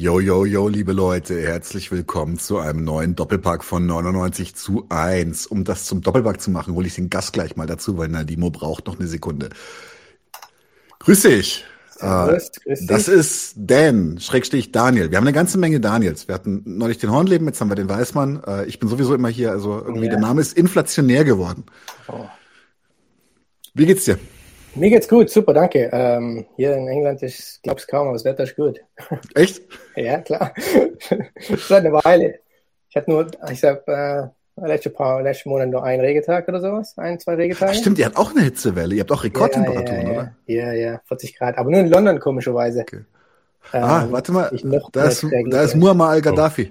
Yo, yo, yo, liebe Leute, herzlich willkommen zu einem neuen Doppelpack von 99:1. Um das zum Doppelpack zu machen, hole ich den Gast gleich mal dazu, weil Nadimo braucht noch eine Sekunde. Grüß dich. Servus, grüß dich. Das ist Dan, / Daniel. Wir haben eine ganze Menge Daniels. Wir hatten neulich den Hornleben, jetzt haben wir den Weißmann. Ich bin sowieso immer hier, also irgendwie der Name ist inflationär geworden. Oh. Wie geht's dir? Mir geht's gut, super, danke. Hier in England ist, glaub's kaum, aber das Wetter ist gut. Echt? Ja, klar. Seit eine Weile. Ich hatte letzten Monat nur einen Regetag oder sowas. 2 Regetage. Stimmt, ihr habt auch eine Hitzewelle. Ihr habt auch Rekordtemperaturen, oder? Ja, 40 Grad. Aber nur in London, komischerweise. Okay. Warte mal. Da ist Muammar Muammar al-Gaddafi.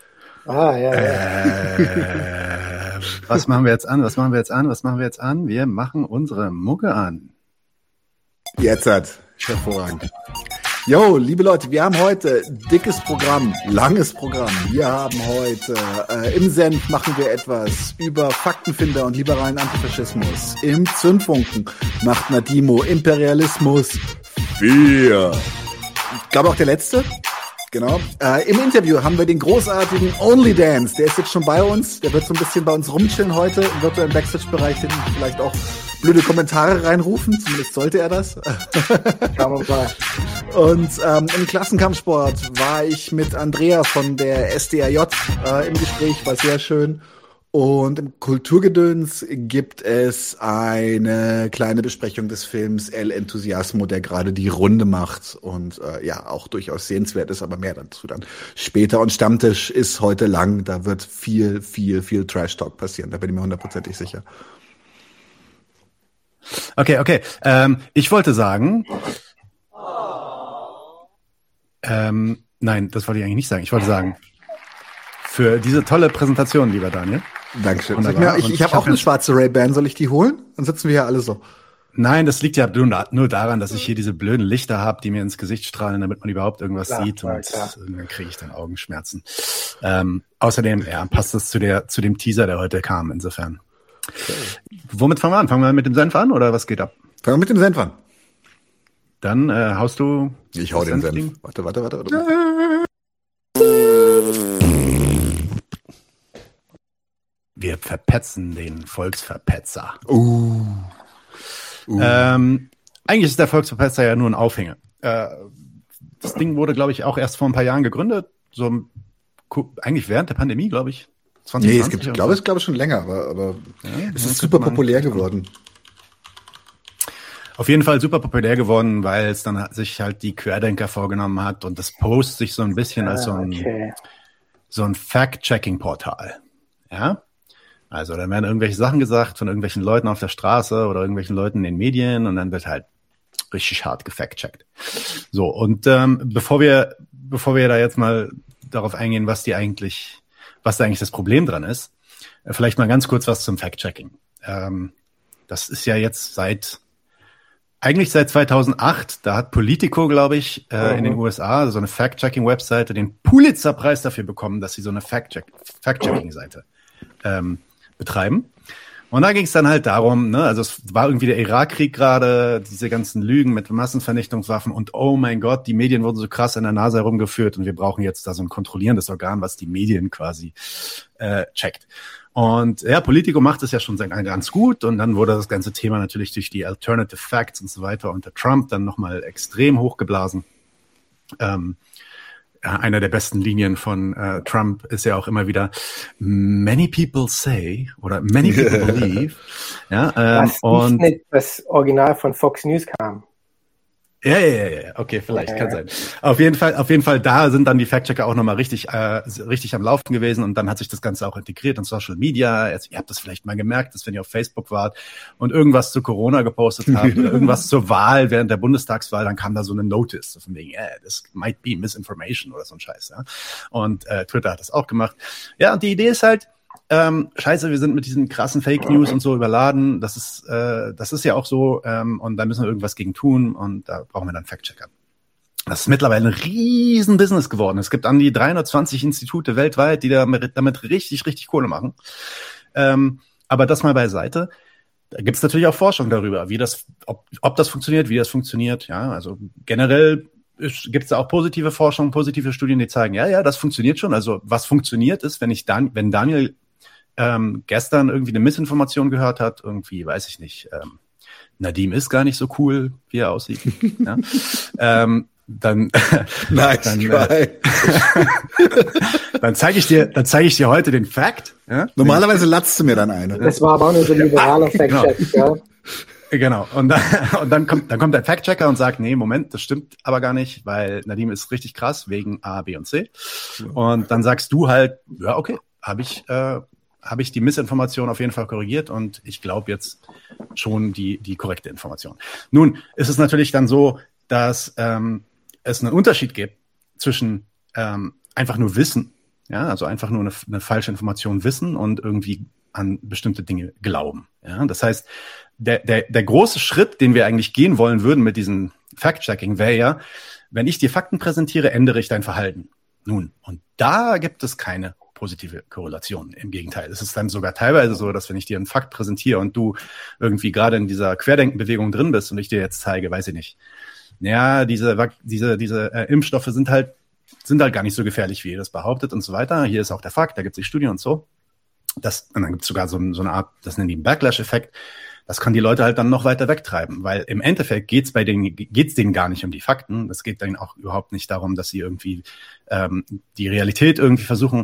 Was machen wir jetzt an? Wir machen unsere Mucke an. Jetzt hervorragend. Jo, liebe Leute, wir haben heute dickes Programm, langes Programm. Wir haben heute im Senf machen wir etwas über Faktenfinder und liberalen Antifaschismus. Im Zündfunken macht Nadimo Imperialismus 4. Ich glaube auch der letzte. Genau. Im Interview haben wir den großartigen Only Dance. Der ist jetzt schon bei uns. Der wird so ein bisschen bei uns rumchillen heute. Wird im Backstage-Bereich vielleicht auch blöde Kommentare reinrufen. Zumindest sollte er das. Schauen wir mal. Und im Klassenkampfsport war ich mit Andrea von der SDAJ im Gespräch. War sehr schön. Und im Kulturgedöns gibt es eine kleine Besprechung des Films El Entusiasmo, der gerade die Runde macht und auch durchaus sehenswert ist, aber mehr dazu dann später. Und Stammtisch ist heute lang, da wird viel Trash-Talk passieren, da bin ich mir 100%ig sicher. Okay. Ich wollte sagen, nein, das wollte ich eigentlich nicht sagen. Ich wollte sagen, für diese tolle Präsentation, lieber Daniel. Dankeschön. Sag mir, ich habe auch eine schwarze Ray-Ban. Soll ich die holen? Dann sitzen wir hier alle so. Nein, das liegt ja nur daran, dass ich hier diese blöden Lichter habe, die mir ins Gesicht strahlen, damit man überhaupt irgendwas sieht. Und dann kriege ich dann Augenschmerzen. Außerdem, passt das zu dem Teaser, der heute kam, insofern. Okay. Womit fangen wir an? Fangen wir mit dem Senf an oder was geht ab? Fangen wir mit dem Senf an. Dann haust du... Ich hau den Senf. Warte. Wir verpetzen den Volksverpetzer. Eigentlich ist der Volksverpetzer ja nur ein Aufhänger. Das Ding wurde, glaube ich, auch erst vor ein paar Jahren gegründet. So eigentlich während der Pandemie, glaube ich. 2020 ich glaube schon länger, aber es ist super populär geworden. Auf jeden Fall super populär geworden, weil es dann sich halt die Querdenker vorgenommen hat und das Post sich so ein bisschen als so ein Fact-Checking-Portal. Ja? Also da werden irgendwelche Sachen gesagt von irgendwelchen Leuten auf der Straße oder irgendwelchen Leuten in den Medien und dann wird halt richtig hart gefact-checkt. So, und bevor wir da jetzt mal darauf eingehen, was da eigentlich das Problem dran ist, vielleicht mal ganz kurz was zum Fact-Checking. Das ist ja jetzt seit 2008, da hat Politico, glaube ich, in den USA, so eine Fact-Checking-Webseite, den Pulitzer-Preis dafür bekommen, dass sie so eine Fact-Checking-Seite betreiben. Und da ging es dann halt darum, also es war irgendwie der Irakkrieg gerade, diese ganzen Lügen mit Massenvernichtungswaffen und oh mein Gott, die Medien wurden so krass in der Nase herumgeführt und wir brauchen jetzt da so ein kontrollierendes Organ, was die Medien quasi checkt. Und Politico macht es ja schon ganz gut und dann wurde das ganze Thema natürlich durch die Alternative Facts und so weiter unter Trump dann nochmal extrem hochgeblasen. Einer der besten Linien von Trump ist ja auch immer wieder many people say oder many people believe. Was nicht das Original von Fox News kam. Ja. Okay, vielleicht kann sein. Auf jeden Fall, da sind dann die Fact-Checker auch nochmal richtig am Laufen gewesen und dann hat sich das Ganze auch integriert in Social Media. Ihr habt das vielleicht mal gemerkt, dass wenn ihr auf Facebook wart und irgendwas zu Corona gepostet habt oder irgendwas zur Wahl während der Bundestagswahl, dann kam da so eine Notice, so von wegen, this might be misinformation oder so ein Scheiß. Ja? Und Twitter hat das auch gemacht. Ja, und die Idee ist halt, scheiße, wir sind mit diesen krassen Fake News und so überladen. Das ist ja auch so und da müssen wir irgendwas gegen tun und da brauchen wir dann Fact-Checker. Das ist mittlerweile ein riesen Business geworden. Es gibt an die 320 Institute weltweit, die damit richtig, richtig Kohle machen. Aber das mal beiseite. Da gibt es natürlich auch Forschung darüber, ob das funktioniert, wie das funktioniert. Ja, also generell gibt es da auch positive Forschung, positive Studien, die zeigen, ja, das funktioniert schon. Also was funktioniert ist, wenn Daniel gestern irgendwie eine Missinformation gehört hat, irgendwie, weiß ich nicht, Nadim ist gar nicht so cool, wie er aussieht. Ja? Dann zeige ich dir heute den Fact. Ja? Normalerweise latzt du mir dann eine. Das war aber auch nur so ein liberaler Fact-Check, ja. Genau. Und dann kommt der Fact-Checker und sagt, nee, Moment, das stimmt aber gar nicht, weil Nadim ist richtig krass wegen A, B und C. Und dann sagst du halt, ja, okay, habe ich die Missinformation auf jeden Fall korrigiert und ich glaube jetzt schon die korrekte Information. Nun ist es natürlich dann so, dass es einen Unterschied gibt zwischen einfach nur Wissen, ja, also einfach nur eine falsche Information wissen und irgendwie an bestimmte Dinge glauben. Ja, das heißt, der große Schritt, den wir eigentlich gehen wollen würden mit diesem Fact-Checking, wäre ja, wenn ich dir Fakten präsentiere, ändere ich dein Verhalten. Nun, und da gibt es keine positive Korrelation. Im Gegenteil. Es ist dann sogar teilweise so, dass wenn ich dir einen Fakt präsentiere und du irgendwie gerade in dieser Querdenkenbewegung drin bist und ich dir jetzt zeige, weiß ich nicht, ja, diese Impfstoffe sind halt gar nicht so gefährlich, wie ihr das behauptet und so weiter. Hier ist auch der Fakt, da gibt es die Studien und so. Und dann gibt es sogar so eine Art, das nennen die einen Backlash-Effekt. Das kann die Leute halt dann noch weiter wegtreiben, weil im Endeffekt geht's denen gar nicht um die Fakten. Es geht denen auch überhaupt nicht darum, dass sie irgendwie die Realität irgendwie versuchen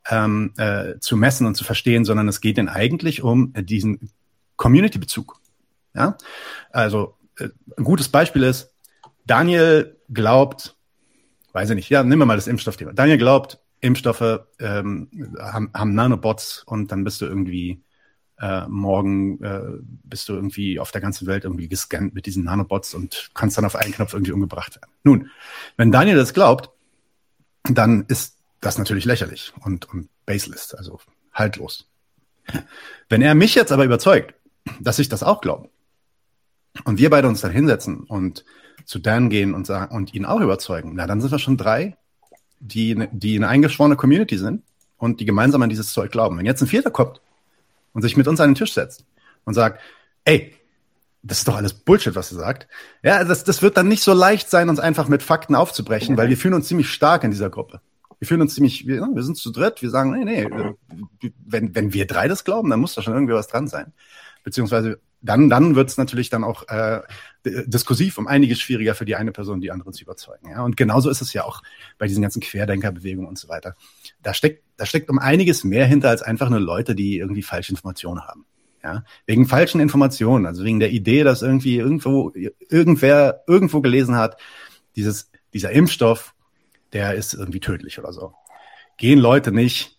zu messen und zu verstehen, sondern es geht denen eigentlich um diesen Community-Bezug. Ja, also ein gutes Beispiel ist, Daniel glaubt, weiß ich nicht, ja, nehmen wir mal das Impfstoffthema. Daniel glaubt, Impfstoffe haben Nanobots und dann bist du irgendwie morgen bist du irgendwie auf der ganzen Welt irgendwie gescannt mit diesen Nanobots und kannst dann auf einen Knopf irgendwie umgebracht werden. Nun, wenn Daniel das glaubt, dann ist das natürlich lächerlich und baseless, also haltlos. Wenn er mich jetzt aber überzeugt, dass ich das auch glaube und wir beide uns dann hinsetzen und zu Dan gehen und sagen und ihn auch überzeugen, na, dann sind wir schon 3, die eine eingeschworene Community sind und die gemeinsam an dieses Zeug glauben. Wenn jetzt ein 4. kommt und sich mit uns an den Tisch setzt und sagt, ey, das ist doch alles Bullshit, was du sagst. Ja, das wird dann nicht so leicht sein, uns einfach mit Fakten aufzubrechen, weil wir fühlen uns ziemlich stark in dieser Gruppe. Wir fühlen uns wir sind zu dritt, wir sagen, nee, wenn wir 3 das glauben, dann muss da schon irgendwie was dran sein. Beziehungsweise dann wird es natürlich dann auch diskursiv um einiges schwieriger für die eine Person, die andere zu überzeugen. Ja? Und genauso ist es ja auch bei diesen ganzen Querdenkerbewegungen und so weiter. Da steckt um einiges mehr hinter als einfach nur Leute, die irgendwie falsche Informationen haben. Ja? Wegen falschen Informationen, also wegen der Idee, dass irgendwer irgendwo gelesen hat, dieser Impfstoff, der ist irgendwie tödlich oder so. Gehen Leute nicht,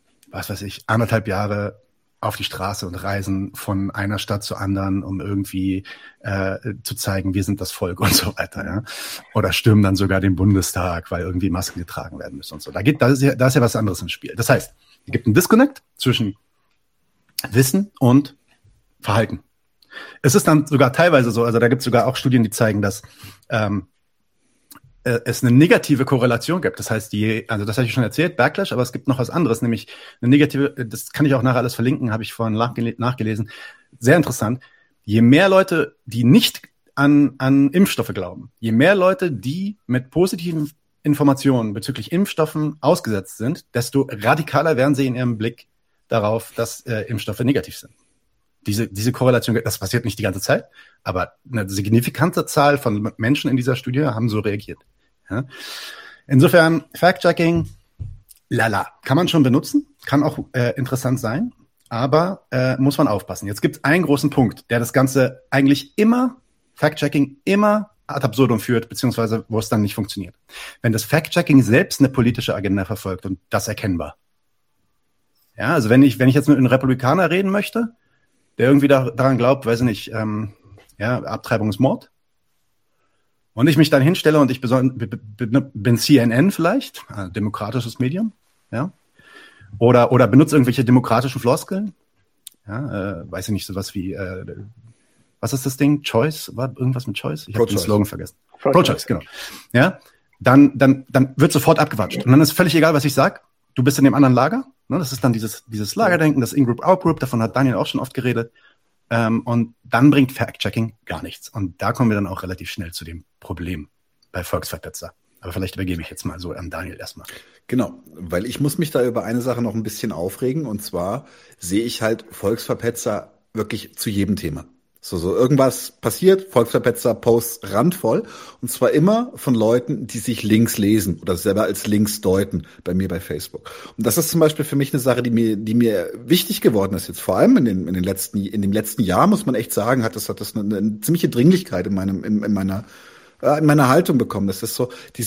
1,5 Jahre auf die Straße und reisen von einer Stadt zur anderen, um irgendwie zu zeigen, wir sind das Volk und so weiter. Ja? Oder stürmen dann sogar den Bundestag, weil irgendwie Masken getragen werden müssen und so. Da ist ja was anderes im Spiel. Das heißt, es gibt einen Disconnect zwischen Wissen und Verhalten. Es ist dann sogar teilweise so, also da gibt es sogar auch Studien, die zeigen, dass es eine negative Korrelation gibt. Das heißt, das habe ich schon erzählt, Backlash, aber es gibt noch was anderes, nämlich eine negative, das kann ich auch nachher alles verlinken, habe ich vorhin nachgelesen. Sehr interessant. Je mehr Leute, die nicht an Impfstoffe glauben, je mehr Leute, die mit positiven Informationen bezüglich Impfstoffen ausgesetzt sind, desto radikaler werden sie in ihrem Blick darauf, dass Impfstoffe negativ sind. Diese Korrelation, das passiert nicht die ganze Zeit, aber eine signifikante Zahl von Menschen in dieser Studie haben so reagiert. Ja? Insofern, Fact-Checking, kann man schon benutzen, kann auch interessant sein, aber muss man aufpassen. Jetzt gibt es einen großen Punkt, der das Ganze eigentlich Fact-Checking immer ad absurdum führt, beziehungsweise wo es dann nicht funktioniert. Wenn das Fact-Checking selbst eine politische Agenda verfolgt und das erkennbar. Ja, also wenn ich jetzt mit einem Republikaner reden möchte, der irgendwie daran glaubt, weiß ich nicht, Abtreibung ist Mord. Und ich mich dann hinstelle und ich bin CNN vielleicht, ein demokratisches Medium, ja, oder benutze irgendwelche demokratischen Floskeln, ja, weiß ich nicht, sowas wie, was ist das Ding? Choice? War irgendwas mit Choice? Ich habe den Slogan vergessen. Pro-Choice, genau. Ja, dann wird sofort abgewatscht. Und dann ist völlig egal, was ich sage. Du bist in dem anderen Lager. Ne? Das ist dann dieses Lagerdenken, das In-Group, Out-Group. Davon hat Daniel auch schon oft geredet. Und dann bringt Fact-Checking gar nichts. Und da kommen wir dann auch relativ schnell zu dem Problem. bei Volksverpetzer. Aber vielleicht übergebe ich jetzt mal so an Daniel erstmal. Genau, weil ich muss mich da über eine Sache noch ein bisschen aufregen, und zwar sehe ich halt Volksverpetzer wirklich zu jedem Thema. So irgendwas passiert, Volksverpetzer, Posts randvoll, und zwar immer von Leuten, die sich Links lesen oder selber als Links deuten, bei mir bei Facebook. Und das ist zum Beispiel für mich eine Sache, die mir wichtig geworden ist jetzt, vor allem in dem letzten Jahr, muss man echt sagen, hat das eine ziemliche Dringlichkeit in meiner Haltung bekommen. Das ist so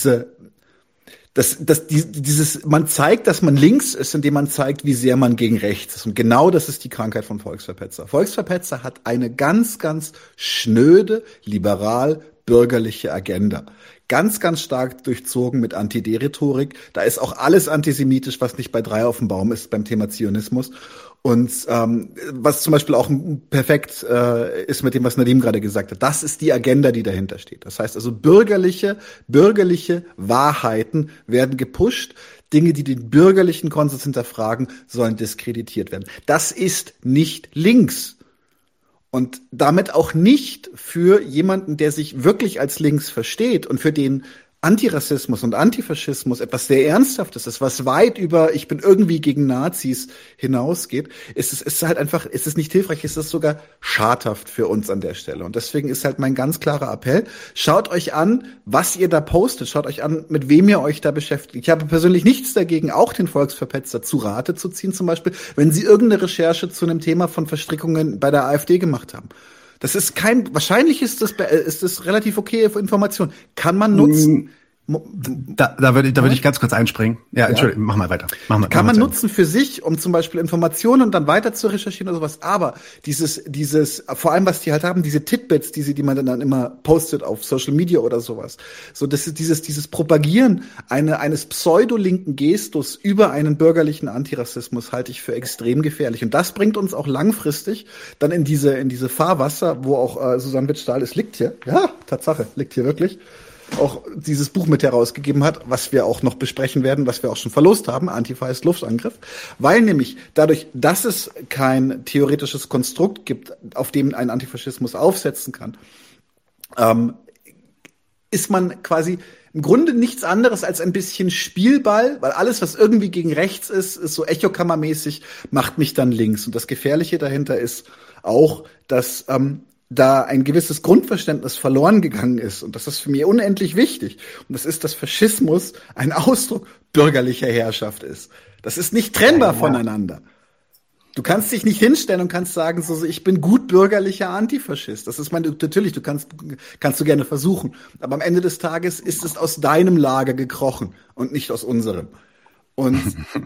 man zeigt, dass man links ist, indem man zeigt, wie sehr man gegen rechts ist. Und genau das ist die Krankheit von Volksverpetzer. Volksverpetzer hat eine ganz, ganz schnöde, liberal-bürgerliche Agenda. Ganz, ganz stark durchzogen mit Anti-D-Rhetorik. Da ist auch alles antisemitisch, was nicht bei 3 auf dem Baum ist beim Thema Zionismus. Und was zum Beispiel auch perfekt ist mit dem, was Nadim gerade gesagt hat, das ist die Agenda, die dahinter steht. Das heißt also, bürgerliche Wahrheiten werden gepusht. Dinge, die den bürgerlichen Konsens hinterfragen, sollen diskreditiert werden. Das ist nicht links. Und damit auch nicht für jemanden, der sich wirklich als links versteht und für den Antirassismus und Antifaschismus etwas sehr Ernsthaftes ist, was weit über ich bin irgendwie gegen Nazis hinausgeht, ist es nicht hilfreich, ist es sogar schadhaft für uns an der Stelle. Und deswegen ist halt mein ganz klarer Appell, schaut euch an, was ihr da postet, schaut euch an, mit wem ihr euch da beschäftigt. Ich habe persönlich nichts dagegen, auch den Volksverpetzer zu Rate zu ziehen, zum Beispiel, wenn sie irgendeine Recherche zu einem Thema von Verstrickungen bei der AfD gemacht haben. Das ist wahrscheinlich ist das relativ okay für Information. Kann man nutzen. Da würde ich ganz kurz einspringen. Ja, Entschuldigung, mach mal weiter. Kann man nutzen für sich, um zum Beispiel Informationen dann weiter zu recherchieren oder sowas. Aber dieses, vor allem was die halt haben, diese Titbits, die man dann immer postet auf Social Media oder sowas. So, das ist dieses Propagieren eines pseudolinken Gestus über einen bürgerlichen Antirassismus halte ich für extrem gefährlich. Und das bringt uns auch langfristig dann in diese Fahrwasser, wo auch Susanne Wittstahl, es liegt hier. Ja, Tatsache, liegt hier wirklich. Auch dieses Buch mit herausgegeben hat, was wir auch noch besprechen werden, was wir auch schon verlost haben, Antifa ist Luftangriff, weil nämlich dadurch, dass es kein theoretisches Konstrukt gibt, auf dem ein Antifaschismus aufsetzen kann, ist man quasi im Grunde nichts anderes als ein bisschen Spielball, weil alles, was irgendwie gegen rechts ist so echokammermäßig, macht mich dann links. Und das Gefährliche dahinter ist auch, dass da ein gewisses Grundverständnis verloren gegangen ist. Und das ist für mich unendlich wichtig. Und das ist, dass Faschismus ein Ausdruck bürgerlicher Herrschaft ist. Das ist nicht trennbar voneinander. Du kannst dich nicht hinstellen und kannst sagen, so, ich bin gut bürgerlicher Antifaschist. Das ist natürlich, kannst du gerne versuchen. Aber am Ende des Tages ist es aus deinem Lager gekrochen und nicht aus unserem. Und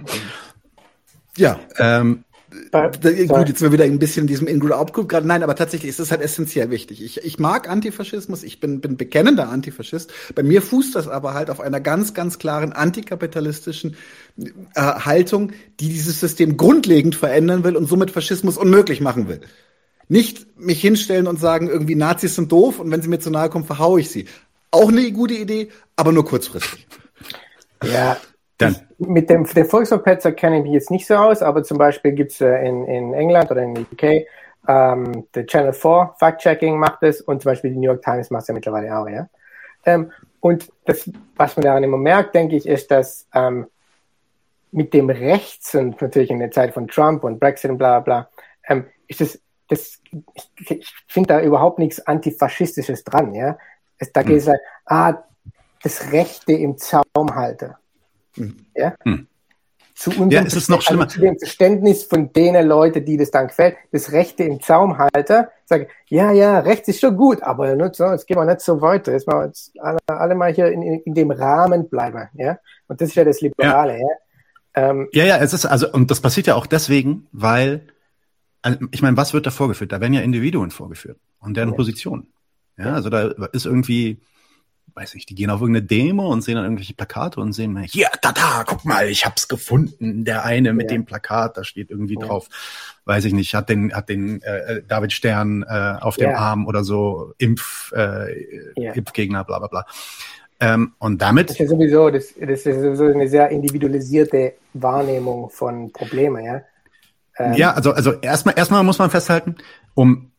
ja. Gut, jetzt sind wir wieder ein bisschen in diesem In-Group-Out-Group gerade. Nein, aber tatsächlich ist es halt essentiell wichtig. Ich mag Antifaschismus, ich bin bekennender Antifaschist. Bei mir fußt das aber halt auf einer ganz, ganz klaren antikapitalistischen Haltung, die dieses System grundlegend verändern will und somit Faschismus unmöglich machen will. Nicht mich hinstellen und sagen, irgendwie Nazis sind doof und wenn sie mir zu nahe kommen, verhaue ich sie. Auch eine gute Idee, aber nur kurzfristig. Ja. Mit dem Volksverpetzer kenne ich mich jetzt nicht so aus, aber zum Beispiel gibt es in England oder in UK der Channel 4 Fact-Checking macht es und zum Beispiel die New York Times macht es ja mittlerweile auch, ja. Und das, was man daran immer merkt, denke ich, ist, dass mit dem Rechts und natürlich in der Zeit von Trump und Brexit und bla bla bla, ist ich finde da überhaupt nichts Antifaschistisches dran, ja. Da geht es halt, das Rechte im Zaum halten. Ja? Zu unserem es ist noch schlimmer. Also zu dem Verständnis von denen Leuten, die das dann gefällt, das Rechte im Zaum halten, sagen, ja, rechts ist schon gut, aber nicht so, jetzt gehen wir nicht so weiter, jetzt mal alle mal hier in dem Rahmen bleiben, ja, und das ist ja das Liberale, ja, es ist, also, und das passiert ja auch deswegen, weil, ich meine, was wird da vorgeführt? Da werden ja Individuen vorgeführt und deren Positionen, ja, also da ist irgendwie, weiß nicht, die gehen auf irgendeine Demo und sehen dann irgendwelche Plakate und sehen, hier, guck mal, ich hab's gefunden. Der eine mit dem Plakat, da steht irgendwie drauf, weiß ich nicht, hat den David Stern auf dem Arm oder so, Impfgegner, bla bla bla. Und damit... Das ist sowieso eine sehr individualisierte Wahrnehmung von Problemen, ja. Ja, also erstmal muss man festhalten, um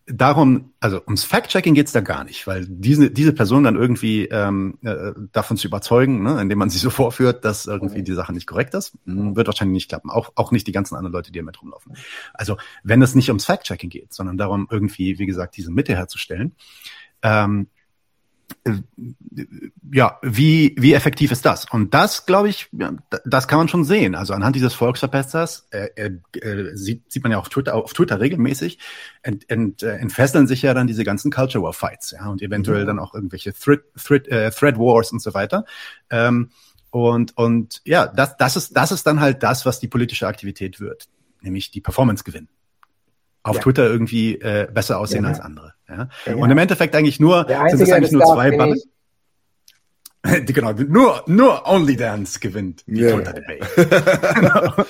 darum, also ums Fact-Checking geht's da gar nicht, weil diese Person dann irgendwie davon zu überzeugen, ne, indem man sie so vorführt, dass irgendwie die Sache nicht korrekt ist, wird wahrscheinlich nicht klappen. Auch nicht die ganzen anderen Leute, die damit rumlaufen. Also wenn es nicht ums Fact-Checking geht, sondern darum, irgendwie, wie gesagt, diese Mitte herzustellen, wie effektiv ist das? Und das, glaube ich, das kann man schon sehen. Also anhand dieses Volksverpetzers sieht man ja auf Twitter regelmäßig, entfesseln sich ja dann diese ganzen Culture War Fights, ja, und eventuell dann auch irgendwelche Thread Wars und so weiter. Und ja, das ist dann halt das, was die politische Aktivität wird, nämlich die Performance gewinnen. Auf Twitter irgendwie besser aussehen als andere. Ja? Und im Endeffekt eigentlich nur, sind es eigentlich nur zwei Bubbles. Genau, nur Only Dance gewinnt die Twitter-Debate.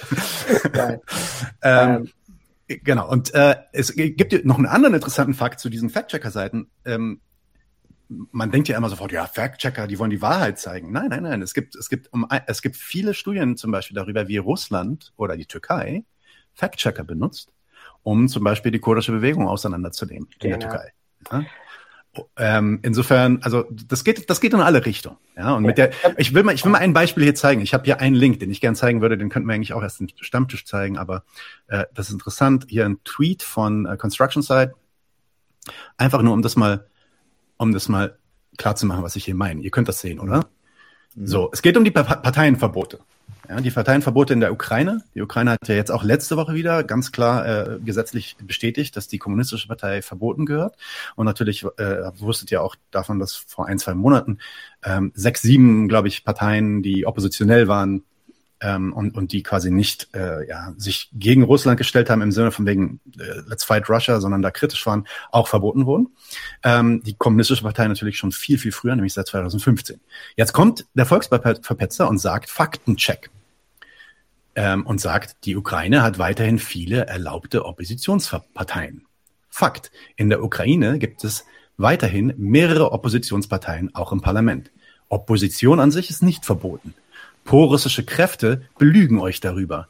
Genau, und es gibt noch einen anderen interessanten Fakt zu diesen Fact-Checker-Seiten. Man denkt ja immer sofort, ja, Fact-Checker, die wollen die Wahrheit zeigen. Nein. Es gibt viele Studien zum Beispiel darüber, wie Russland oder die Türkei Fact-Checker benutzt, um zum Beispiel die kurdische Bewegung auseinanderzunehmen in der Türkei. Ja? Insofern, also das geht in alle Richtungen. Ja, und ich will mal ein Beispiel hier zeigen. Ich habe hier einen Link, den ich gerne zeigen würde, den könnten wir eigentlich auch erst im Stammtisch zeigen, aber das ist interessant. Hier ein Tweet von Construction Site. Einfach nur, um das mal klar zu machen, was ich hier meine. Ihr könnt das sehen, oder? Mhm. So, es geht um die Parteienverbote. Ja, die Parteienverbote in der Ukraine. Die Ukraine hat ja jetzt auch letzte Woche wieder ganz klar gesetzlich bestätigt, dass die Kommunistische Partei verboten gehört. Und natürlich wusstet ihr auch davon, dass vor 1-2 Monaten 6, 7, glaube ich, Parteien, die oppositionell waren und die quasi nicht sich gegen Russland gestellt haben im Sinne von wegen Let's Fight Russia, sondern da kritisch waren, auch verboten wurden. Die Kommunistische Partei natürlich schon viel, viel früher, nämlich seit 2015. Jetzt kommt der Volksverpetzer und sagt Faktencheck. Und sagt, die Ukraine hat weiterhin viele erlaubte Oppositionsparteien. Fakt, in der Ukraine gibt es weiterhin mehrere Oppositionsparteien, auch im Parlament. Opposition an sich ist nicht verboten. Prorussische Kräfte belügen euch darüber.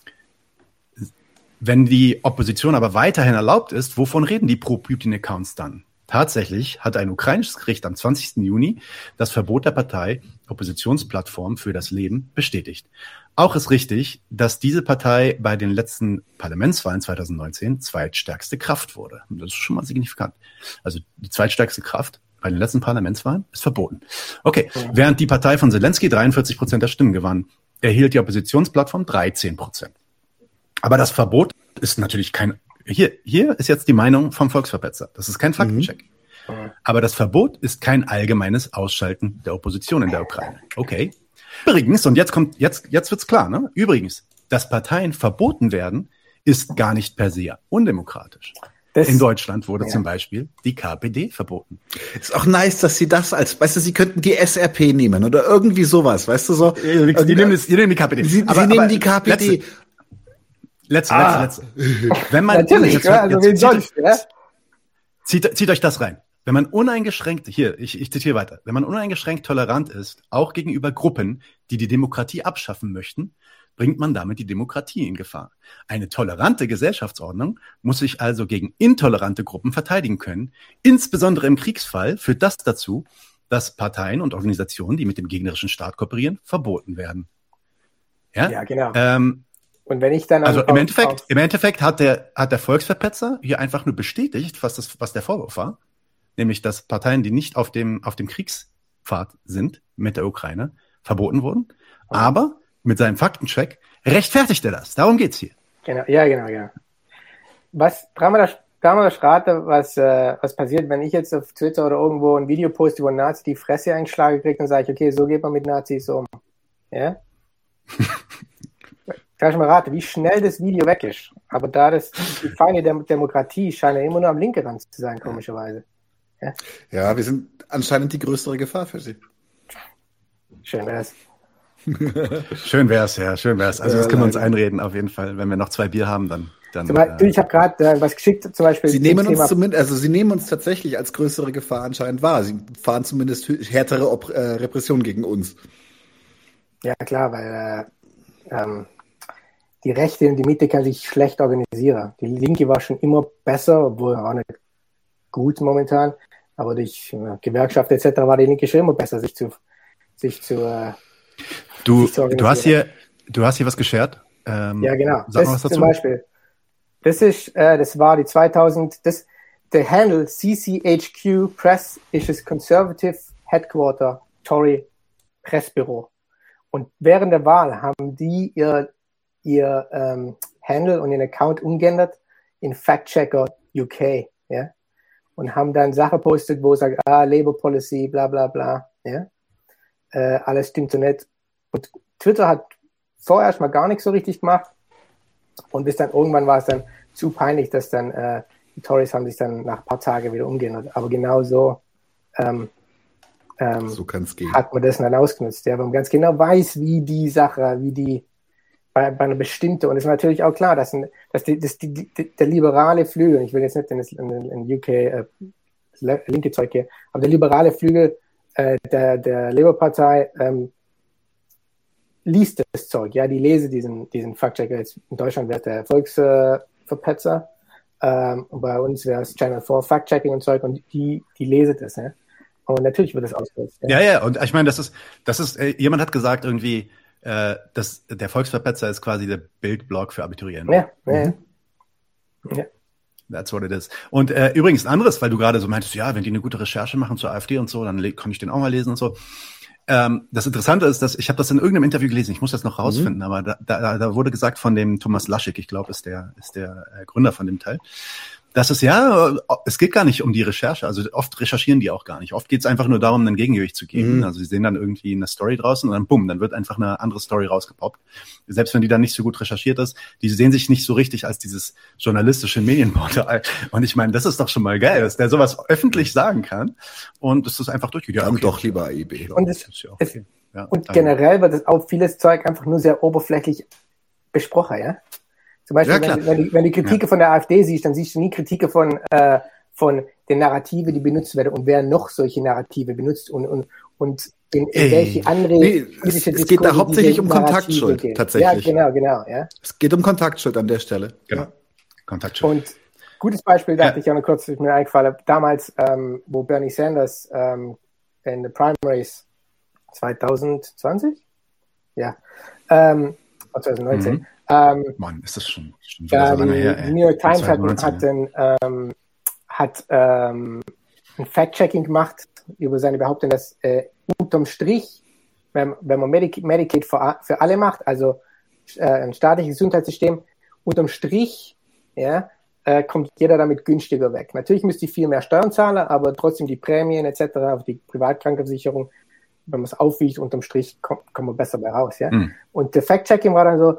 Wenn die Opposition aber weiterhin erlaubt ist, wovon reden die Pro-Putin-Accounts dann? Tatsächlich hat ein ukrainisches Gericht am 20. Juni das Verbot der Partei Oppositionsplattform für das Leben bestätigt. Auch ist richtig, dass diese Partei bei den letzten Parlamentswahlen 2019 zweitstärkste Kraft wurde. Das ist schon mal signifikant. Also die zweitstärkste Kraft bei den letzten Parlamentswahlen ist verboten. Okay, während die Partei von Zelensky 43% der Stimmen gewann, erhielt die Oppositionsplattform 13%. Aber das Verbot ist natürlich kein... Hier ist jetzt die Meinung vom Volksverpetzer. Das ist kein Faktencheck. Aber das Verbot ist kein allgemeines Ausschalten der Opposition in der Ukraine. Okay. Übrigens, und jetzt wird's klar, ne? Übrigens, dass Parteien verboten werden, ist gar nicht per se undemokratisch. In Deutschland wurde zum Beispiel die KPD verboten. Ist auch nice, dass sie das sie könnten die SRP nehmen oder irgendwie sowas, weißt du so? Die nehmen die KPD. Sie nehmen die KPD. Letzte. Wenn man natürlich, zieht euch das rein. Wenn man uneingeschränkt, ich zitiere weiter, wenn man uneingeschränkt tolerant ist, auch gegenüber Gruppen, die die Demokratie abschaffen möchten, bringt man damit die Demokratie in Gefahr. Eine tolerante Gesellschaftsordnung muss sich also gegen intolerante Gruppen verteidigen können. Insbesondere im Kriegsfall führt das dazu, dass Parteien und Organisationen, die mit dem gegnerischen Staat kooperieren, verboten werden. Ja, genau. Und wenn ich dann im Endeffekt hat der Volksverpetzer hier einfach nur bestätigt, was der Vorwurf war, nämlich dass Parteien, die nicht auf dem Kriegspfad sind mit der Ukraine, verboten wurden. Aber mit seinem Faktencheck rechtfertigt er das. Darum geht's hier. Genau. Was passiert, wenn ich jetzt auf Twitter oder irgendwo ein Video poste, wo ein Nazi die Fresse einschlage kriegt, dann sage ich, okay, so geht man mit Nazis um. Ja? Kann ich mal raten, wie schnell das Video weg ist. Aber die Feinde der Demokratie scheinen immer nur am linken Rand zu sein, komischerweise. Ja, wir sind anscheinend die größere Gefahr für sie. Schön wär's. Schön wär's. Also das können wir uns einreden, auf jeden Fall. Wenn wir noch 2 Bier haben, dann ich habe gerade was geschickt, zum Beispiel. Sie nehmen uns tatsächlich als größere Gefahr anscheinend wahr. Sie fahren zumindest härtere Repressionen gegen uns. Ja, klar, weil die Rechte und die Mitte kann sich schlecht organisieren. Die Linke war schon immer besser, obwohl auch nicht gut momentan, aber durch Gewerkschaft etc. war die Linke schon immer besser, sich zu Du hast hier was geshared. Ja, genau. Sag mal was dazu. Zum Beispiel, das war die 2000, der Handle CCHQ Press ist das Conservative Headquarter Tory Pressbüro. Und während der Wahl haben die ihr Handle und ihren Account umgeändert in Fact-Checker UK, ja, und haben dann Sachen postet, wo sagt, Labour Policy, bla bla bla, ja, alles stimmt so nicht. Und Twitter hat vorher erst mal gar nichts so richtig gemacht und bis dann irgendwann war es dann zu peinlich, dass dann die Tories haben sich dann nach ein paar Tagen wieder umgeändert. Aber genau so so kann's gehen. Hat man das dann ausgenutzt, ja, weil man ganz genau weiß, wie die Sache, bei einer bestimmten, und es ist natürlich auch klar, dass der liberale Flügel, ich will jetzt nicht in UK linke Zeug hier, aber der liberale Flügel der Labour-Partei liest das Zeug, ja, die lesen diesen Fact-Checker. Jetzt in Deutschland wäre der Volksverpetzer, und bei uns wäre es Channel 4 Fact-Checking und Zeug, und die lesen das, ja. Und natürlich wird das ausgenutzt. Ja, und ich meine, das ist, jemand hat gesagt irgendwie, dass der Volksverpetzer ist quasi der Bildblog für Abiturienten. Ja. That's what it is. Und übrigens ein anderes, weil du gerade so meintest, ja, wenn die eine gute Recherche machen zur AfD und so, dann kann ich den auch mal lesen und so. Das Interessante ist, dass ich habe das in irgendeinem Interview gelesen, ich muss das noch rausfinden, aber da wurde gesagt von dem Thomas Laschig, ich glaube, ist der Gründer von dem Teil, dass es geht gar nicht um die Recherche, also oft recherchieren die auch gar nicht. Oft geht es einfach nur darum, ein Gegengewicht zu geben. Also sie sehen dann irgendwie eine Story draußen und dann bumm, dann wird einfach eine andere Story rausgepoppt. Selbst wenn die dann nicht so gut recherchiert ist, die sehen sich nicht so richtig als dieses journalistische Medienportal. Und ich meine, das ist doch schon mal geil, dass der sowas öffentlich sagen kann und dass das einfach durchgeht. Ja, okay. Doch lieber AIB. Und, generell wird das auch vieles Zeug einfach nur sehr oberflächlich besprochen, ja? Zum Beispiel, wenn du Kritiken von der AfD siehst, dann siehst du nie Kritiken von den Narrative, die benutzt werden und wer noch solche Narrative benutzt und in welche andere es geht da hauptsächlich um Kontaktschuld, tatsächlich. Ja, genau. Ja. Es geht um Kontaktschuld an der Stelle. Genau. Kontaktschuld. Und gutes Beispiel, dachte ich auch noch kurz, ist mir eingefallen, damals, wo Bernie Sanders in den Primaries 2020? Ja. 2019. Mann, ist das schon wieder so lange her, ey. New York Times hat ein Fact-Checking gemacht über seine Behauptung, dass unterm Strich, wenn man Medicaid für alle macht, also ein staatliches Gesundheitssystem, unterm Strich, ja, kommt jeder damit günstiger weg. Natürlich müsste ich viel mehr Steuern zahlen, aber trotzdem die Prämien etc., auf die Privatkrankenversicherung, wenn man es aufwiegt, unterm Strich kommt man besser bei raus. Ja? Und der Fact-Checking war dann so,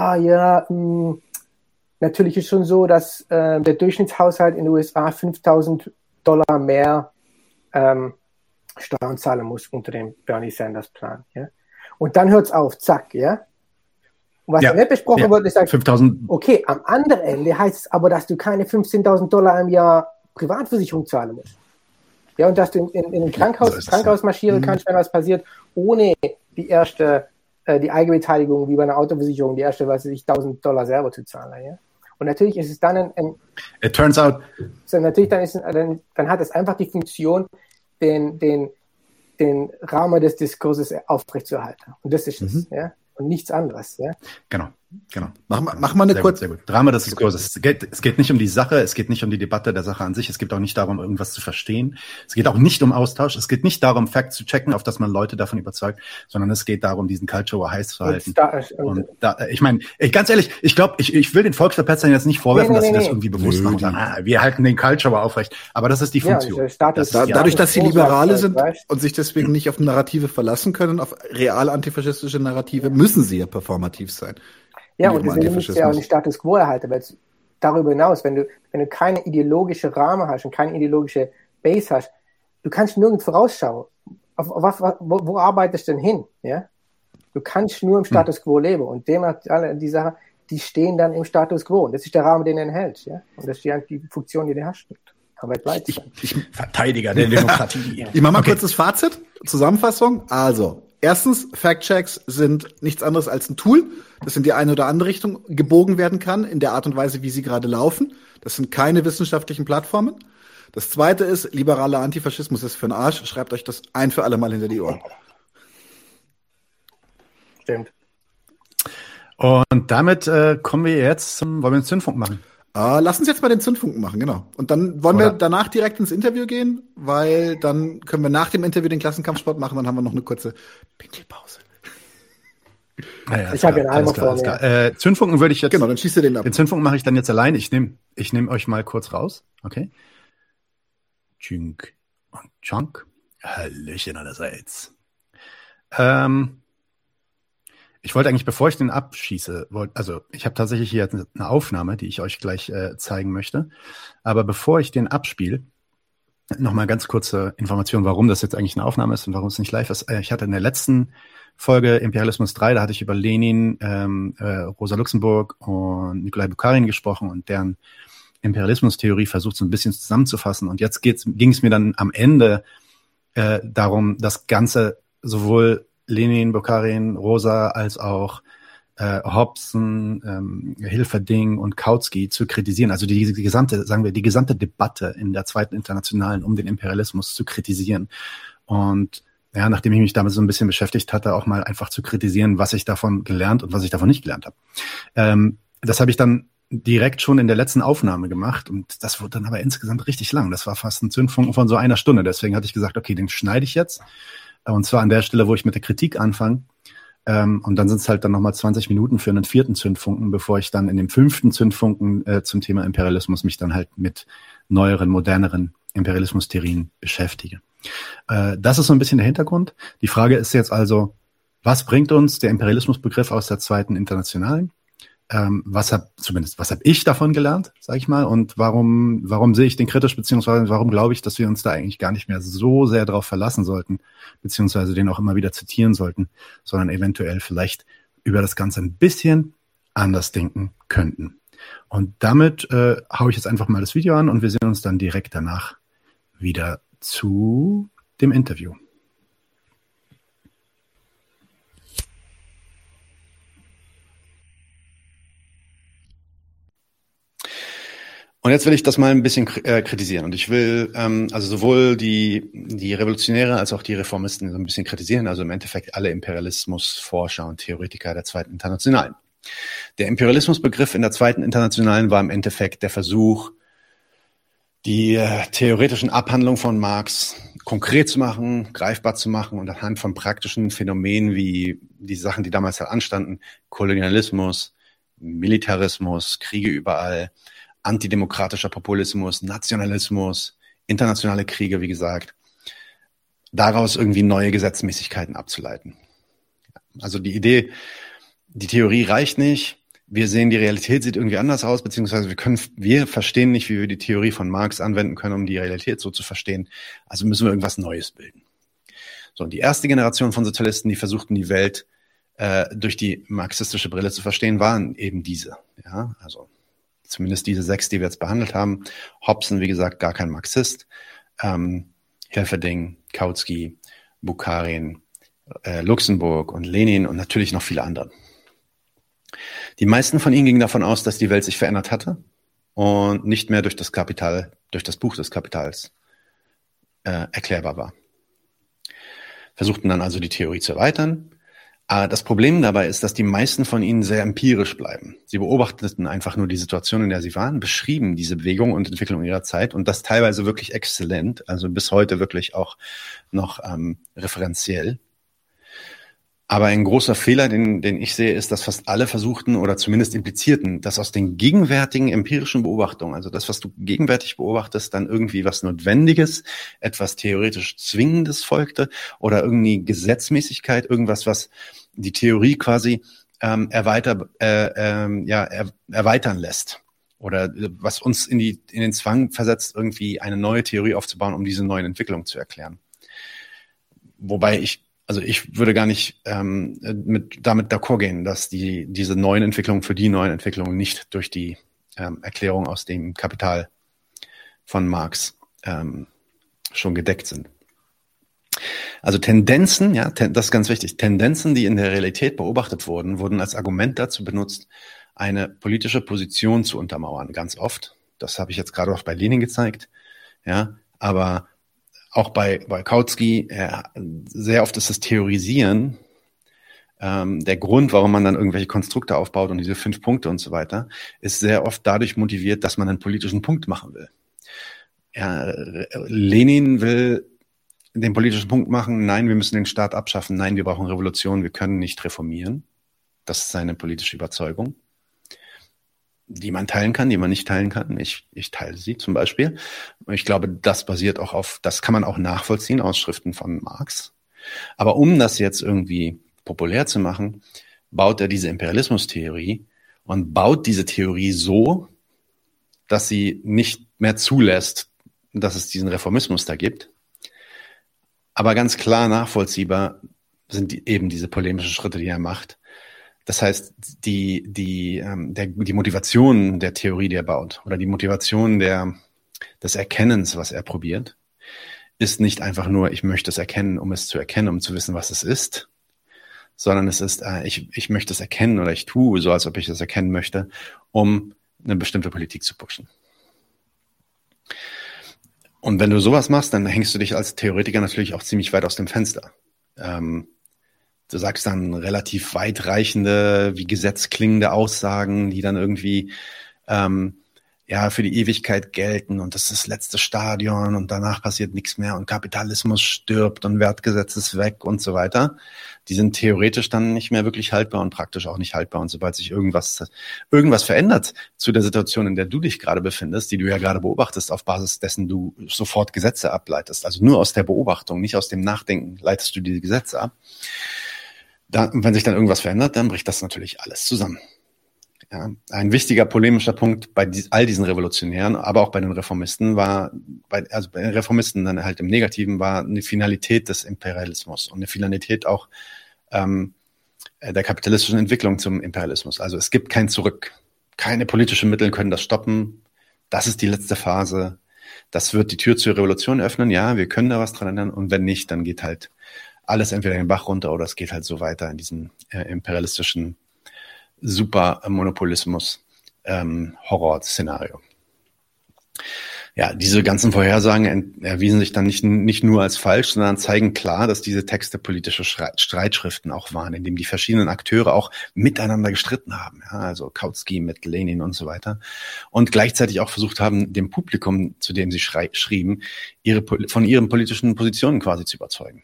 natürlich ist schon so, dass der Durchschnittshaushalt in den USA $5.000 mehr Steuern zahlen muss unter dem Bernie Sanders Plan. Ja? Und dann hört es auf, zack, ja. Und was nicht besprochen wird, ist, okay, am anderen Ende heißt es aber, dass du keine $15.000 im Jahr Privatversicherung zahlen musst. Ja, und dass du in ein Krankenhaus marschieren kannst, wenn was passiert, ohne die Eigenbeteiligung, wie bei einer Autoversicherung, die erste, $1.000 selber zu zahlen. Ja? Und natürlich ist es dann It turns out. So, natürlich dann hat es einfach die Funktion, den Rahmen des Diskurses aufrechtzuerhalten. Und das ist es, ja. Und nichts anderes, ja. Genau. Mach mal eine kurze. Sehr gut. Drama des Diskurses. Es geht nicht um die Sache, es geht nicht um die Debatte der Sache an sich, es geht auch nicht darum, irgendwas zu verstehen. Es geht auch nicht um Austausch, es geht nicht darum, Facts zu checken, auf dass man Leute davon überzeugt, sondern es geht darum, diesen Culture War heiß zu halten. Ich meine, ganz ehrlich, ich glaube, ich will den Volksverpetzern jetzt nicht vorwerfen, dass sie das irgendwie bewusst machen und sagen, wir halten den Culture War aufrecht. Aber das ist die Funktion. Dadurch, dass sie Liberale sind und sich deswegen nicht auf Narrative verlassen können, auf real antifaschistische Narrative, müssen sie ja performativ sein. Ja, und deswegen musst du ja auch den Status Quo erhalten, weil darüber hinaus, wenn du keine ideologische Rahmen hast und keine ideologische Base hast, du kannst nirgends vorausschauen. Wo arbeitest du denn hin? Ja? Du kannst nur im Status Quo leben und die Sachen, die stehen dann im Status Quo und das ist der Rahmen, den du enthältst. Ja? Und das ist die Funktion, die du hast. Aber bleibt Verteidiger der Demokratie. Ich mache mal kurz das Fazit, Zusammenfassung. Also, erstens, Fact-Checks sind nichts anderes als ein Tool, das in die eine oder andere Richtung gebogen werden kann, in der Art und Weise, wie sie gerade laufen. Das sind keine wissenschaftlichen Plattformen. Das zweite ist, liberaler Antifaschismus ist für den Arsch. Schreibt euch das ein für alle Mal hinter die Ohren. Stimmt. Und damit kommen wir jetzt wollen wir einen Zündfunk machen? Lass uns jetzt mal den Zündfunken machen, genau. Und dann wollen wir danach direkt ins Interview gehen, weil dann können wir nach dem Interview den Klassenkampfsport machen, dann haben wir noch eine kurze Pinkelpause. Ja, ich habe den Eimer vor mir. Zündfunken würde ich jetzt... Genau, dann schießt ihr den ab. Den Zündfunken mache ich dann jetzt allein. Ich nehm euch mal kurz raus, okay? Tschünk und Tschank. Hallöchen allerseits. Ich wollte eigentlich, bevor ich den abschieße, also ich habe tatsächlich hier eine Aufnahme, die ich euch gleich zeigen möchte. Aber bevor ich den abspiele, nochmal ganz kurze Information, warum das jetzt eigentlich eine Aufnahme ist und warum es nicht live ist. Ich hatte in der letzten Folge Imperialismus 3, da hatte ich über Lenin, Rosa Luxemburg und Nikolai Bukharin gesprochen und deren Imperialismustheorie versucht so ein bisschen zusammenzufassen. Und jetzt ging es mir dann am Ende darum, das Ganze sowohl Lenin, Bukharin, Rosa als auch Hobson, Hilferding und Kautsky zu kritisieren, also die gesamte Debatte in der Zweiten Internationalen um den Imperialismus zu kritisieren. Und ja, nachdem ich mich damit so ein bisschen beschäftigt hatte, auch mal einfach zu kritisieren, was ich davon gelernt und was ich davon nicht gelernt habe. Das habe ich dann direkt schon in der letzten Aufnahme gemacht und das wurde dann aber insgesamt richtig lang. Das war fast ein Zündfunken von so einer Stunde. Deswegen hatte ich gesagt, okay, den schneide ich jetzt. Und zwar an der Stelle, wo ich mit der Kritik anfange. Und dann sind es halt dann nochmal 20 Minuten für einen 4. Zündfunken, bevor ich dann in dem 5. Zündfunken zum Thema Imperialismus mich dann halt mit neueren, moderneren Imperialismustheorien beschäftige. Das ist so ein bisschen der Hintergrund. Die Frage ist jetzt also, was bringt uns der Imperialismusbegriff aus der Zweiten Internationalen? Was hab ich davon gelernt, sag ich mal, und warum sehe ich den kritisch, beziehungsweise warum glaube ich, dass wir uns da eigentlich gar nicht mehr so sehr drauf verlassen sollten, beziehungsweise den auch immer wieder zitieren sollten, sondern eventuell vielleicht über das Ganze ein bisschen anders denken könnten. Und damit haue ich jetzt einfach mal das Video an und wir sehen uns dann direkt danach wieder zu dem Interview. Und jetzt will ich das mal ein bisschen kritisieren. Und ich will also sowohl die Revolutionäre als auch die Reformisten so ein bisschen kritisieren, also im Endeffekt alle Imperialismusforscher und Theoretiker der Zweiten Internationalen. Der Imperialismusbegriff in der Zweiten Internationalen war im Endeffekt der Versuch, die theoretischen Abhandlungen von Marx konkret zu machen, greifbar zu machen und anhand von praktischen Phänomenen wie die Sachen, die damals halt anstanden, Kolonialismus, Militarismus, Kriege überall, antidemokratischer Populismus, Nationalismus, internationale Kriege, wie gesagt, daraus irgendwie neue Gesetzmäßigkeiten abzuleiten. Also die Idee, die Theorie reicht nicht, wir sehen, die Realität sieht irgendwie anders aus, beziehungsweise wir verstehen nicht, wie wir die Theorie von Marx anwenden können, um die Realität so zu verstehen, also müssen wir irgendwas Neues bilden. So, und die erste Generation von Sozialisten, die versuchten, die Welt durch die marxistische Brille zu verstehen, waren eben diese, ja, also zumindest diese 6, die wir jetzt behandelt haben. Hobson, wie gesagt, gar kein Marxist. Hilferding, Kautsky, Bukharin, Luxemburg und Lenin und natürlich noch viele andere. Die meisten von ihnen gingen davon aus, dass die Welt sich verändert hatte und nicht mehr durch das Kapital, durch das Buch des Kapitals erklärbar war. Versuchten dann also die Theorie zu erweitern. Das Problem dabei ist, dass die meisten von ihnen sehr empirisch bleiben. Sie beobachteten einfach nur die Situation, in der sie waren, beschrieben diese Bewegung und Entwicklung ihrer Zeit und das teilweise wirklich exzellent, also bis heute wirklich auch noch referenziell. Aber ein großer Fehler, den ich sehe, ist, dass fast alle versuchten oder zumindest implizierten, dass aus den gegenwärtigen empirischen Beobachtungen, also das, was du gegenwärtig beobachtest, dann irgendwie was Notwendiges, etwas theoretisch Zwingendes folgte oder irgendwie Gesetzmäßigkeit, irgendwas, was die Theorie quasi erweitern lässt oder was uns in den Zwang versetzt, irgendwie eine neue Theorie aufzubauen, um diese neuen Entwicklungen zu erklären. Wobei ich würde gar nicht damit d'accord gehen, dass diese neuen Entwicklungen für die neuen Entwicklungen nicht durch die Erklärung aus dem Kapital von Marx schon gedeckt sind. Also Tendenzen, ja, das ist ganz wichtig, Tendenzen, die in der Realität beobachtet wurden als Argument dazu benutzt, eine politische Position zu untermauern, ganz oft. Das habe ich jetzt gerade auch bei Lenin gezeigt. Ja, aber auch bei Kautsky, sehr oft ist das Theorisieren der Grund, warum man dann irgendwelche Konstrukte aufbaut und diese 5 Punkte und so weiter, ist sehr oft dadurch motiviert, dass man einen politischen Punkt machen will. Ja, Lenin will den politischen Punkt machen, nein, wir müssen den Staat abschaffen, nein, wir brauchen Revolution, wir können nicht reformieren. Das ist seine politische Überzeugung, die man teilen kann, die man nicht teilen kann. Ich teile sie zum Beispiel. Ich glaube, das basiert auch auf, das kann man auch nachvollziehen aus Schriften von Marx. Aber um das jetzt irgendwie populär zu machen, baut er diese Imperialismustheorie und baut diese Theorie so, dass sie nicht mehr zulässt, dass es diesen Reformismus da gibt. Aber ganz klar nachvollziehbar sind eben diese polemischen Schritte, die er macht. Das heißt, die Motivation der Theorie, die er baut, oder die Motivation des Erkennens, was er probiert, ist nicht einfach nur, ich möchte es erkennen, um es zu erkennen, um zu wissen, was es ist, sondern es ist, ich möchte es erkennen oder ich tue so, als ob ich es erkennen möchte, um eine bestimmte Politik zu pushen. Und wenn du sowas machst, dann hängst du dich als Theoretiker natürlich auch ziemlich weit aus dem Fenster. Du sagst dann relativ weitreichende, wie Gesetz klingende Aussagen, die dann irgendwie für die Ewigkeit gelten und das ist das letzte Stadion und danach passiert nichts mehr und Kapitalismus stirbt und Wertgesetz ist weg und so weiter. Die sind theoretisch dann nicht mehr wirklich haltbar und praktisch auch nicht haltbar. Und sobald sich irgendwas verändert zu der Situation, in der du dich gerade befindest, die du ja gerade beobachtest, auf Basis dessen du sofort Gesetze ableitest, also nur aus der Beobachtung, nicht aus dem Nachdenken, leitest du diese Gesetze ab. Wenn sich dann irgendwas verändert, dann bricht das natürlich alles zusammen. Ja, ein wichtiger polemischer Punkt bei all diesen Revolutionären, aber auch bei den Reformisten bei den Reformisten dann halt im Negativen war eine Finalität des Imperialismus und eine Finalität auch der kapitalistischen Entwicklung zum Imperialismus. Also es gibt kein Zurück. Keine politischen Mittel können das stoppen. Das ist die letzte Phase. Das wird die Tür zur Revolution öffnen. Ja, wir können da was dran ändern. Und wenn nicht, dann geht halt alles entweder den Bach runter oder es geht halt so weiter in diesem imperialistischen Supermonopolismus Horrorszenario. Ja, diese ganzen Vorhersagen erwiesen sich dann nicht nur als falsch, sondern zeigen klar, dass diese Texte politische Streitschriften auch waren, in dem die verschiedenen Akteure auch miteinander gestritten haben. Ja, also Kautsky mit Lenin und so weiter. Und gleichzeitig auch versucht haben, dem Publikum, zu dem sie schrieben, von ihren politischen Positionen quasi zu überzeugen.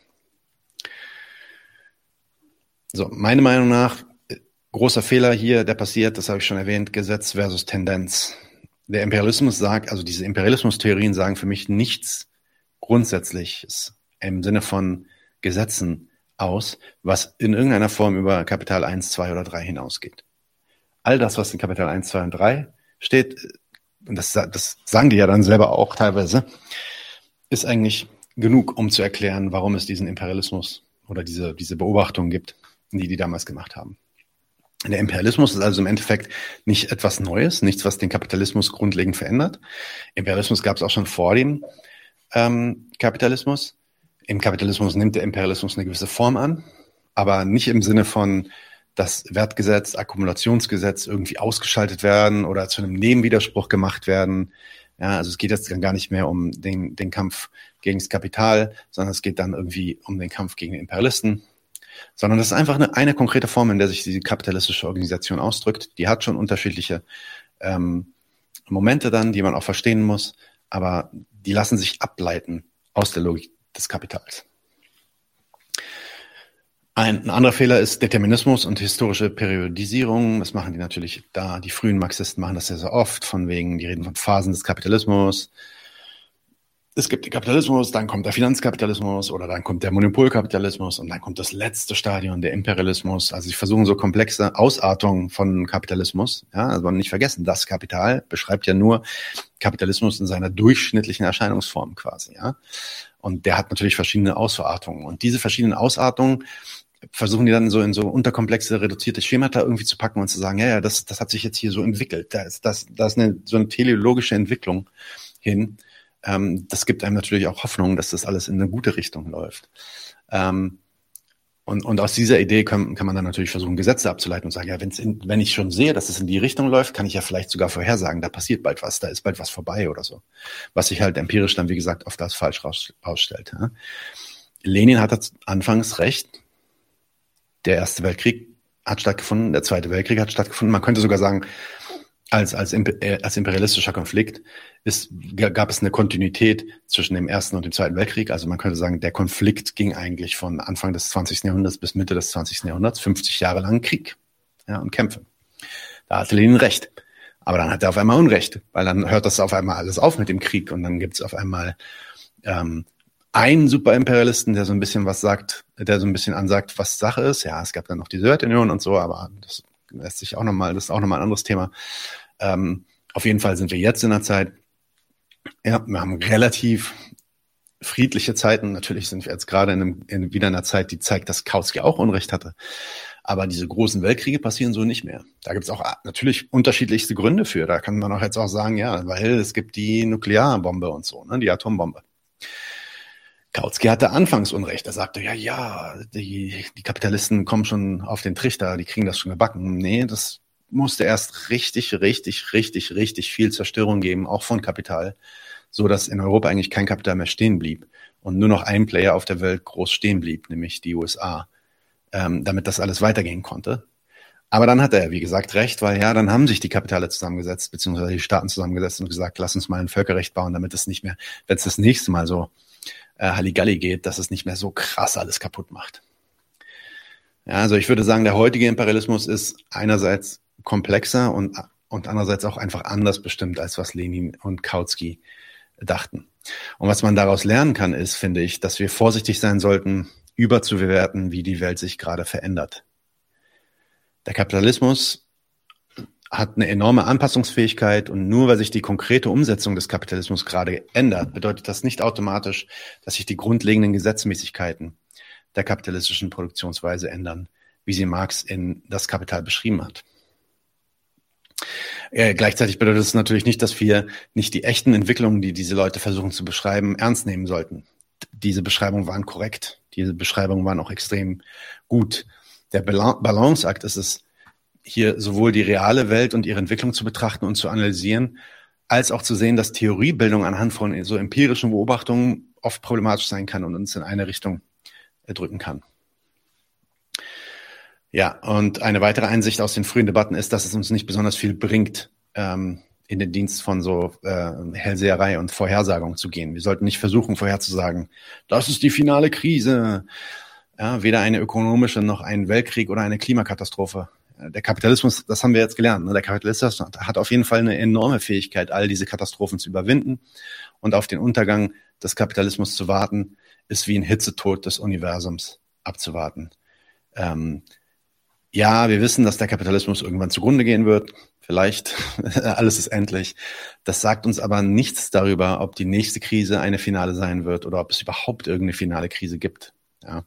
So, meine Meinung nach, großer Fehler hier, der passiert, das habe ich schon erwähnt, Gesetz versus Tendenz. Der Imperialismus sagt, also diese Imperialismustheorien sagen für mich nichts Grundsätzliches im Sinne von Gesetzen aus, was in irgendeiner Form über Kapital 1, 2 oder 3 hinausgeht. All das, was in Kapital 1, 2 und 3 steht, und das sagen die ja dann selber auch teilweise, ist eigentlich genug, um zu erklären, warum es diesen Imperialismus oder diese Beobachtung gibt, die damals gemacht haben. Der Imperialismus ist also im Endeffekt nicht etwas Neues, nichts, was den Kapitalismus grundlegend verändert. Imperialismus gab es auch schon vor dem Kapitalismus. Im Kapitalismus nimmt der Imperialismus eine gewisse Form an, aber nicht im Sinne von, dass Wertgesetz, Akkumulationsgesetz irgendwie ausgeschaltet werden oder zu einem Nebenwiderspruch gemacht werden. Ja, also es geht jetzt dann gar nicht mehr um den Kampf gegen das Kapital, sondern es geht dann irgendwie um den Kampf gegen den Imperialisten. Sondern das ist einfach eine konkrete Form, in der sich diese kapitalistische Organisation ausdrückt. Die hat schon unterschiedliche Momente dann, die man auch verstehen muss, aber die lassen sich ableiten aus der Logik des Kapitals. Ein anderer Fehler ist Determinismus und historische Periodisierung. Das machen die natürlich da. Die frühen Marxisten machen das sehr oft, von wegen, die reden von Phasen des Kapitalismus. Es gibt den Kapitalismus, dann kommt der Finanzkapitalismus oder dann kommt der Monopolkapitalismus und dann kommt das letzte Stadion, der Imperialismus. Also sie versuchen so komplexe Ausartungen von Kapitalismus. Ja, also man nicht vergessen, das Kapital beschreibt ja nur Kapitalismus in seiner durchschnittlichen Erscheinungsform quasi. Ja, und der hat natürlich verschiedene Ausartungen und diese verschiedenen Ausartungen versuchen die dann so in so unterkomplexe, reduzierte Schemata irgendwie zu packen und zu sagen, ja, das hat sich jetzt hier so entwickelt. Da ist so eine teleologische Entwicklung hin. Das gibt einem natürlich auch Hoffnung, dass das alles in eine gute Richtung läuft. Und aus dieser Idee kann man dann natürlich versuchen, Gesetze abzuleiten und sagen, ja, wenn ich schon sehe, dass es in die Richtung läuft, kann ich ja vielleicht sogar vorhersagen, da passiert bald was, da ist bald was vorbei oder so. Was sich halt empirisch dann, wie gesagt, oft als falsch rausstellt. Ja. Lenin hatte anfangs recht. Der Erste Weltkrieg hat stattgefunden, der Zweite Weltkrieg hat stattgefunden. Man könnte sogar sagen, als imperialistischer Konflikt gab es eine Kontinuität zwischen dem Ersten und dem Zweiten Weltkrieg. Also man könnte sagen, der Konflikt ging eigentlich von Anfang des 20. Jahrhunderts bis Mitte des 20. Jahrhunderts, 50 Jahre lang Krieg, ja, und Kämpfe. Da hatte Lenin recht. Aber dann hat er auf einmal Unrecht, weil dann hört das auf einmal alles auf mit dem Krieg und dann gibt es auf einmal einen Superimperialisten, der so ein bisschen was sagt, der so ein bisschen ansagt, was Sache ist. Ja, es gab dann noch die Sowjetunion und so, aber das lässt sich auch nochmal, das ist auch nochmal ein anderes Thema. Auf jeden Fall sind wir jetzt in einer Zeit, ja, wir haben relativ friedliche Zeiten. Natürlich sind wir jetzt gerade wieder in einer Zeit, die zeigt, dass Kautsky auch Unrecht hatte. Aber diese großen Weltkriege passieren so nicht mehr. Da gibt es auch natürlich unterschiedlichste Gründe für. Da kann man auch jetzt auch sagen, ja, weil es gibt die Nuklearbombe und so, ne, die Atombombe. Kautsky hatte anfangs Unrecht. Er sagte, ja, die Kapitalisten kommen schon auf den Trichter, die kriegen das schon gebacken. Nee, das musste erst richtig viel Zerstörung geben, auch von Kapital, so dass in Europa eigentlich kein Kapital mehr stehen blieb und nur noch ein Player auf der Welt groß stehen blieb, nämlich die USA, damit das alles weitergehen konnte. Aber dann hat er, wie gesagt, recht, weil ja, dann haben sich die Kapitale zusammengesetzt, beziehungsweise die Staaten zusammengesetzt und gesagt, lass uns mal ein Völkerrecht bauen, damit es nicht mehr, wenn es das nächste Mal so Halligalli geht, dass es nicht mehr so krass alles kaputt macht. Ja, also ich würde sagen, der heutige Imperialismus ist einerseits komplexer und andererseits auch einfach anders bestimmt, als was Lenin und Kautsky dachten. Und was man daraus lernen kann, ist, finde ich, dass wir vorsichtig sein sollten, überzubewerten, wie die Welt sich gerade verändert. Der Kapitalismus hat eine enorme Anpassungsfähigkeit und nur weil sich die konkrete Umsetzung des Kapitalismus gerade ändert, bedeutet das nicht automatisch, dass sich die grundlegenden Gesetzmäßigkeiten der kapitalistischen Produktionsweise ändern, wie sie Marx in Das Kapital beschrieben hat. Gleichzeitig bedeutet es natürlich nicht, dass wir nicht die echten Entwicklungen, die diese Leute versuchen zu beschreiben, ernst nehmen sollten. Diese Beschreibungen waren korrekt. Diese Beschreibungen waren auch extrem gut. Der Balanceakt ist es, hier sowohl die reale Welt und ihre Entwicklung zu betrachten und zu analysieren, als auch zu sehen, dass Theoriebildung anhand von so empirischen Beobachtungen oft problematisch sein kann und uns in eine Richtung drücken kann. Ja, und eine weitere Einsicht aus den frühen Debatten ist, dass es uns nicht besonders viel bringt, in den Dienst von so Hellseherei und Vorhersagung zu gehen. Wir sollten nicht versuchen, vorherzusagen, das ist die finale Krise. Ja, weder eine ökonomische noch ein Weltkrieg oder eine Klimakatastrophe. Der Kapitalismus, das haben wir jetzt gelernt, ne? Der Kapitalismus hat auf jeden Fall eine enorme Fähigkeit, all diese Katastrophen zu überwinden. Und auf den Untergang des Kapitalismus zu warten, ist wie ein Hitzetod des Universums abzuwarten. Ja, wir wissen, dass der Kapitalismus irgendwann zugrunde gehen wird. Vielleicht, alles ist endlich. Das sagt uns aber nichts darüber, ob die nächste Krise eine finale sein wird oder ob es überhaupt irgendeine finale Krise gibt. Ja.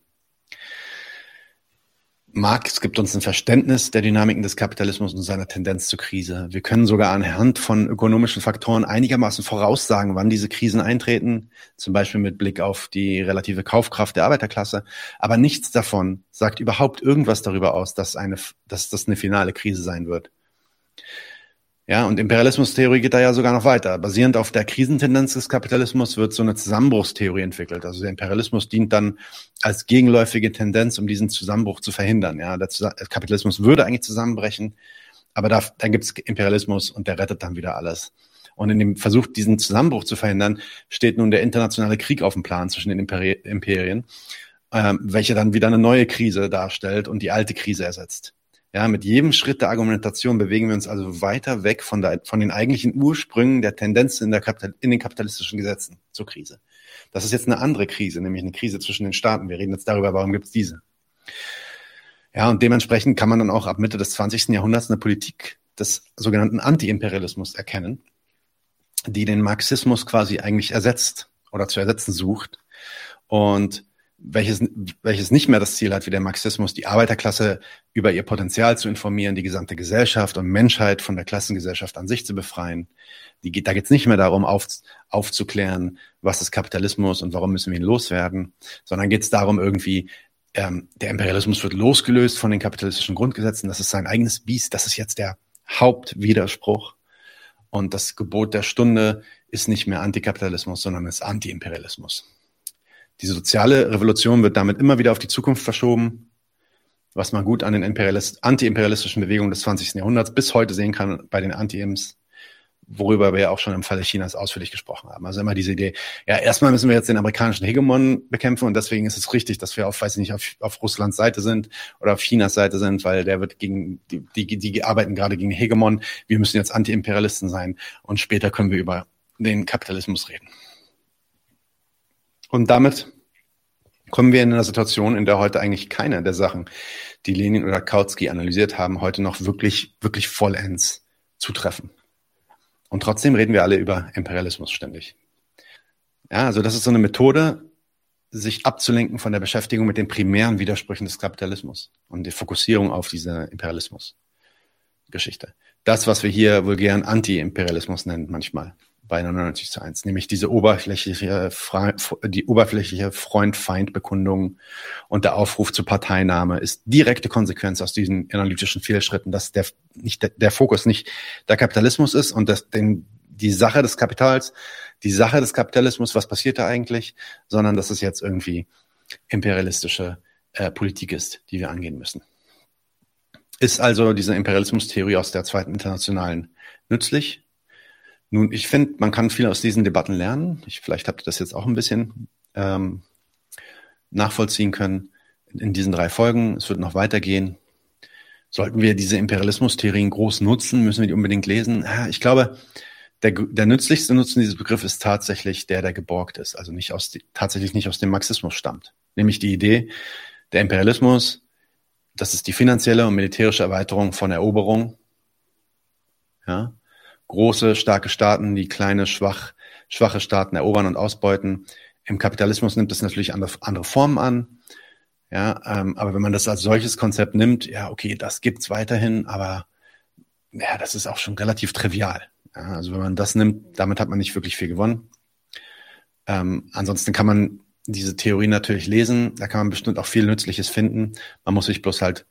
Marx gibt uns ein Verständnis der Dynamiken des Kapitalismus und seiner Tendenz zur Krise. Wir können sogar anhand von ökonomischen Faktoren einigermaßen voraussagen, wann diese Krisen eintreten, zum Beispiel mit Blick auf die relative Kaufkraft der Arbeiterklasse. Aber nichts davon sagt überhaupt irgendwas darüber aus, dass das eine finale Krise sein wird. Ja, und Imperialismustheorie geht da ja sogar noch weiter. Basierend auf der Krisentendenz des Kapitalismus wird so eine Zusammenbruchstheorie entwickelt. Also der Imperialismus dient dann als gegenläufige Tendenz, um diesen Zusammenbruch zu verhindern. Ja, der Kapitalismus würde eigentlich zusammenbrechen, aber dann gibt es Imperialismus und der rettet dann wieder alles. Und in dem Versuch, diesen Zusammenbruch zu verhindern, steht nun der internationale Krieg auf dem Plan zwischen den Imperien, welcher dann wieder eine neue Krise darstellt und die alte Krise ersetzt. Ja, mit jedem Schritt der Argumentation bewegen wir uns also weiter weg von den eigentlichen Ursprüngen der Tendenz in den kapitalistischen Gesetzen zur Krise. Das ist jetzt eine andere Krise, nämlich eine Krise zwischen den Staaten. Wir reden jetzt darüber, warum gibt es diese. Ja, und dementsprechend kann man dann auch ab Mitte des 20. Jahrhunderts eine Politik des sogenannten Anti-Imperialismus erkennen, die den Marxismus quasi eigentlich ersetzt oder zu ersetzen sucht und welches nicht mehr das Ziel hat, wie der Marxismus, die Arbeiterklasse über ihr Potenzial zu informieren, die gesamte Gesellschaft und Menschheit von der Klassengesellschaft an sich zu befreien. Da geht es nicht mehr darum, aufzuklären, was ist Kapitalismus und warum müssen wir ihn loswerden, sondern geht es darum, irgendwie der Imperialismus wird losgelöst von den kapitalistischen Grundgesetzen. Das ist sein eigenes Biest. Das ist jetzt der Hauptwiderspruch. Und das Gebot der Stunde ist nicht mehr Antikapitalismus, sondern ist Antiimperialismus. Die soziale Revolution wird damit immer wieder auf die Zukunft verschoben, was man gut an den antiimperialistischen Bewegungen des 20. Jahrhunderts bis heute sehen kann bei den Anti-Imps, worüber wir ja auch schon im Falle Chinas ausführlich gesprochen haben. Also immer diese Idee, ja, erstmal müssen wir jetzt den amerikanischen Hegemon bekämpfen und deswegen ist es richtig, dass wir auf Russlands Seite sind oder auf Chinas Seite sind, weil der wird die arbeiten gerade gegen den Hegemon. Wir müssen jetzt Anti-Imperialisten sein und später können wir über den Kapitalismus reden. Und damit kommen wir in eine Situation, in der heute eigentlich keine der Sachen, die Lenin oder Kautsky analysiert haben, heute noch wirklich, wirklich vollends zutreffen. Und trotzdem reden wir alle über Imperialismus ständig. Ja, also das ist so eine Methode, sich abzulenken von der Beschäftigung mit den primären Widersprüchen des Kapitalismus und die Fokussierung auf diese Imperialismus-Geschichte. Das, was wir hier vulgären Anti-Imperialismus nennen manchmal bei 99:1, nämlich die oberflächliche Freund-Feind-Bekundung und der Aufruf zur Parteinahme ist direkte Konsequenz aus diesen analytischen Fehlschritten, dass der Fokus nicht der Kapitalismus ist und die Sache des Kapitals, die Sache des Kapitalismus, was passiert da eigentlich, sondern dass es jetzt irgendwie imperialistische Politik ist, die wir angehen müssen. Ist also diese Imperialismustheorie aus der Zweiten Internationalen nützlich? Nun, ich finde, man kann viel aus diesen Debatten lernen. Vielleicht habt ihr das jetzt auch ein bisschen nachvollziehen können in diesen 3 Folgen. Es wird noch weitergehen. Sollten wir diese Imperialismustheorien groß nutzen, müssen wir die unbedingt lesen? Ich glaube, der nützlichste Nutzen dieses Begriffs ist tatsächlich der geborgt ist, also tatsächlich nicht aus dem Marxismus stammt. Nämlich die Idee, der Imperialismus, das ist die finanzielle und militärische Erweiterung von Eroberung. Ja. Große, starke Staaten, die kleine, schwache Staaten erobern und ausbeuten. Im Kapitalismus nimmt das natürlich andere Formen an. Ja, aber wenn man das als solches Konzept nimmt, ja, okay, das gibt's weiterhin, aber ja, das ist auch schon relativ trivial. Ja, also wenn man das nimmt, damit hat man nicht wirklich viel gewonnen. Ansonsten kann man diese Theorie natürlich lesen, da kann man bestimmt auch viel Nützliches finden. Man muss sich bloß halt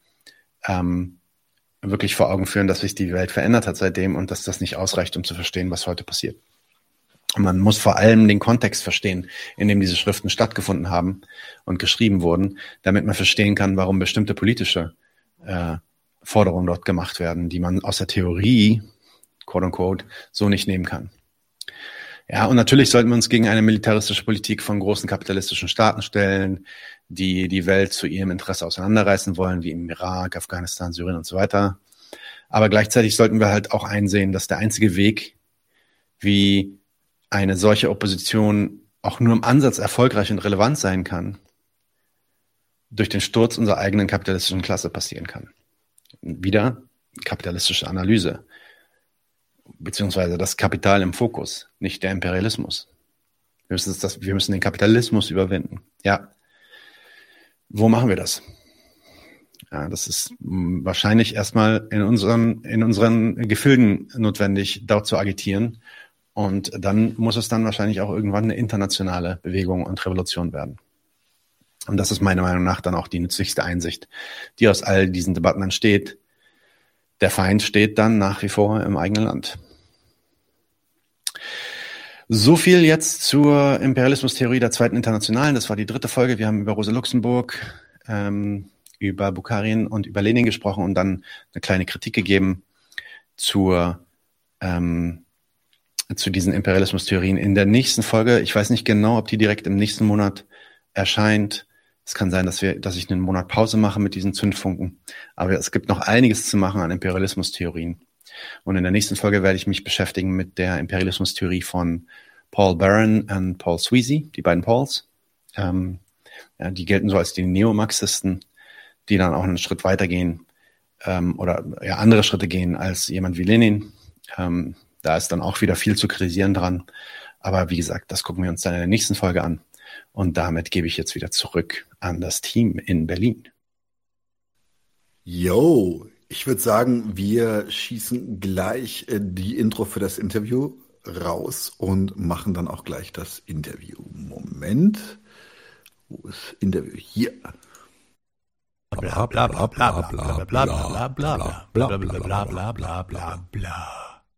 wirklich vor Augen führen, dass sich die Welt verändert hat seitdem und dass das nicht ausreicht, um zu verstehen, was heute passiert. Und man muss vor allem den Kontext verstehen, in dem diese Schriften stattgefunden haben und geschrieben wurden, damit man verstehen kann, warum bestimmte politische Forderungen dort gemacht werden, die man aus der Theorie, quote unquote, so nicht nehmen kann. Ja, und natürlich sollten wir uns gegen eine militaristische Politik von großen kapitalistischen Staaten stellen, die die Welt zu ihrem Interesse auseinanderreißen wollen, wie im Irak, Afghanistan, Syrien und so weiter. Aber gleichzeitig sollten wir halt auch einsehen, dass der einzige Weg, wie eine solche Opposition auch nur im Ansatz erfolgreich und relevant sein kann, durch den Sturz unserer eigenen kapitalistischen Klasse passieren kann. Wieder kapitalistische Analyse, beziehungsweise das Kapital im Fokus, nicht der Imperialismus. Wir müssen den Kapitalismus überwinden. Ja. Wo machen wir das? Ja, das ist wahrscheinlich erstmal in unseren Gefilden notwendig, dort zu agitieren. Und dann muss es dann wahrscheinlich auch irgendwann eine internationale Bewegung und Revolution werden. Und das ist meiner Meinung nach dann auch die nützlichste Einsicht, die aus all diesen Debatten entsteht. Der Feind steht dann nach wie vor im eigenen Land. So viel jetzt zur Imperialismustheorie der Zweiten Internationalen. Das war die 3. Folge. Wir haben über Rosa Luxemburg, über Bukharin und über Lenin gesprochen und dann eine kleine Kritik gegeben zu diesen Imperialismustheorien. In der nächsten Folge, ich weiß nicht genau, ob die direkt im nächsten Monat erscheint. Es kann sein, dass ich einen Monat Pause mache mit diesen Zündfunken. Aber es gibt noch einiges zu machen an Imperialismustheorien. Und in der nächsten Folge werde ich mich beschäftigen mit der Imperialismustheorie von Paul Baran und Paul Sweezy, die beiden Pauls. Die gelten so als die Neomarxisten, die dann auch einen Schritt weitergehen oder andere Schritte gehen als jemand wie Lenin. Da ist dann auch wieder viel zu kritisieren dran. Aber wie gesagt, das gucken wir uns dann in der nächsten Folge an. Und damit gebe ich jetzt wieder zurück an das Team in Berlin. Yo, ich würde sagen, wir schießen gleich die Intro für das Interview raus und machen dann auch gleich das Interview. Moment, wo ist Interview? Hier. Bla bla bla bla bla bla bla bla bla bla bla bla bla bla bla.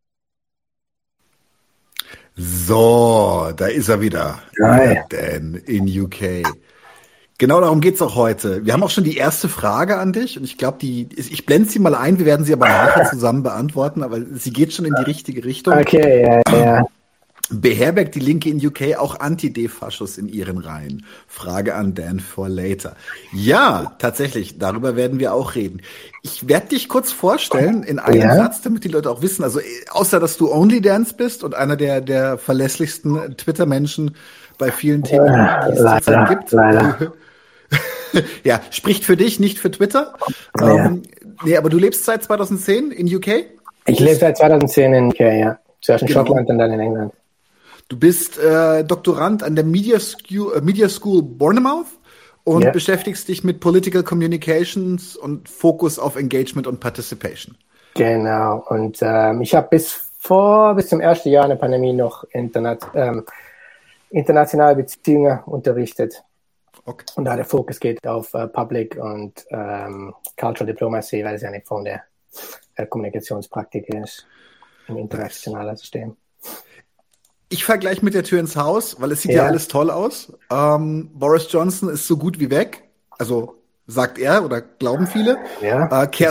So, da ist er wieder. Geil. Dan in UK. Genau darum geht's auch heute. Wir haben auch schon die erste Frage an dich und ich glaube, ich blende sie mal ein, wir werden sie aber nachher zusammen beantworten, aber sie geht schon in die richtige Richtung. Okay, ja. Beherbergt die Linke in UK auch Anti-Defaschos in ihren Reihen? Frage an Dan for later. Ja, tatsächlich, darüber werden wir auch reden. Ich werde dich kurz vorstellen in einem Satz, damit die Leute auch wissen, also außer, dass du OnlyDance bist und einer der verlässlichsten Twitter-Menschen bei vielen Themen, die es zurzeit gibt. Leider. Ja, spricht für dich, nicht für Twitter. Nee, aber du lebst seit 2010 in UK? Ich lebe seit 2010 in UK, ja. Zuerst in Schottland und dann in England. Du bist Doktorand an der Media School Bournemouth und beschäftigst dich mit Political Communications und Fokus auf Engagement und Participation. Genau. Und ich habe bis zum ersten Jahr in der Pandemie noch internationale Beziehungen unterrichtet. Okay. Und da der Fokus geht auf Public und Cultural Diplomacy, weil es ja eine Form der Kommunikationspraktik ist im internationalen System. Ich vergleiche mit der Tür ins Haus, weil es sieht ja alles toll aus. Boris Johnson ist so gut wie weg. Also sagt er oder glauben viele. Ja. Keir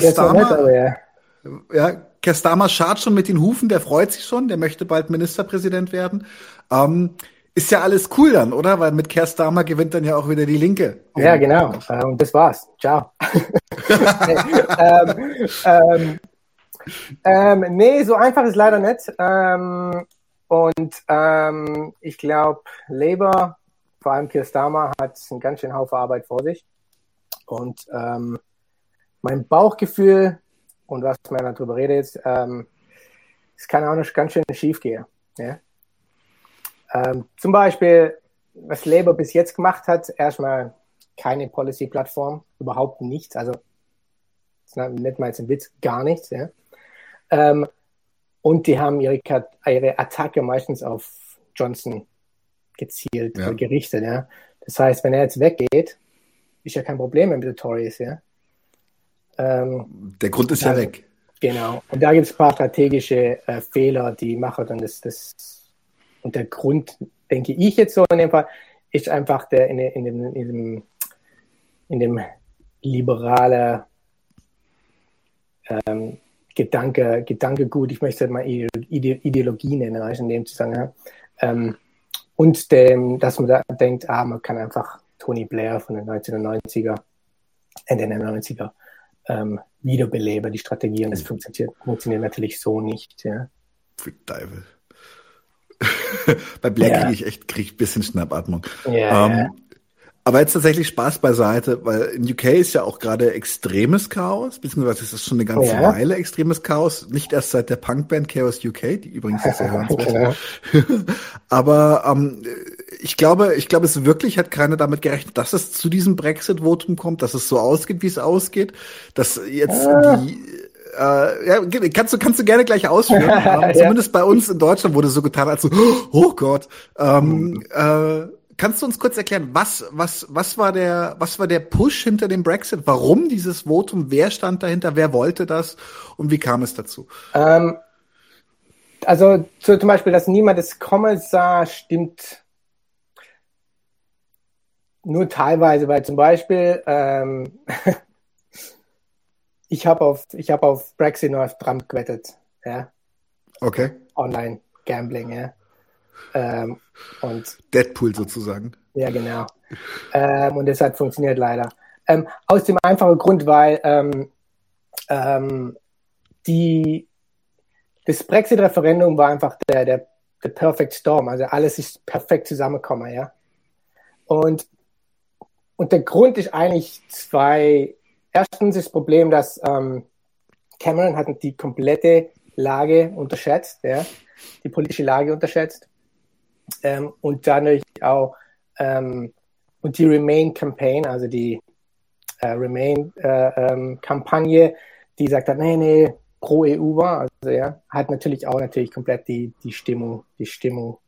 Starmer schart schon mit den Hufen, der freut sich schon, der möchte bald Ministerpräsident werden. Ist ja alles cool dann, oder? Weil mit Keir Starmer gewinnt dann ja auch wieder die Linke. Ja, genau. Und das war's. Ciao. Nee, so einfach ist leider nicht. Ich glaube, Labour, vor allem Keir Starmer, hat einen ganz schön Haufen Arbeit vor sich. Und mein Bauchgefühl, und was man darüber redet jetzt, es kann auch noch ganz schön schief gehen. Ja? Zum Beispiel, was Labour bis jetzt gemacht hat, erstmal keine Policy-Plattform, überhaupt nichts, also nicht mal jetzt ein Witz, gar nichts. Ja? Und die haben ihre Attacke meistens auf Johnson gezielt oder gerichtet. Ja? Das heißt, wenn er jetzt weggeht, ist ja kein Problem mit den Tories. Ja? Der Grund ist ja weg. Genau. Und da gibt es ein paar strategische Fehler, die machen dann das. Und der Grund, denke ich jetzt so in dem Fall, ist einfach in dem liberale Gedankegut, ich möchte mal Ideologie nennen, also in dem Zusammenhang. Und dass man da denkt, man kann einfach Tony Blair von den 1990er, Ende der 90er wiederbeleben, die Strategie, und das funktioniert natürlich so nicht. Ja. Teufel. Bei Blair kriege ich ein bisschen Schnappatmung. Aber jetzt tatsächlich Spaß beiseite, weil in UK ist ja auch gerade extremes Chaos, beziehungsweise es ist schon eine ganze Weile extremes Chaos, nicht erst seit der Punkband Chaos UK, die übrigens sehr hörenswert ist. Aber ich glaube, es wirklich hat keiner damit gerechnet, dass es zu diesem Brexit-Votum kommt, dass es so ausgeht, wie es ausgeht, dass jetzt kannst du gerne gleich ausführen. Zumindest bei uns in Deutschland wurde so getan, als so, oh Gott. Kannst du uns kurz erklären, was war der Push hinter dem Brexit? Warum dieses Votum? Wer stand dahinter? Wer wollte das? Und wie kam es dazu? Also zum Beispiel, dass niemand es kommen sah, stimmt nur teilweise, weil zum Beispiel ich habe auf Brexit nur auf Trump gewettet, ja. Okay. Online Gambling, ja. Und Deadpool sozusagen. Ja, genau. Und das hat funktioniert leider. Aus dem einfachen Grund, weil das Brexit-Referendum war einfach der Perfect Storm, also alles ist perfekt zusammengekommen, ja. Und der Grund ist eigentlich zwei. Erstens ist das Problem, dass Cameron hat die komplette Lage unterschätzt, ja, die politische Lage unterschätzt. Und dadurch auch und die Remain-Campaign, also die Remain-Kampagne, die sagt hat, nee, pro EU war, also ja, hat natürlich komplett die Stimmung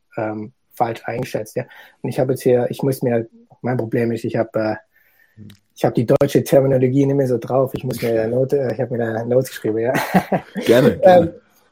falsch eingeschätzt, ja. Und mein Problem ist, ich habe Ich habe die deutsche Terminologie nicht mehr so drauf. Ich habe mir da Notes geschrieben, ja. Gerne.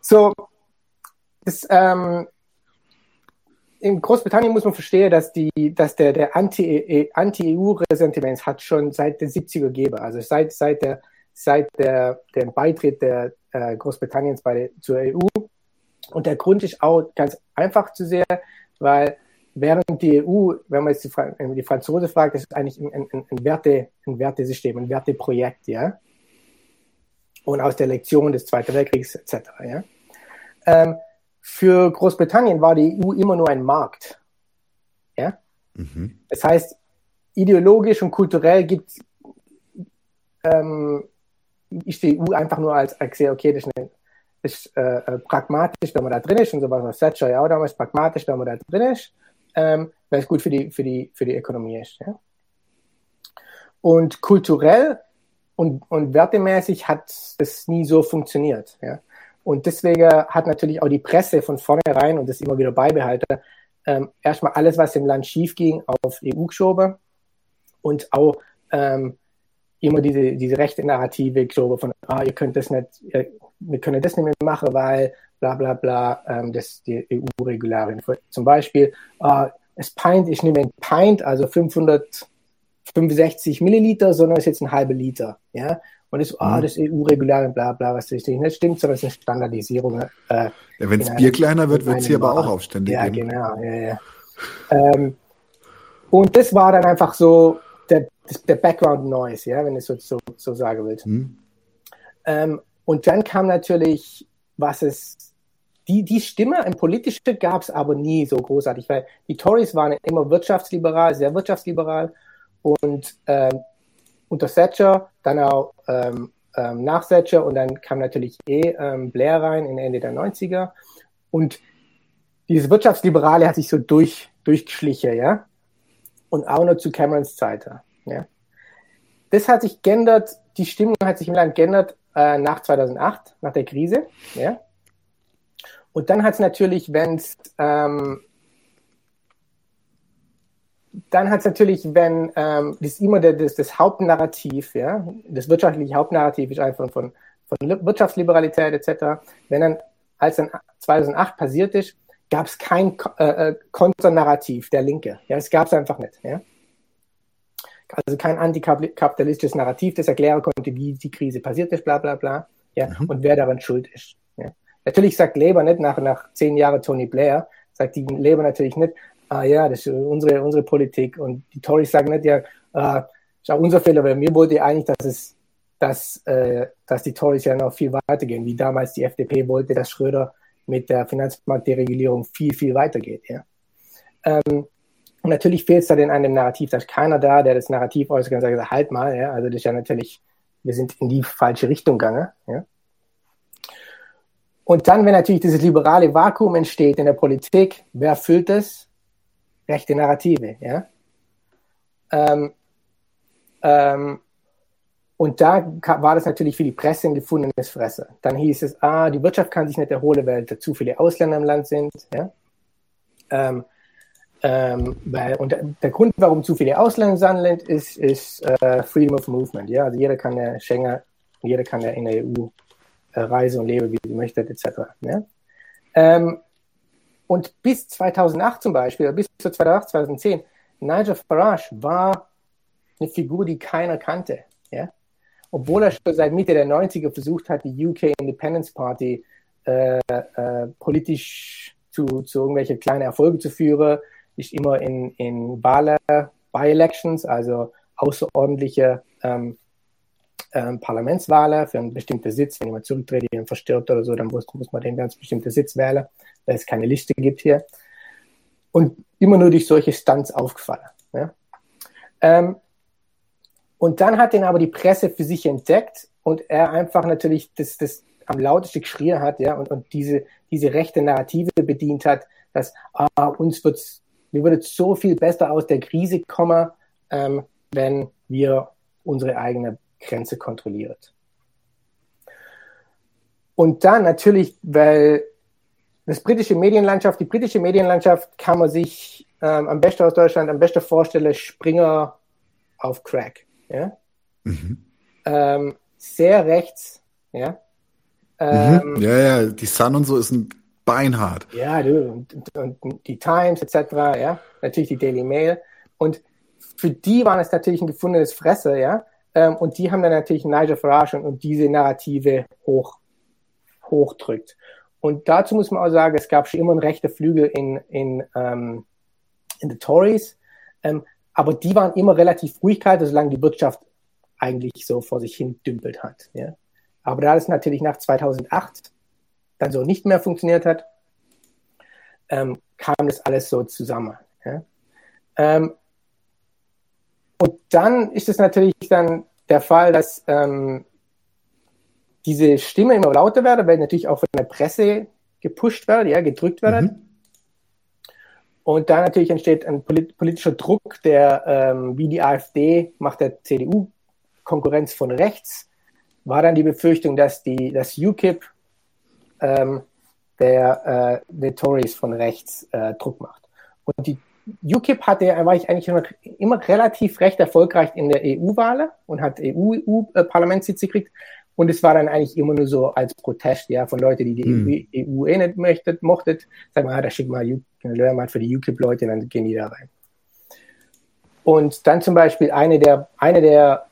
In Großbritannien muss man verstehen, dass der Anti-EU-Ressentiments hat schon seit den 70er gegeben. Also seit dem Beitritt der Großbritanniens zur EU. Und der Grund ist auch ganz einfach zu sehen, weil während die EU, wenn man jetzt die Franzosen fragt, ist eigentlich ein Wertesystem, ein Werteprojekt, ja. Und aus der Lektion des Zweiten Weltkriegs etc. Ja. Für Großbritannien war die EU immer nur ein Markt. Ja? Mhm. Das heißt, ideologisch und kulturell ist die EU einfach nur als okay, das ist pragmatisch, wenn man da drin ist, und so was Thatcher ja auch damals, pragmatisch, wenn man da drin ist, weil es gut für die Ökonomie ist. Ja? Und kulturell und wertemäßig hat das nie so funktioniert. Ja? Und deswegen hat natürlich auch die Presse von vornherein, und das immer wieder beibehalten, erstmal alles, was im Land schief ging, auf EU geschoben und auch immer diese rechte Narrative geschoben von, ihr könnt das nicht, wir können das nicht mehr machen, weil bla bla bla, das die EU-Regularien. Zum Beispiel, ich nehme ein Pint, also 565 Milliliter, sondern es ist jetzt ein halber Liter, ja. Und das EU-Regularien, bla bla, was richtig nicht stimmt, sondern es ist eine Standardisierung. Wenn es Bier kleiner wird es hier aber auch Aufstände geben. Ja, genau. Ja. Und das war dann einfach so der Background Noise, ja, wenn ich so sagen will. Und dann kam natürlich, die Stimme im Politischen gab es aber nie so großartig, weil die Tories waren immer wirtschaftsliberal, sehr wirtschaftsliberal, und unter Thatcher, dann auch nach Thatcher, und dann kam natürlich Blair rein in Ende der 90er, und dieses Wirtschaftsliberale hat sich so durchgeschlichen, ja, und auch noch zu Camerons Zeit, ja. Das hat sich geändert, die Stimmung hat sich im Land geändert nach 2008, nach der Krise, ja. Und dann hat es natürlich, wenn das immer das Hauptnarrativ, ja, das wirtschaftliche Hauptnarrativ ist einfach von Wirtschaftsliberalität etc. Als dann 2008 passiert ist, gab es kein Konternarrativ der Linke. Ja, es gab es einfach nicht. Ja. Also kein antikapitalistisches Narrativ, das erklären konnte, wie die Krise passiert ist, bla bla bla, ja, und wer daran schuld ist. Ja. Natürlich sagt Labour nicht, nach 10 Jahren Tony Blair, sagt die Labour natürlich nicht, ja, das ist unsere Politik, und die Tories sagen nicht, ja, ist auch unser Fehler, weil mir wollte eigentlich, dass die Tories ja noch viel weitergehen, wie damals die FDP wollte, dass Schröder mit der Finanzmarktderegulierung viel, viel weitergeht. Ja. Und natürlich fehlt es da in einem Narrativ, da ist keiner da, der das Narrativ äußert und sagt, halt mal, ja, also das ist ja natürlich, wir sind in die falsche Richtung gegangen. Ja. Und dann, wenn natürlich dieses liberale Vakuum entsteht in der Politik, wer füllt es? Rechte Narrative, ja. Und da war das natürlich für die Presse ein gefundenes Fressen. Dann hieß es, die Wirtschaft kann sich nicht erholen, weil da zu viele Ausländer im Land sind, ja. Und der Grund, warum zu viele Ausländer im Land ist Freedom of Movement, ja. Also jeder kann ja Schengen, jeder kann ja in der EU reisen und leben, wie sie möchte, etc. Ja? Und bis 2008 zum Beispiel, bis zu 2008, 2010, Nigel Farage war eine Figur, die keiner kannte. Ja? Obwohl er schon seit Mitte der 90er versucht hat, die UK Independence Party politisch zu irgendwelchen kleinen Erfolgen zu führen, ist immer in Wahlen, By-Elections, also außerordentliche Parlamentswahlen für einen bestimmten Sitz. Wenn jemand zurücktritt, jemand verstirbt oder so, dann muss man den ganz bestimmten Sitz wählen, weil es keine Liste gibt hier. Und immer nur durch solche Stunts aufgefallen. Ja? Und dann hat ihn aber die Presse für sich entdeckt und er einfach natürlich das am lautesten geschrien hat, ja, und diese rechte Narrative bedient hat, dass wir würden so viel besser aus der Krise kommen, wenn wir unsere eigene Grenze kontrolliert. Und dann natürlich, weil die britische Medienlandschaft kann man sich am besten aus Deutschland am besten vorstellen, Springer auf Crack. ja, sehr rechts, ja. Ja, die Sun und so ist ein beinhart. Ja, und die Times etc., ja, natürlich die Daily Mail. Und für die waren es natürlich ein gefundenes Fressen, ja. Und die haben dann natürlich Nigel Farage und diese Narrative hochdrückt. Und dazu muss man auch sagen, es gab schon immer einen rechten Flügel in the Tories, aber die waren immer relativ ruhig gehalten, solange die Wirtschaft eigentlich so vor sich hin dümpelt hat. Ja. Aber da es natürlich nach 2008 dann so nicht mehr funktioniert hat, kam das alles so zusammen. Ja. Und dann ist es natürlich dann der Fall, dass diese Stimme immer lauter werden, weil natürlich auch von der Presse gepusht wird, ja, gedrückt wird. Und da natürlich entsteht ein politischer Druck, der wie die AfD macht der CDU Konkurrenz von rechts. War dann die Befürchtung, dass das UKIP der Tories von rechts Druck macht. Und die UKIP war eigentlich immer relativ recht erfolgreich in der EU-Wahl und hat EU-Parlamentssitze gekriegt. Und es war dann eigentlich immer nur so als Protest, ja, von Leuten, die EU nicht mochten. Sagen wir, da schicken wir mal für die UKIP-Leute, dann gehen die da rein. Und dann zum Beispiel eine der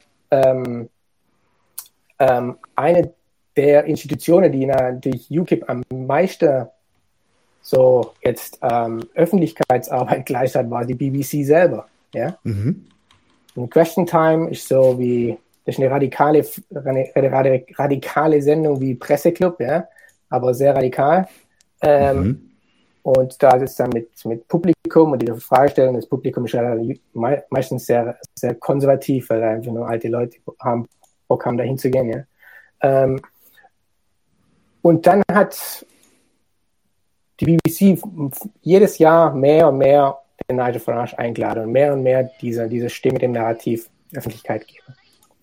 Institutionen, die durch UKIP am meisten so jetzt Öffentlichkeitsarbeit geleistet hat, war die BBC selber. Ja? Und Question Time ist so wie, das ist eine radikale Sendung wie Presseclub, ja, aber sehr radikal. Und da ist es dann mit Publikum und diese Fragestellung, das Publikum ist meistens sehr, sehr konservativ, weil einfach nur alte Leute Bock haben, da hinzugehen. Ja. Und dann hat die BBC jedes Jahr mehr und mehr den Nigel Farage eingeladen und mehr diese Stimme dem Narrativ Öffentlichkeit geben.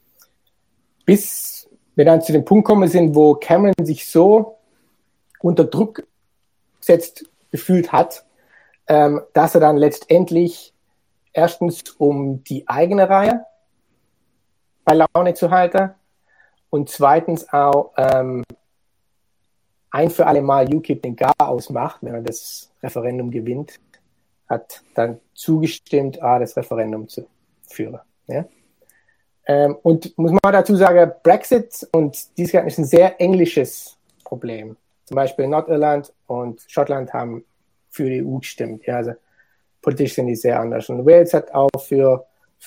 Bis wir dann zu dem Punkt gekommen sind, wo Cameron sich so unter Druck gesetzt gefühlt hat, dass er dann letztendlich erstens, um die eigene Reihe bei Laune zu halten und zweitens auch ein für alle Mal UKIP den Garaus macht, wenn er das Referendum gewinnt, hat dann zugestimmt, das Referendum zu führen. Ja? Und muss man dazu sagen, Brexit und dies ist ein sehr englisches Problem. Zum Beispiel Nordirland und Schottland haben für die EU gestimmt. Ja, also politisch sind die sehr anders. Und Wales hat auch für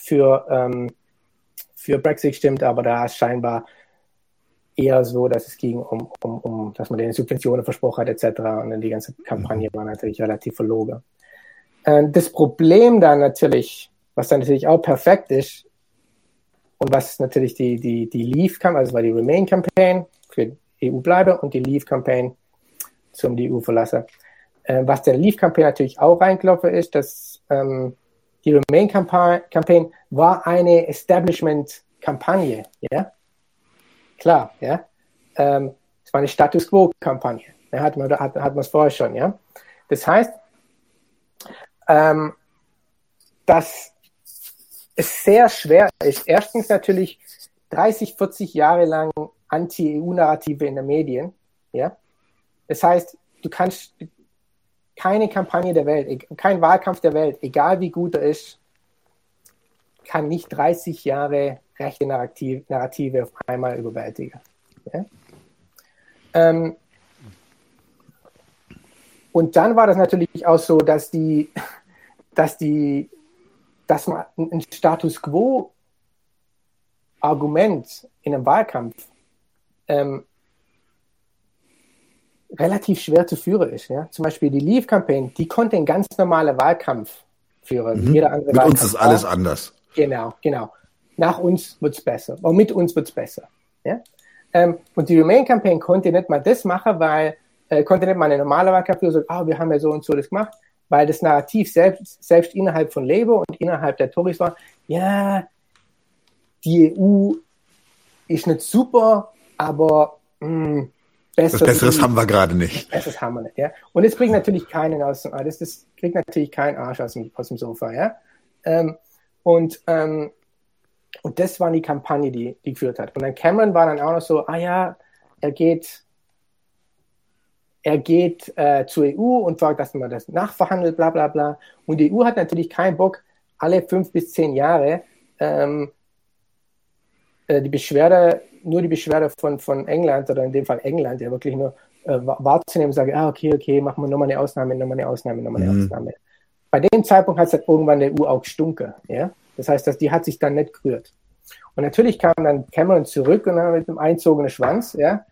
Brexit gestimmt, aber da ist scheinbar eher so, dass es ging dass man denen Subventionen versprochen hat, etc. Und dann die ganze Kampagne war natürlich relativ verlogen. Das Problem dann natürlich, was dann natürlich auch perfekt ist, und was natürlich die Leave-Campaign, also war die Remain-Campaign für EU bleibe und die Leave-Campaign zum die EU verlassen. Was der Leave-Campaign natürlich auch reinklopfe ist, dass die Remain-Campaign war eine Establishment-Kampagne, ja, klar, ja, es war eine Status-Quo-Kampagne, ja, hat man es vorher schon, ja. Das heißt, dass es sehr schwer ist, erstens natürlich 30, 40 Jahre lang Anti-EU-Narrative in den Medien, ja. Das heißt, du kannst keine Kampagne der Welt, kein Wahlkampf der Welt, egal wie gut er ist, kann nicht 30 Jahre rechte Narrative auf einmal überwältigen. Ja? Und dann war das natürlich auch so, dass man ein Status Quo-Argument in einem Wahlkampf relativ schwer zu führen ist. Ja? Zum Beispiel die Leave-Campaign, die konnte einen ganz normalen Wahlkampf führen. Jeder andere Mit Wahlkampf uns ist alles anders. Genau. Nach uns wird es besser. Und mit uns wird es besser. Ja? Und die Remain-Campaign konnte nicht mal das machen, weil konnte nicht mal eine normale Wahlkampf führen, so, wir haben ja so und so das gemacht, weil das Narrativ selbst innerhalb von Labour und innerhalb der Tories war, ja, die EU ist nicht super, aber was Besseres haben wir gerade nicht. Besseres haben wir nicht, ja. Und das bringt natürlich keinen das kriegt natürlich keinen Arsch aus dem Sofa, ja. Und Und das war die Kampagne, die geführt hat. Und dann Cameron war dann auch noch so, er geht zur EU und sagt, dass man das nachverhandelt, bla bla bla. Und die EU hat natürlich keinen Bock, alle 5 bis 10 Jahre die Beschwerde von England, oder in dem Fall England, ja wirklich nur wahrzunehmen und sagen, okay, machen wir nochmal eine Ausnahme. Bei dem Zeitpunkt hat es halt irgendwann der EU auch gestunken. Ja? Das heißt, dass die hat sich dann nicht gerührt. Und natürlich kam dann Cameron zurück und dann mit einem einzogenen Schwanz, ja,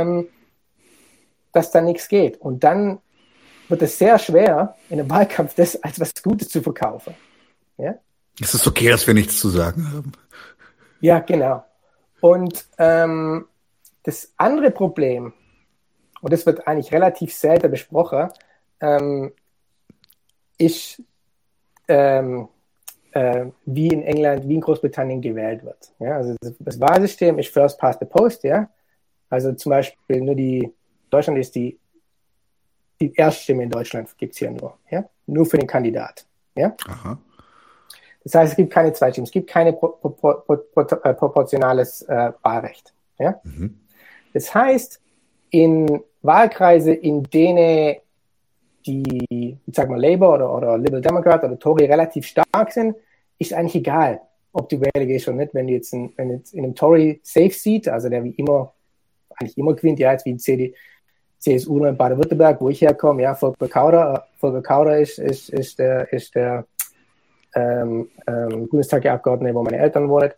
dass da nichts geht. Und dann wird es sehr schwer, in einem Wahlkampf das als was Gutes zu verkaufen. Ja? Es ist okay, dass wir nichts zu sagen haben. Ja, genau. Und das andere Problem, und das wird eigentlich relativ selten besprochen, ist, wie in England, wie in Großbritannien gewählt wird. Ja, also das Wahlsystem ist First Past the Post, ja. Also zum Beispiel Deutschland ist die Erststimme in Deutschland gibt es hier nur, ja, nur für den Kandidat, ja. Aha. Das heißt, es gibt keine Zweitstimmen, es gibt keine proportionales Wahlrecht, ja. Mhm. Das heißt, in Wahlkreise, in denen die, ich sag mal, Labour oder Liberal Democrat oder Tory relativ stark sind, ist eigentlich egal, ob du wählen gehst oder nicht. Wenn jetzt in einem Tory Safe Seat, also der eigentlich immer gewinnt, ja, jetzt wie die CSU in Baden-Württemberg, wo ich herkomme, ja, Volker Kauder ist der Bundestagsabgeordnete, wo meine Eltern wohnen.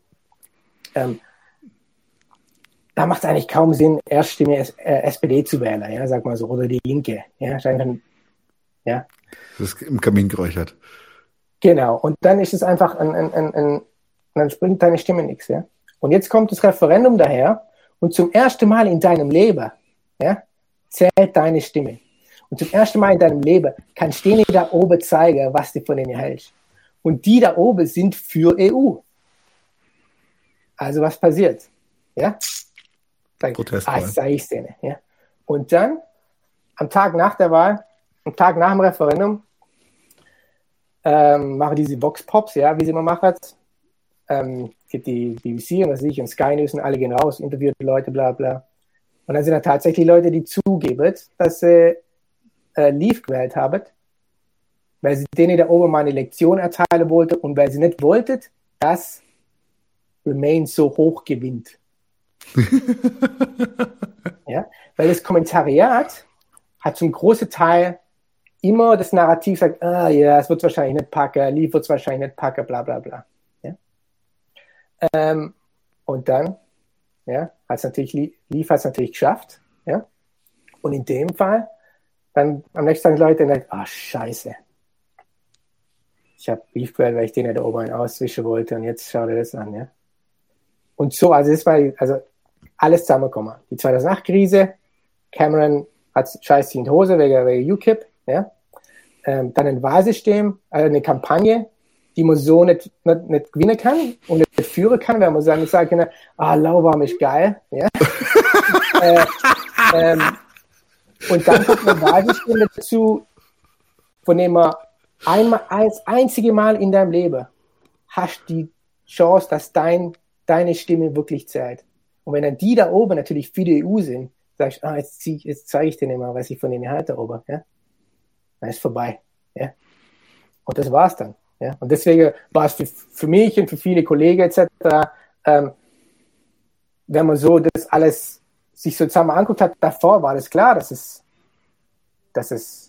Da macht es eigentlich kaum Sinn, Erststimme SPD zu wählen, ja, sag mal so, oder die Linke, ja, ja. Das ist im Kamin geräuchert. Genau, und dann ist es einfach dann springt deine Stimme nichts, ja. Und jetzt kommt das Referendum daher und zum ersten Mal in deinem Leben, ja, zählt deine Stimme. Und zum ersten Mal in deinem Leben kannst du denen da oben zeigen, was du von denen hältst. Und die da oben sind für EU. Also was passiert? Ja? Das sage ich denen. Ja? Und dann, am Tag nach der Wahl, am Tag nach dem Referendum, machen diese Vox-Pops, ja, wie sie immer machen. Gibt die BBC und was weiß ich und Sky News und alle gehen raus, interviewt die Leute, bla bla. Und dann sind da tatsächlich Leute, die zugeben, dass sie Leave gewählt haben, weil sie denen da oben mal eine Lektion erteilen wollten und weil sie nicht wollten, dass Remain so hoch gewinnt. Ja? Weil das Kommentariat hat zum großen Teil immer das Narrativ sagt, es wird wahrscheinlich nicht packen, Leave wird es wahrscheinlich nicht packen, bla bla bla. Ja? Und dann Leave hat es natürlich geschafft. Ja? Und in dem Fall, dann am nächsten Tag Leute denken, scheiße. Ich habe Leave gewählt, weil ich den da oben auswischen wollte und jetzt schau dir das an. Ja? Und so, also das war alles zusammengekommen. Die 2008-Krise, Cameron hat scheiße in die Hose wegen UKIP. Ja? Dann ein Wahlsystem, eine Kampagne, die man so nicht gewinnen kann und nicht führen kann, weil man sagen kann, lauwarm ist geil. Ja? Und dann kommt ein Wahlsystem dazu, von dem man als einzige Mal in deinem Leben hast die Chance, dass deine Stimme wirklich zählt. Und wenn dann die da oben natürlich für die EU sind, sagst du, jetzt zeige ich denen mal, was ich von denen halte da oben. Ja? Dann ist vorbei. Ja? Und das war's dann. Ja? Und deswegen war es für mich und für viele Kollegen etc., wenn man so das alles sich so zusammen anguckt hat, davor war das klar, dass es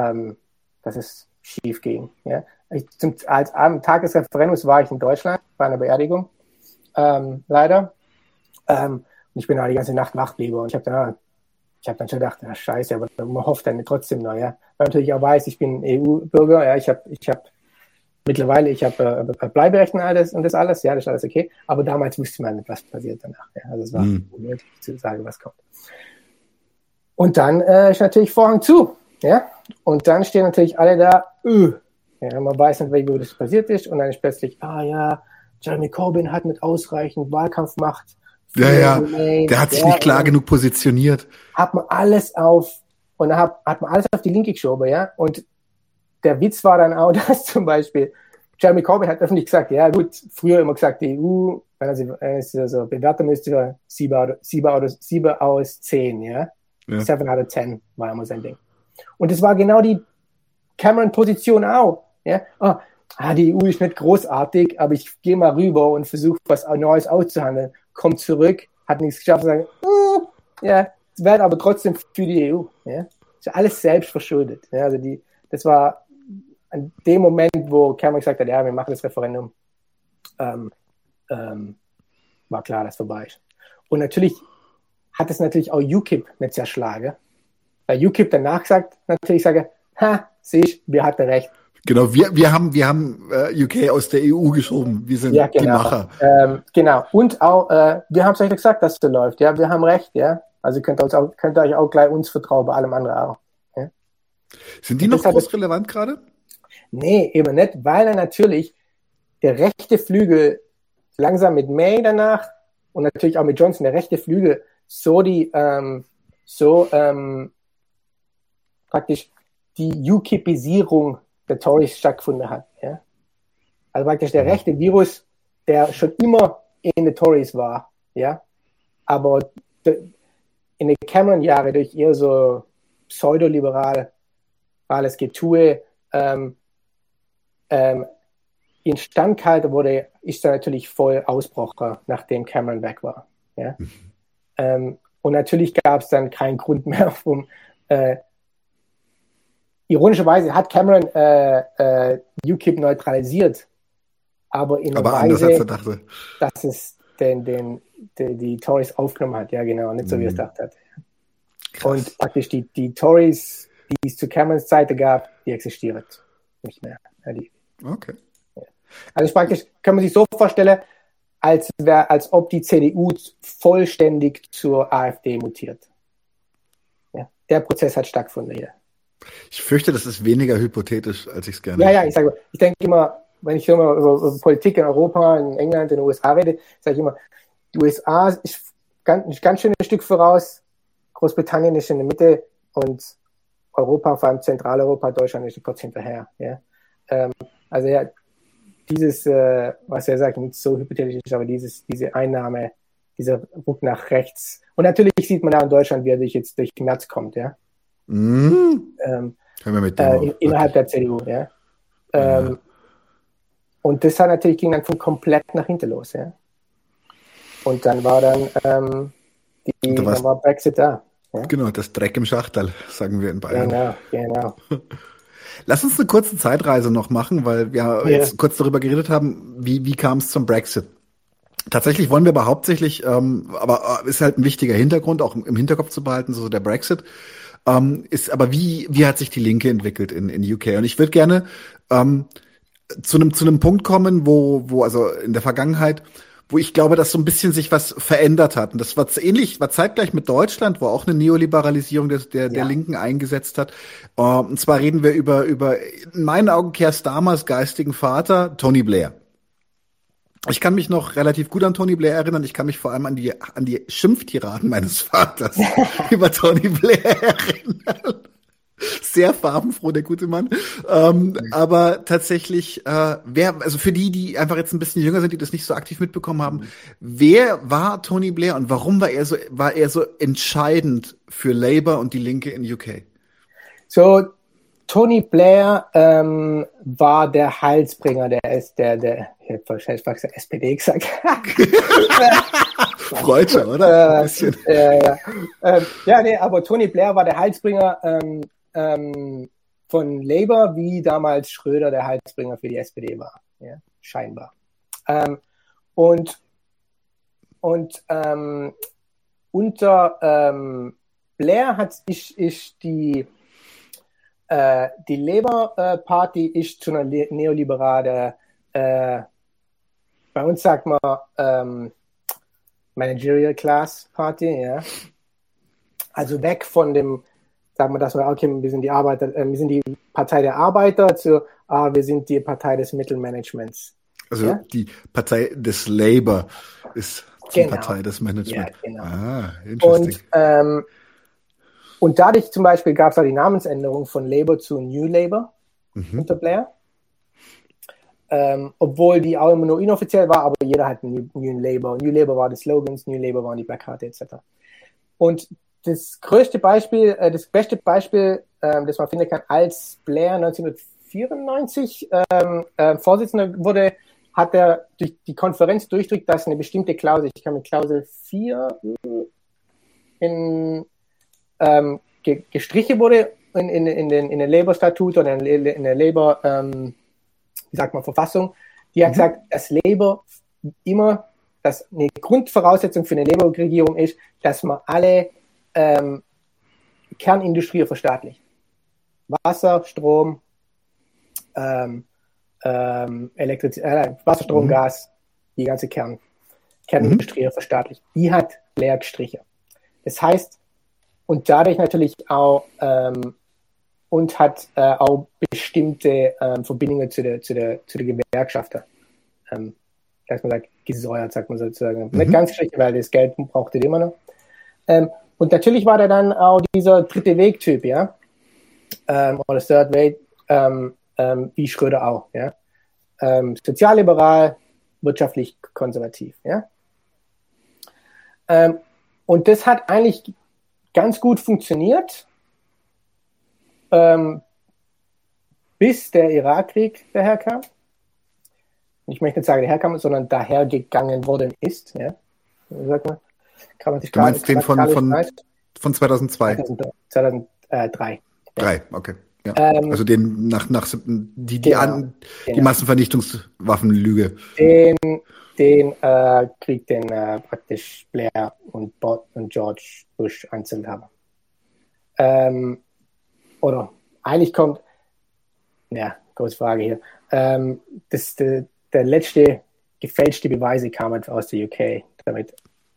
schief ging. Ja? Am Tag des Referendums war ich in Deutschland bei einer Beerdigung, leider. Und ich bin die ganze Nacht wach geblieben und ich habe dann schon gedacht, scheiße, aber man hofft dann trotzdem noch, ja. Weil natürlich auch weiß, ich bin EU-Bürger, ja, ich habe mittlerweile Bleiberecht und das alles, ja, das ist alles okay. Aber damals wusste man nicht, was passiert danach. Ja. Also es war unnötig zu sagen, was kommt. Und dann ist natürlich Vorhang zu, ja. Und dann stehen natürlich alle da, ja, man weiß nicht, wie das passiert ist. Und dann ist plötzlich, Jeremy Corbyn hat nicht ausreichend Wahlkampfmacht. Ja, der hat sich nicht klar genug positioniert. Hat man alles auf die Linke geschoben, ja. Und der Witz war dann auch, dass zum Beispiel Jeremy Corbyn hat öffentlich gesagt, ja gut, früher immer gesagt, die EU, wenn er sie so bewerten müsste, 7 aus 10, ja. 7 out of 10 war immer sein Ding. Und das war genau die Cameron-Position auch, ja. Die EU ist nicht großartig, aber ich gehe mal rüber und versuche was Neues auszuhandeln. Kommt zurück, hat nichts geschafft, sagen, es wird aber trotzdem für die EU, ja. Das ist alles selbst verschuldet, ja. Also das war an dem Moment, wo Cameron gesagt hat, ja, wir machen das Referendum, war klar, dass vorbei ist. Und natürlich hat es natürlich auch UKIP nicht zerschlagen, weil UKIP danach sage, siehst, wir hatten recht. Genau, wir haben UK aus der EU geschoben, wir sind die Macher. Genau, und auch, wir haben es euch gesagt, dass es so läuft, ja, wir haben recht, ja, also könnt ihr euch auch gleich uns vertrauen, bei allem anderen auch. Ja? Sind die noch groß relevant gerade? Nee, eben nicht, weil er natürlich der rechte Flügel langsam mit May danach und natürlich auch mit Johnson, der rechte Flügel, praktisch die UKIPisierung der Tories stattgefunden hat. Ja? Also praktisch der rechte Virus, der schon immer in den Tories war, ja, aber in den Cameron-Jahren durch eher so pseudoliberales Getue instand gehalten wurde, ist er natürlich voll ausgebrochen, nachdem Cameron weg war. Ja? Und natürlich gab es dann keinen Grund mehr, ironischerweise hat Cameron UKIP neutralisiert, aber in einer Weise, als er dachte, dass es die Tories aufgenommen hat. Ja, genau, nicht so wie er es gedacht hat. Krass. Und praktisch die Tories, die es zu Camerons Seite gab, die existieren nicht mehr. Ja, okay. Ja. Also praktisch kann man sich so vorstellen, als ob die CDU vollständig zur AfD mutiert. Ja, der Prozess hat stattgefunden hier. Ich fürchte, das ist weniger hypothetisch, als ich es gerne hätte. Ich denke immer, wenn ich immer über Politik in Europa, in England, in den USA rede, sage ich immer, die USA ist ein ganz schönes Stück voraus, Großbritannien ist in der Mitte und Europa, vor allem Zentraleuropa, Deutschland ist kurz hinterher. Ja? Also ja, dieses, was er sagt, nicht so hypothetisch ist, aber diese Einnahme, dieser Ruck nach rechts. Und natürlich sieht man da in Deutschland, wie er jetzt durch Merz kommt, ja. Innerhalb der CDU, ja. Und das ging dann komplett nach hinten los, ja. Und dann war dann war Brexit da. Ja? Genau, das Dreck im Schachtel, sagen wir in Bayern. Genau. Lass uns eine kurze Zeitreise noch machen, weil wir jetzt kurz darüber geredet haben, wie kam es zum Brexit. Tatsächlich wollen wir aber hauptsächlich, aber ist halt ein wichtiger Hintergrund, auch im Hinterkopf zu behalten, so der Brexit, ist aber wie hat sich die Linke entwickelt in UK? Und ich würde gerne zu einem Punkt kommen, wo also in der Vergangenheit, wo ich glaube, dass so ein bisschen sich was verändert hat. Und das war zeitgleich mit Deutschland, wo auch eine Neoliberalisierung der Linken eingesetzt hat. Und zwar reden wir über in meinen Augen Kerstamers geistigen Vater, Tony Blair. Ich kann mich noch relativ gut an Tony Blair erinnern. Ich kann mich vor allem an die Schimpftiraden meines Vaters über Tony Blair erinnern. Sehr farbenfroh, der gute Mann. Aber tatsächlich, also für die einfach jetzt ein bisschen jünger sind, die das nicht so aktiv mitbekommen haben, wer war Tony Blair und warum war er so entscheidend für Labour und die Linke in UK? So, Tony Blair war der Heilsbringer, der ich hätte wahrscheinlich SPD gesagt. Freut schon, oder? Aber Tony Blair war der Heilsbringer von Labour, wie damals Schröder der Heilsbringer für die SPD war. Ja, scheinbar. Unter Blair ist die Labour Party ist zu einer neoliberale, bei uns sagt man Managerial Class Party, ja. Also weg von dem, sagen wir, dass wir, okay, wir sind die Partei der Arbeiter wir sind die Partei des Mittelmanagements. Also ja? Die Partei des Labour ist die Partei des Managements. Ja, genau. Ah, interesting. Und dadurch zum Beispiel gab es auch die Namensänderung von Labour zu New Labour unter Blair. obwohl die auch immer nur inoffiziell war, aber jeder hat New Labour. New Labour war die Slogans, New Labour waren die Plakate etc. Und das größte Beispiel, das beste Beispiel, das man finden kann, als Blair 1994 Vorsitzender wurde, hat er durch die Konferenz durchdrückt, dass eine bestimmte Klausel, ich kann mit Klausel 4 gestrichen wurde in den Labour-Statut oder in der Labour, wie sagt man, Verfassung. Die hat gesagt, dass Labour immer, dass eine Grundvoraussetzung für eine Labour-Regierung ist, dass man alle Kernindustrie verstaatlicht. Wasser, Strom, Wasser, Strom, Gas, die ganze Kernindustrie verstaatlicht. Die hat Blair gestrichen. Das heißt, und dadurch natürlich auch und hat auch bestimmte Verbindungen zu der Gewerkschafter. Dass man sagt, gesäuert, sagt man sozusagen. Nicht ganz schlecht, weil das Geld braucht er immer noch. Und natürlich war der dann auch dieser dritte Weg-Typ, ja. Oder Third Way, wie Schröder auch, ja. Sozialliberal, wirtschaftlich konservativ, ja. Und das hat eigentlich ganz gut funktioniert, bis der Irakkrieg daherkam. Ich möchte nicht sagen daherkam, sondern dahergegangen worden ist, ja. Wie sagt man? Kann man sich du meinst den von 2002? 2003. 3, okay. Ja. Also den die Massenvernichtungswaffenlüge. Den Krieg, den praktisch Blair und George Bush einzeln haben. Oder eigentlich kommt, ja, große Frage hier. Der letzte gefälschte Beweise kam aus der UK damit.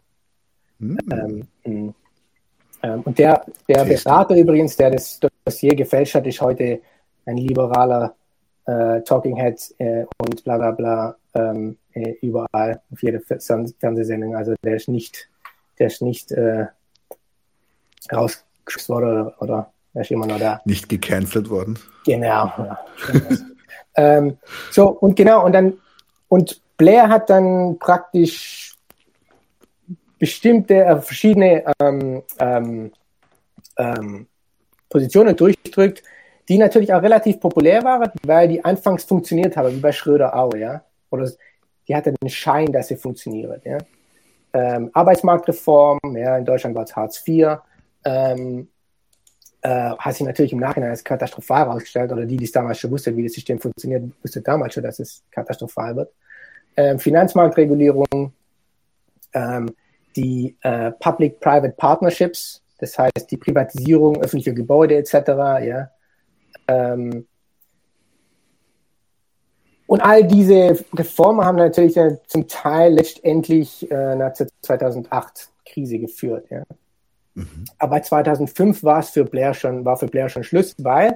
Und der Berater übrigens, der das Dossier gefälscht hat, ist heute ein liberaler Talking Head und bla bla bla überall auf jeder Fernsehsendung. Also der ist nicht rausgeschmissen worden oder er ist immer noch da. Nicht gecancelt worden. Genau. Ja, so, und genau, und Blair hat dann praktisch bestimmte verschiedene Positionen durchdrückt, die natürlich auch relativ populär waren, weil die anfangs funktioniert haben, wie bei Schröder auch, ja. Oder die hatte den Schein, dass sie funktioniert, ja. Arbeitsmarktreform, ja, in Deutschland war es Hartz IV, hat sich natürlich im Nachhinein als katastrophal herausgestellt, oder die es damals schon wussten, wie das System funktioniert, wusste damals schon, dass es katastrophal wird. Finanzmarktregulierung, die Public-Private Partnerships, das heißt die Privatisierung öffentlicher Gebäude etc., ja. Und all diese Reformen haben natürlich zum Teil letztendlich nach der 2008 Krise geführt, ja. Aber 2005 war für Blair schon Schluss, weil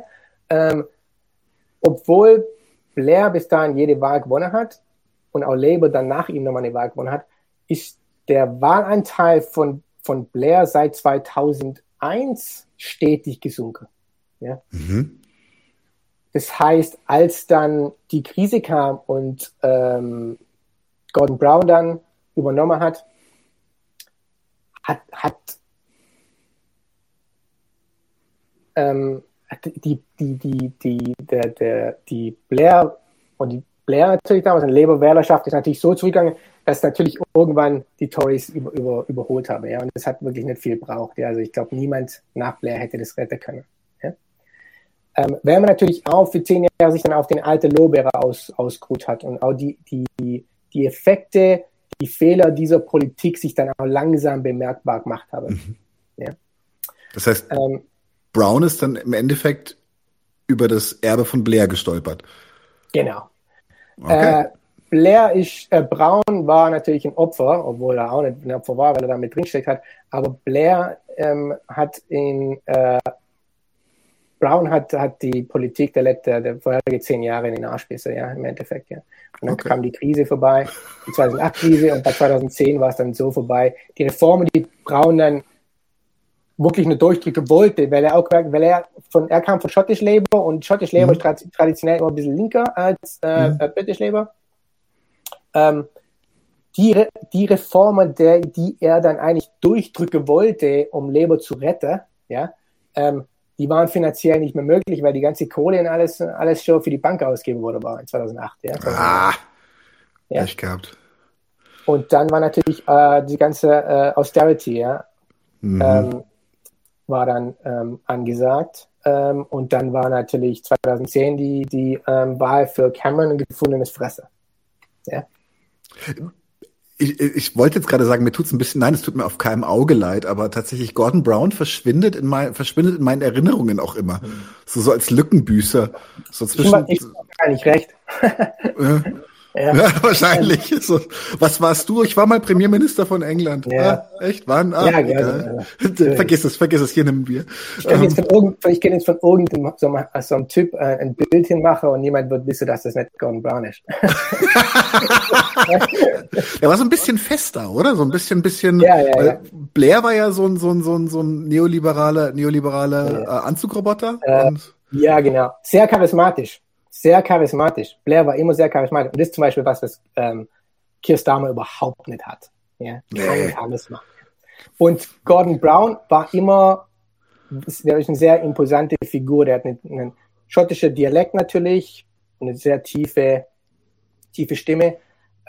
obwohl Blair bis dahin jede Wahl gewonnen hat und auch Labour dann nach ihm nochmal eine Wahl gewonnen hat, ist der Wahlanteil von Blair seit 2001 stetig gesunken. Ja? Das heißt, als dann die Krise kam und Gordon Brown dann übernommen hat die Blair und die Blair natürlich damals, eine Labour-Wählerschaft ist natürlich so zurückgegangen, dass natürlich irgendwann die Tories überholt haben. Ja? Und das hat wirklich nicht viel gebraucht. Ja? Also ich glaube, niemand nach Blair hätte das retten können. Ja? Wenn man natürlich auch für 10 Jahre sich dann auf den alten Lorbeerer ausgeruht hat und auch die Effekte, die Fehler dieser Politik sich dann auch langsam bemerkbar gemacht haben. Ja? Das heißt, Brown ist dann im Endeffekt über das Erbe von Blair gestolpert. Genau. Okay. Brown war natürlich ein Opfer, obwohl er auch nicht ein Opfer war, weil er da mit drinsteckt hat. Aber Blair Brown hat die Politik der vorherigen 10 Jahre in den Arsch gebissen, ja, im Endeffekt, ja. Und dann kam die Krise vorbei, die 2008-Krise, und bei 2010 war es dann so vorbei. Die Reformen, die Brown dann wirklich nur durchdrücken wollte, weil er kam von Scottish Labour und Scottish Labour ist traditionell immer ein bisschen linker als British Labour. Die Reformen, die er dann eigentlich durchdrücken wollte, um Labour zu retten, ja, die waren finanziell nicht mehr möglich, weil die ganze Kohle und alles schon für die Bank ausgegeben wurde war in 2008. Ja, Echt gehabt. Und dann war natürlich die ganze Austerity, ja, war dann angesagt. Und dann war natürlich 2010 die Wahl für Cameron ein gefundenes Fressen. Ja. Ich wollte jetzt gerade sagen, mir tut's ein bisschen, nein, es tut mir auf keinem Auge leid, aber tatsächlich Gordon Brown verschwindet in meinen Erinnerungen auch immer. So als Lückenbüßer. So zwischen. Ich habe gar nicht recht. Ja, wahrscheinlich. So, was warst du? Ich war mal Premierminister von England. Ja. Echt? Egal. Vergiss es, hier nimm ein Bier. Ich kann jetzt von irgendeinem so einem Typ ein Bild hinmachen und niemand wird wissen, dass das nicht Gordon Brown ist. Er war so ein bisschen fester, oder? So ein bisschen. Ja. Blair war ja so ein neoliberaler Anzugroboter. Ja, genau. Sehr charismatisch. Blair war immer sehr charismatisch. Und das ist zum Beispiel was Keir Starmer überhaupt nicht hat. Ja, alles machen. Und Gordon Brown war immer, der ist eine sehr imposante Figur. Der hat einen schottischen Dialekt natürlich, eine sehr tiefe Stimme.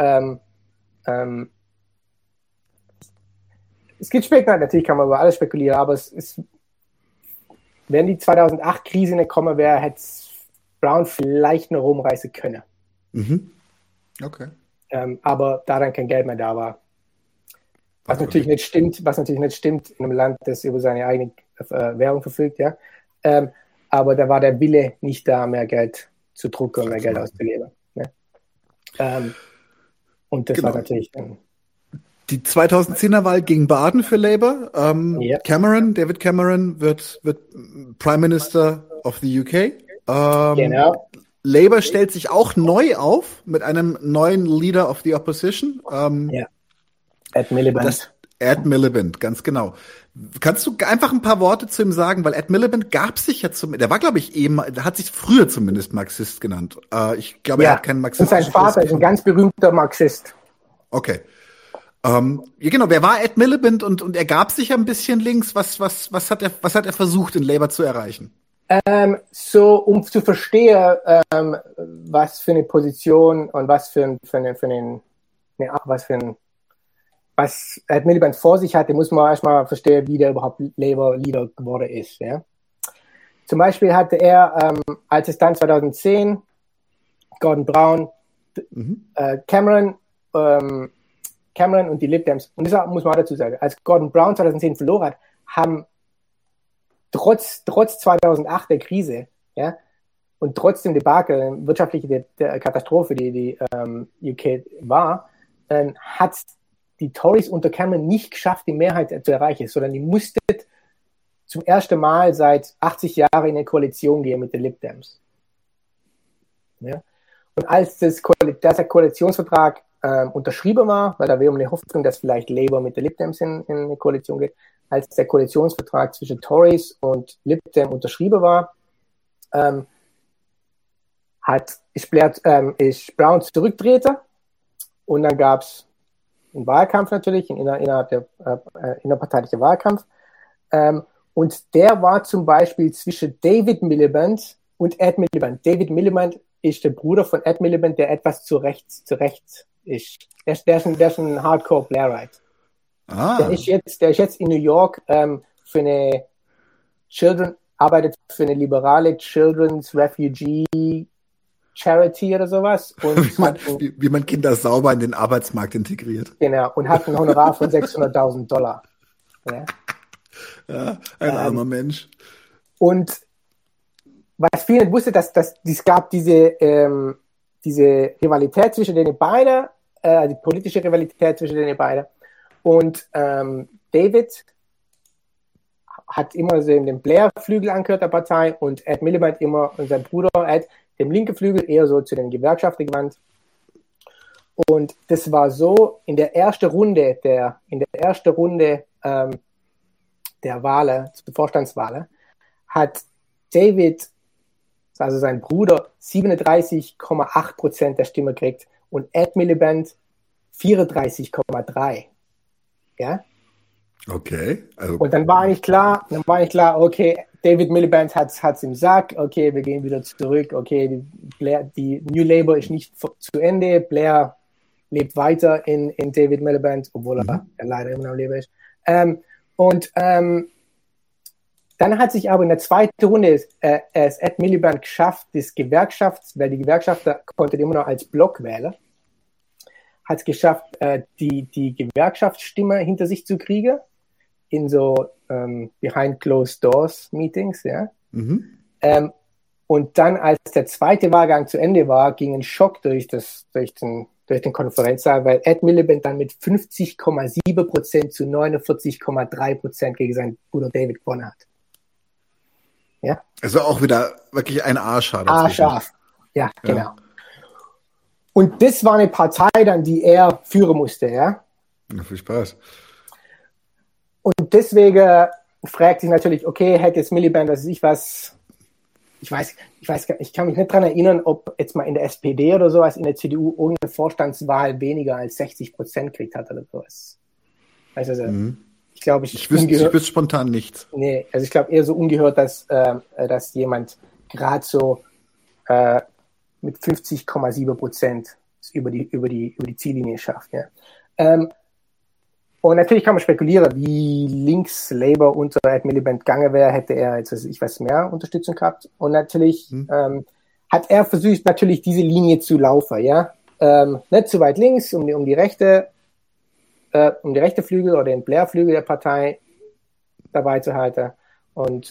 Es gibt Spekulieren, natürlich kann man über alles spekulieren, aber wenn die 2008-Krise nicht kommen wäre, hätte Brown vielleicht noch rumreißen können. Okay. Aber da dann kein Geld mehr da war. Was natürlich nicht stimmt in einem Land, das über seine eigene Währung verfügt, ja. Aber da war der Wille nicht da, mehr Geld zu drucken und mehr Geld auszugeben. Ne? Und das war natürlich die 2010er-Wahl gegen Baden für Labour. David Cameron wird Prime Minister of the UK. Genau. Labour stellt sich auch neu auf mit einem neuen Leader of the Opposition. Ed Miliband. Ed Miliband, ganz genau. Kannst du einfach ein paar Worte zu ihm sagen? Weil Ed Miliband gab sich ja der war, glaube ich, der hat sich früher zumindest Marxist genannt. Ich glaube, er hat keinen Marxist. Und sein Vater ist ein ganz berühmter Marxist. Okay. Genau, wer war Ed Miliband und er gab sich ja ein bisschen links. Was hat er versucht, in Labour zu erreichen? Um zu verstehen, was für eine Position und was Ed Miliband vor sich hatte, muss man erstmal verstehen, wie der überhaupt Labour-Leader geworden ist. Ja? Zum Beispiel hatte er, als es dann 2010 Gordon Brown, Cameron und die Lib Dems, und das muss man auch dazu sagen, als Gordon Brown 2010 verloren hat, haben trotz 2008 der Krise, ja, und trotz dem Debakel, wirtschaftliche Katastrophe, die UK war, hat die Tories unter Cameron nicht geschafft, die Mehrheit zu erreichen, sondern die mussten zum ersten Mal seit 80 Jahren in eine Koalition gehen mit den Lib Dems. Ja? Und als der Koalitionsvertrag unterschrieben war, weil da wäre eine Hoffnung, dass vielleicht Labour mit den Lib Dems in eine Koalition geht, als der Koalitionsvertrag zwischen Tories und Lib Dem unterschrieben war, ist Brown zurückgetreten und dann gab es einen Wahlkampf natürlich, innerhalb der innerparteiliche Wahlkampf, und der war zum Beispiel zwischen David Miliband und Ed Miliband. David Miliband ist der Bruder von Ed Miliband, der etwas zu rechts ist. Der ist ein Hardcore-Blairite. Der ist jetzt in New York arbeitet für eine liberale Children's Refugee Charity oder sowas. Und wie man Kinder sauber in den Arbeitsmarkt integriert. Genau, und hat ein Honorar von $600.000. Ja, ein armer Mensch. Und was viele nicht wussten, dass es gab diese Rivalität zwischen den beiden, die politische Rivalität zwischen den beiden. Und David hat immer so den Blair-Flügel angehört der Partei und Ed Miliband immer und sein Bruder Ed dem linken Flügel eher so zu den Gewerkschaften gewandt. Und das war so in der ersten Runde der Wahlen, zur Vorstandswahl, hat David, also sein Bruder, 37,8% der Stimme gekriegt und Ed Miliband 34,3%. Ja? Okay. Also, und dann war eigentlich klar, okay, David Miliband hat's im Sack, okay, wir gehen wieder zurück, okay, die New Labour ist nicht zu Ende, Blair lebt weiter in David Miliband, obwohl er leider immer noch am Leben ist. Dann hat sich aber in der zweiten Runde es Ed Miliband geschafft, weil die Gewerkschafter konnten immer noch als Block wählen, hat es geschafft, die Gewerkschaftsstimme hinter sich zu kriegen, in so behind closed doors Meetings, ja. Und dann, als der zweite Wahlgang zu Ende war, ging ein Schock durch den Konferenzsaal, weil Ed Miliband dann mit 50,7% zu 49,3% gegen seinen Bruder David gewonnen hat. Ja? Also auch wieder wirklich ein Arschhaar. Arschhaar. Ja, genau. Und das war eine Partei dann, die er führen musste, ja. Ja, viel Spaß. Und deswegen fragt sich natürlich, okay, hätte jetzt Miliband, ich kann mich nicht daran erinnern, ob jetzt mal in der SPD oder sowas, in der CDU irgendeine Vorstandswahl weniger als 60% gekriegt hat oder sowas. Also, ich glaube, ich wüsste spontan nichts. Nee, also ich glaube eher so ungehört, dass jemand gerade so mit 50,7% über die Ziellinie schafft. Ja. Und natürlich kann man spekulieren, wie links Labour unter Ed Miliband gegangen wäre, hätte er jetzt, mehr Unterstützung gehabt. Und natürlich hat er versucht, natürlich diese Linie zu laufen, ja. Nicht zu weit links, um die rechte Flügel oder den Blair-Flügel der Partei dabei zu halten und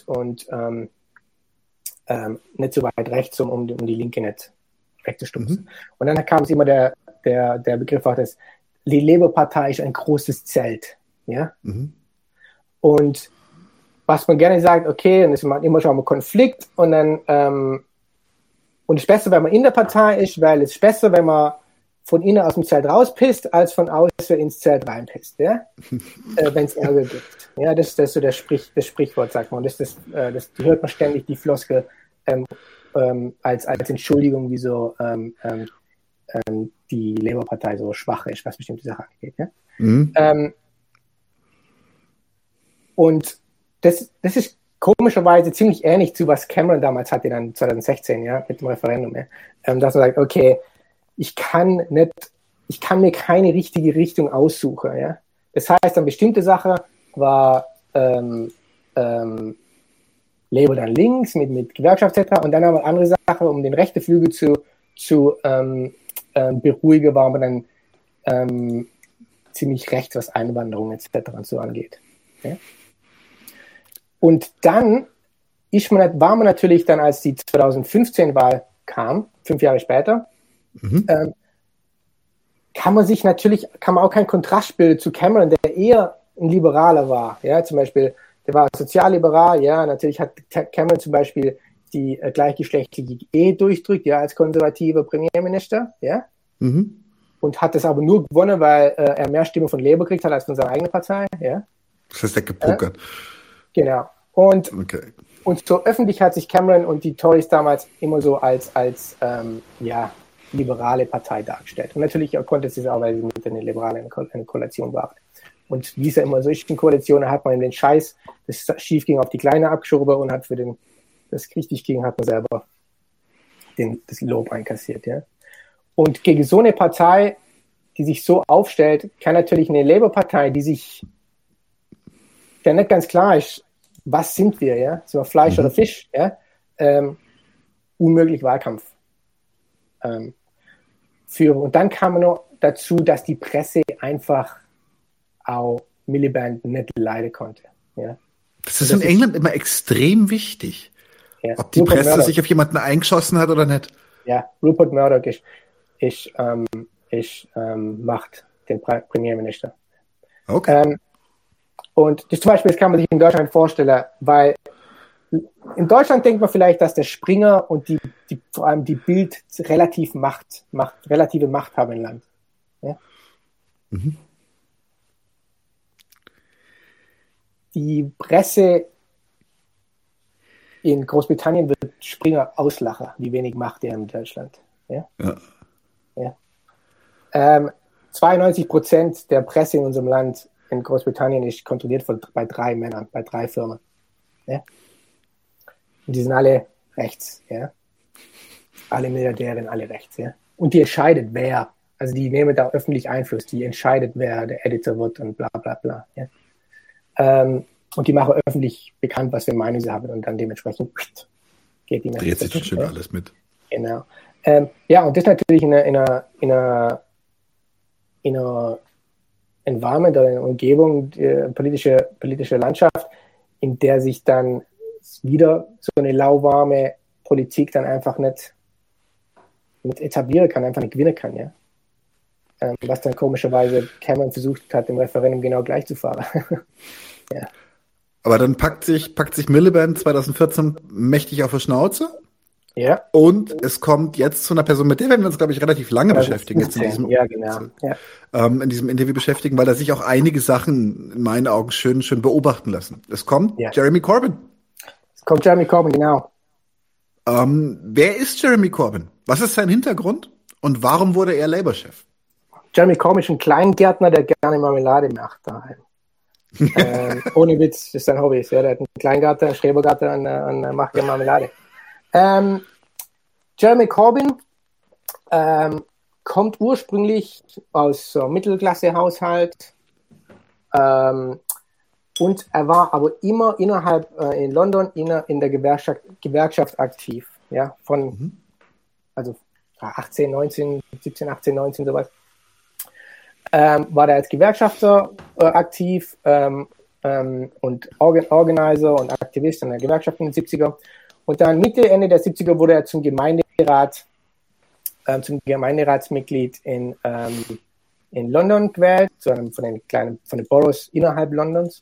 nicht zu weit rechts, um die Linke nicht wegzustupsen. Und dann kam es immer der Begriff auch, dass die Labour-Partei ist ein großes Zelt. Ja? Und was man gerne sagt, okay, dann ist man immer schon mal Konflikt und dann und es ist besser, wenn man in der Partei ist, weil es ist besser, wenn man von innen aus dem Zelt rauspisst, als von außen ins Zelt reinpisst, ja? Wenn es Ärger gibt. Ja, das ist so das Sprichwort, sagt man. Das hört man ständig, die Floskel, als Entschuldigung, wieso die Labour-Partei so schwach ist, was bestimmte Sachen angeht. Ja? Und das ist komischerweise ziemlich ähnlich zu, was Cameron damals hatte, dann 2016, ja, mit dem Referendum. Ja? Dass man sagt, okay, ich kann mir keine richtige Richtung aussuchen. Ja? Das heißt, an bestimmte Sachen war Labour dann links mit Gewerkschaft etc. Und dann aber andere Sachen, um den rechten Flügel zu beruhigen, war man dann ziemlich rechts, was Einwanderung etc. und so angeht. Ja? Und dann war man natürlich dann, als die 2015-Wahl kam, 5 Jahre später, kann man auch keinen Kontrast bilden zu Cameron, der eher ein Liberaler war. Ja, zum Beispiel, der war sozialliberal, ja, natürlich hat Cameron zum Beispiel die gleichgeschlechtliche Ehe durchdrückt, ja, als konservativer Premierminister, ja, und hat das aber nur gewonnen, weil er mehr Stimmen von Labour gekriegt hat als von seiner eigenen Partei, ja. Das heißt, er gepokert. Genau. Und so öffentlich hat sich Cameron und die Tories damals immer so als liberale Partei dargestellt. Und natürlich konnte sie es auch, weil sie mit den Liberalen eine Koalition waren. Und wie es ja immer so ist in Koalitionen, hat man in den Scheiß, das schief ging, auf die Kleine abgeschoben und hat das richtig ging, hat man selber das Lob einkassiert. Ja. Und gegen so eine Partei, die sich so aufstellt, kann natürlich eine Labour-Partei, die nicht ganz klar ist, was sind wir, ja? Sind wir Fleisch oder Fisch, ja? Unmöglich Wahlkampf führen. Und dann kam noch dazu, dass die Presse einfach auch Miliband nicht leiden konnte. Ja? Das ist in England immer extrem wichtig, ja. Ob die Rupert Presse Murdoch sich auf jemanden eingeschossen hat oder nicht. Ja, Rupert Murdoch macht den Premierminister. Okay. Und das zum Beispiel, das kann man sich in Deutschland vorstellen, weil in Deutschland denkt man vielleicht, dass der Springer und vor allem die Bild relative Macht haben im Land. Ja? die Presse in Großbritannien wird Springer auslachen, wie wenig Macht er in Deutschland. Ja? Ja. 92% der Presse in unserem Land in Großbritannien ist kontrolliert bei 3 Männern, bei 3 Firmen. Ja? Und die sind alle rechts. Ja? Alle Milliardäre, alle rechts. Ja? Und die entscheidet, wer. Also die nehmen da öffentlich Einfluss. Die entscheidet, wer der Editor wird und bla bla bla. Ja? Und die machen öffentlich bekannt, was für Meinung sie haben. Und dann dementsprechend geht die dreht sich schön alles mit. Genau. Ja, und das natürlich in einer Environment oder in einer Umgebung, politische Landschaft, in der sich dann wieder so eine lauwarme Politik dann einfach nicht etablieren kann, einfach nicht gewinnen kann, ja. Was dann komischerweise Cameron versucht hat, im Referendum genau gleich zu fahren. Ja. Aber dann packt sich Miliband 2014 mächtig auf die Schnauze. Ja. Und es kommt jetzt zu einer Person, mit der werden wir uns, glaube ich, relativ lange beschäftigen. Jetzt in diesem Interview beschäftigen, weil da sich auch einige Sachen in meinen Augen schön beobachten lassen. Es kommt Jeremy Corbyn. Es kommt Jeremy Corbyn, genau. Wer ist Jeremy Corbyn? Was ist sein Hintergrund? Und warum wurde er Labour-Chef? Jeremy Corbyn ist ein Kleingärtner, der gerne Marmelade macht daheim. Ohne Witz, das ist sein Hobby. Ja, der hat einen Kleingarten, einen Schrebergarten und macht gerne Marmelade. Jeremy Corbyn kommt ursprünglich aus so einem Mittelklasse-Haushalt und er war aber immer innerhalb in London in der Gewerkschaft aktiv. Ja, also 18, 19, 17, 18, 19 sowas. War der als Gewerkschafter aktiv und Organizer und Aktivist in der Gewerkschaft in den 70er. Und dann Ende der 70er wurde er zum Gemeinderatsmitglied in London gewählt, zu einem von den Boroughs innerhalb Londons.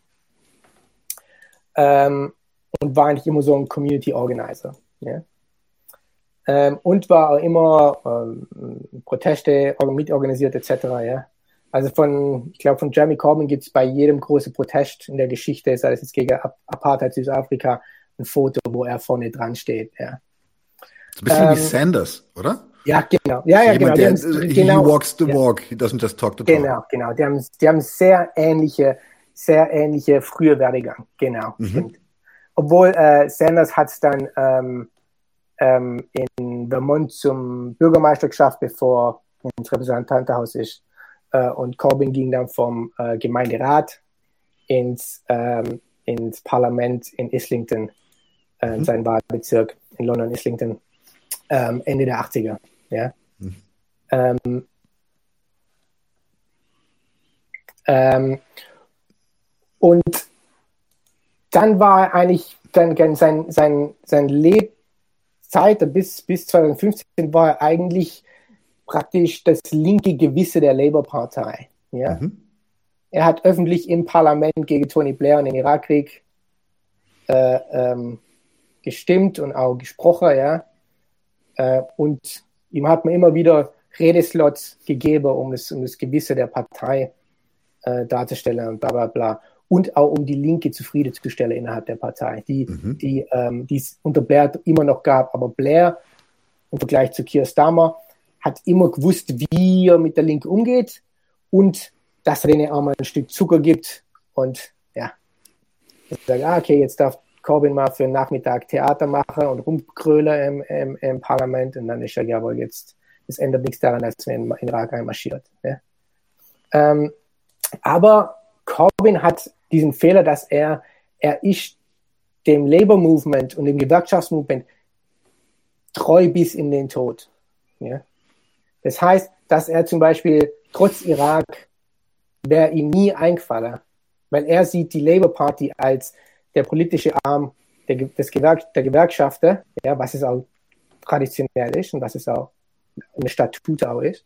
Und war eigentlich immer so ein Community Organizer. Ja? Und war auch immer Proteste mitorganisiert etc. Ja? Also ich glaube, von Jeremy Corbyn gibt es bei jedem großen Protest in der Geschichte, sei es jetzt gegen Apartheid Südafrika, ein Foto, wo er vorne dran steht. Ja. So ein bisschen wie Sanders, oder? Ja, genau. Ja, genau. He walks the walk, he doesn't just talk the talk. Genau. Die haben sehr ähnliche frühe Werdegang. Genau, stimmt. Obwohl Sanders hat es dann in Vermont zum Bürgermeister geschafft, bevor er ins Repräsentantenhaus ist. Und Corbyn ging dann vom Gemeinderat ins Parlament in Islington, sein Wahlbezirk in London, Islington, Ende der 80er. Ja? Und dann war eigentlich sein Lebzeit bis 2015 war er eigentlich praktisch das linke Gewisse der Labour-Partei. Ja? Er hat öffentlich im Parlament gegen Tony Blair und den Irakkrieg gestimmt und auch gesprochen, ja. Und ihm hat man immer wieder Redeslots gegeben, um das Gewisse der Partei darzustellen und bla bla bla. Und auch um die Linke zufriedenzustellen innerhalb der Partei, die es unter Blair immer noch gab. Aber Blair, im Vergleich zu Keir Starmer, hat immer gewusst, wie er mit der Linke umgeht und dass er denen auch mal ein Stück Zucker gibt. Und ja, ich sage, okay, jetzt darf Corbyn mal für den Nachmittag Theater machen und rumkrölen im Parlament. Und dann ist er, jawohl, jetzt, es ändert nichts daran, dass er in den Irak einmarschiert. Ja. Aber Corbyn hat diesen Fehler, dass er ist dem Labour Movement und dem Gewerkschaftsmovement treu bis in den Tod. Ja. Das heißt, dass er zum Beispiel trotz Irak wäre ihm nie eingefallen, weil er sieht die Labour Party als der politische Arm der Gewerkschafter, ja, was es auch traditionell ist und was es auch eine Statut auch ist.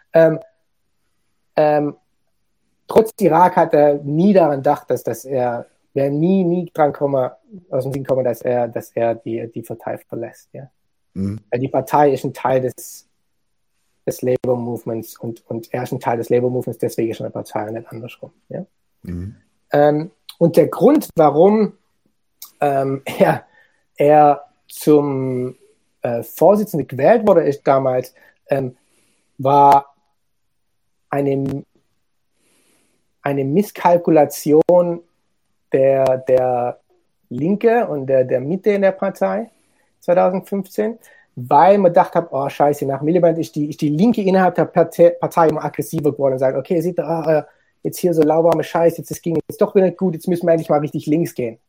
Trotz Irak hat er nie daran gedacht, dass er wäre nie dran aus dem Sinn kommen, dass er die Partei verlässt. Ja. Weil die Partei ist ein Teil des Labour Movements und er ist ein Teil des Labour Movements, deswegen ist er eine Partei und nicht andersrum. Ja. Und der Grund, warum er zum Vorsitzenden gewählt wurde, ist damals, war eine Misskalkulation der Linke und der Mitte in der Partei 2015, weil man gedacht hat, oh scheiße, nach Miliband ist die Linke innerhalb der Partei immer aggressiver geworden und sagt, okay, sieht jetzt hier so lauwarme Scheiße, das ging jetzt doch wieder nicht gut, jetzt müssen wir eigentlich mal richtig links gehen.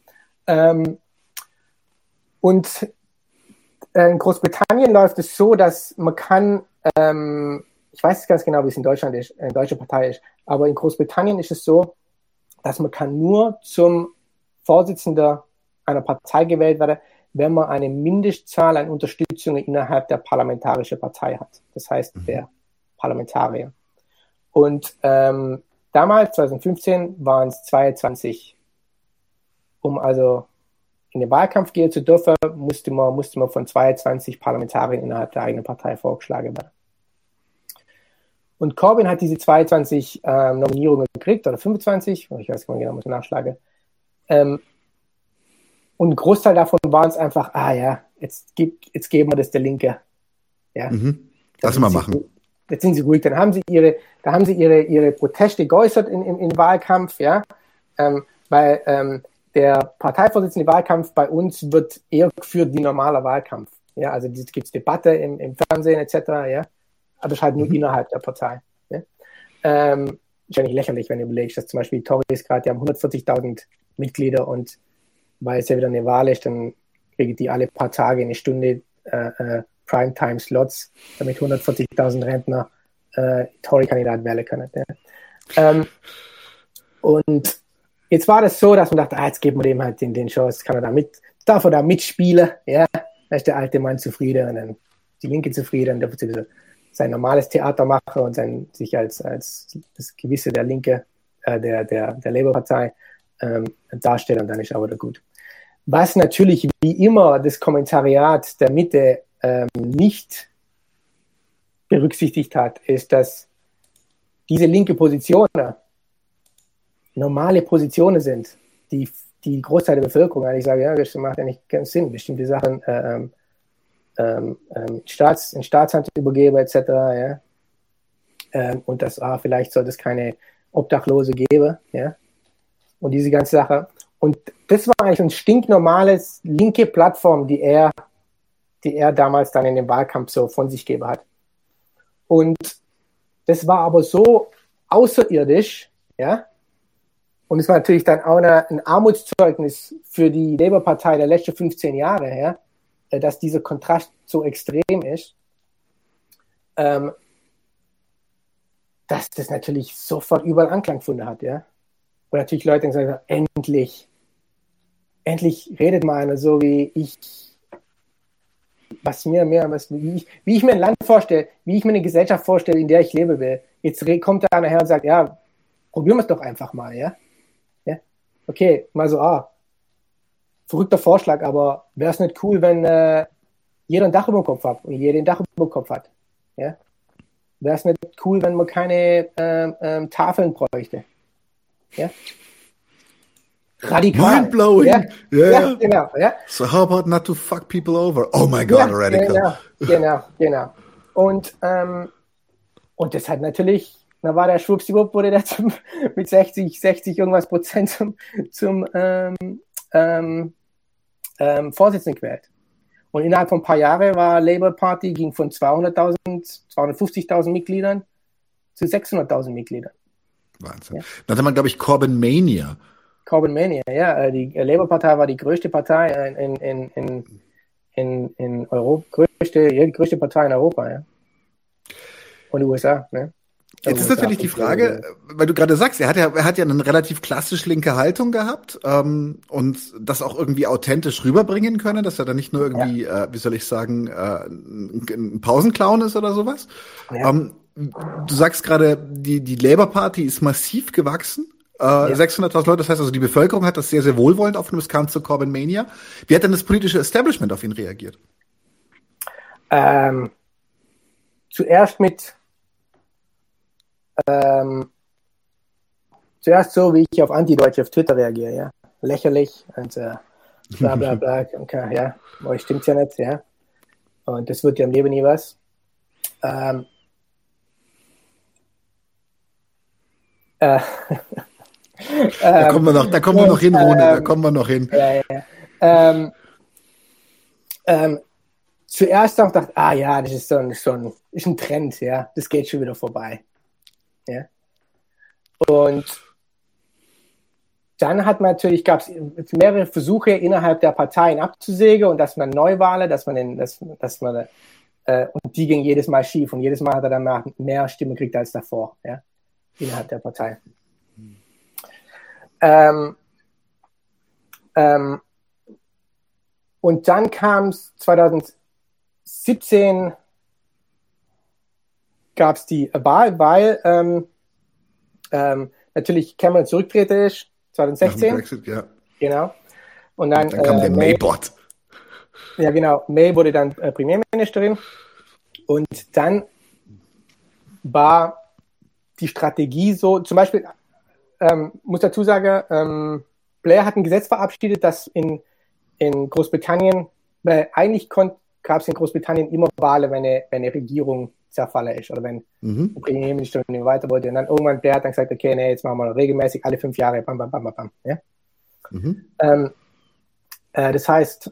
Und in Großbritannien läuft es so, dass man kann, ich weiß nicht ganz genau, wie es in Deutschland ist, eine deutsche Partei ist, aber in Großbritannien ist es so, dass man kann nur zum Vorsitzenden einer Partei gewählt werden, wenn man eine Mindestzahl an Unterstützungen innerhalb der parlamentarischen Partei hat. Das heißt, der Parlamentarier. Und damals, 2015, waren es 22. Um also in den Wahlkampf gehen zu dürfen, musste man von 22 Parlamentariern innerhalb der eigenen Partei vorgeschlagen werden. Und Corbyn hat diese 22 Nominierungen gekriegt, oder 25, ich weiß nicht genau, muss ich nachschlagen. Und ein Großteil davon waren es einfach, jetzt geben wir das der Linke. Ja. Lass mal machen. Jetzt sind sie ruhig. Dann haben sie ihre Proteste geäußert im Wahlkampf, ja. Weil der Parteivorsitzende Wahlkampf bei uns wird eher geführt wie normaler Wahlkampf. Ja, also es gibt Debatte im Fernsehen etc., ja. Aber es ist halt nur innerhalb der Partei. Ja? Ist ja nicht lächerlich, wenn du überlegst, dass zum Beispiel die Tories gerade, die haben 140.000 Mitglieder und weil es ja wieder eine Wahl ist, dann kriegen die alle paar Tage eine Stunde Primetime-Slots, damit 140.000 Rentner Tory-Kandidat wählen können. Ja? Und jetzt war das so, dass man dachte, jetzt geben wir dem halt den Chance, darf er da mitspielen, ja, da ist der alte Mann zufrieden und dann die Linke zufrieden, dann darf er sein normales Theater machen und sich als das Gewisse der Linke, der Labour-Partei darstellen und dann ist aber wieder gut. Was natürlich wie immer das Kommentariat der Mitte nicht berücksichtigt hat, ist, dass diese linke Positionen normale Positionen sind, die Großteil der Bevölkerung eigentlich sagen, ja, das macht ja nicht keinen Sinn, bestimmte Sachen in Staatshand übergeben etc. Ja? Und dass vielleicht sollte es keine Obdachlose geben, ja, und diese ganze Sache. Und das war eigentlich ein stinknormales linke Plattform, die er damals dann in dem Wahlkampf so von sich gegeben hat. Und das war aber so außerirdisch, ja. Und es war natürlich dann auch ein Armutszeugnis für die Labour-Partei der letzten 15 Jahre, ja, dass dieser Kontrast so extrem ist, dass das natürlich sofort überall Anklang gefunden hat, ja. Und natürlich Leute sagen, endlich redet mal einer so wie ich, wie ich mir ein Land vorstelle, wie ich mir eine Gesellschaft vorstelle, in der ich leben will. Jetzt kommt da einer her und sagt, ja, probieren wir es doch einfach mal, ja. Ja? Okay, mal so, verrückter Vorschlag, aber wäre es nicht cool, wenn jeder ein Dach über dem Kopf hat und jeder ein Dach über dem Kopf hat, ja? Wäre es nicht cool, wenn man keine Tafeln bräuchte? Ja? Radikal. Mindblowing. Ja? Ja, genau. Ja? So how about not to fuck people over? Oh my God, radical. Genau. Und das hat natürlich, da war der Schwuppsiwupp, wurde der mit 60 irgendwas Prozent zum Vorsitzenden gewählt. Und innerhalb von ein paar Jahren war Labour Party, ging von 250.000 Mitgliedern zu 600.000 Mitgliedern. Wahnsinn. Ja. Dann hat man, glaube ich, Corbyn Mania, ja. Die Labour-Partei war die größte Partei in Europa, größte Partei in Europa, ja. Und den USA, ne? Jetzt ist natürlich die Frage, weil du gerade sagst, er hat ja eine relativ klassisch linke Haltung gehabt und das auch irgendwie authentisch rüberbringen können, dass er dann nicht nur irgendwie, wie soll ich sagen, ein Pausenclown ist oder sowas. Ja. Du sagst gerade, die Labour Party ist massiv gewachsen. 600.000 Leute, das heißt also, die Bevölkerung hat das sehr, sehr wohlwollend aufgenommen. Es kam zur Corbyn Mania. Wie hat denn das politische Establishment auf ihn reagiert? Zuerst mit zuerst so, wie ich auf Antideutsche auf Twitter reagiere, ja. Lächerlich und bla bla bla. Okay, ja, euch stimmt's ja nicht, ja. Und das wird ja im Leben nie was. Da kommen wir noch hin, Rune, da kommen wir noch hin. Zuerst auch dachte, das ist ist ein Trend, ja, das geht schon wieder vorbei. Ja. Und dann gab es mehrere Versuche innerhalb der Parteien abzusägen und dass man Neuwahlen, und die ging jedes Mal schief und jedes Mal hat er dann mehr Stimmen gekriegt als davor, ja, innerhalb der Partei. Und dann kam es 2017 gab es die Wahl, weil natürlich Cameron zurückgetreten ist, 2016. Brexit, ja. Genau. Und dann kam der May-Bot. Ja, genau. May wurde dann Premierministerin. Und dann war die Strategie so, zum Beispiel, muss dazu sagen, Blair hat ein Gesetz verabschiedet, das in Großbritannien, weil eigentlich gab es in Großbritannien immer Wahlen, wenn eine Regierung zerfallen ist oder wenn die Premierministerin nicht weiter wollte. Und dann irgendwann Blair hat dann gesagt, okay, nee, jetzt machen wir regelmäßig alle 5 Jahre, bam, bam, bam, bam, bam. Ja? Das heißt,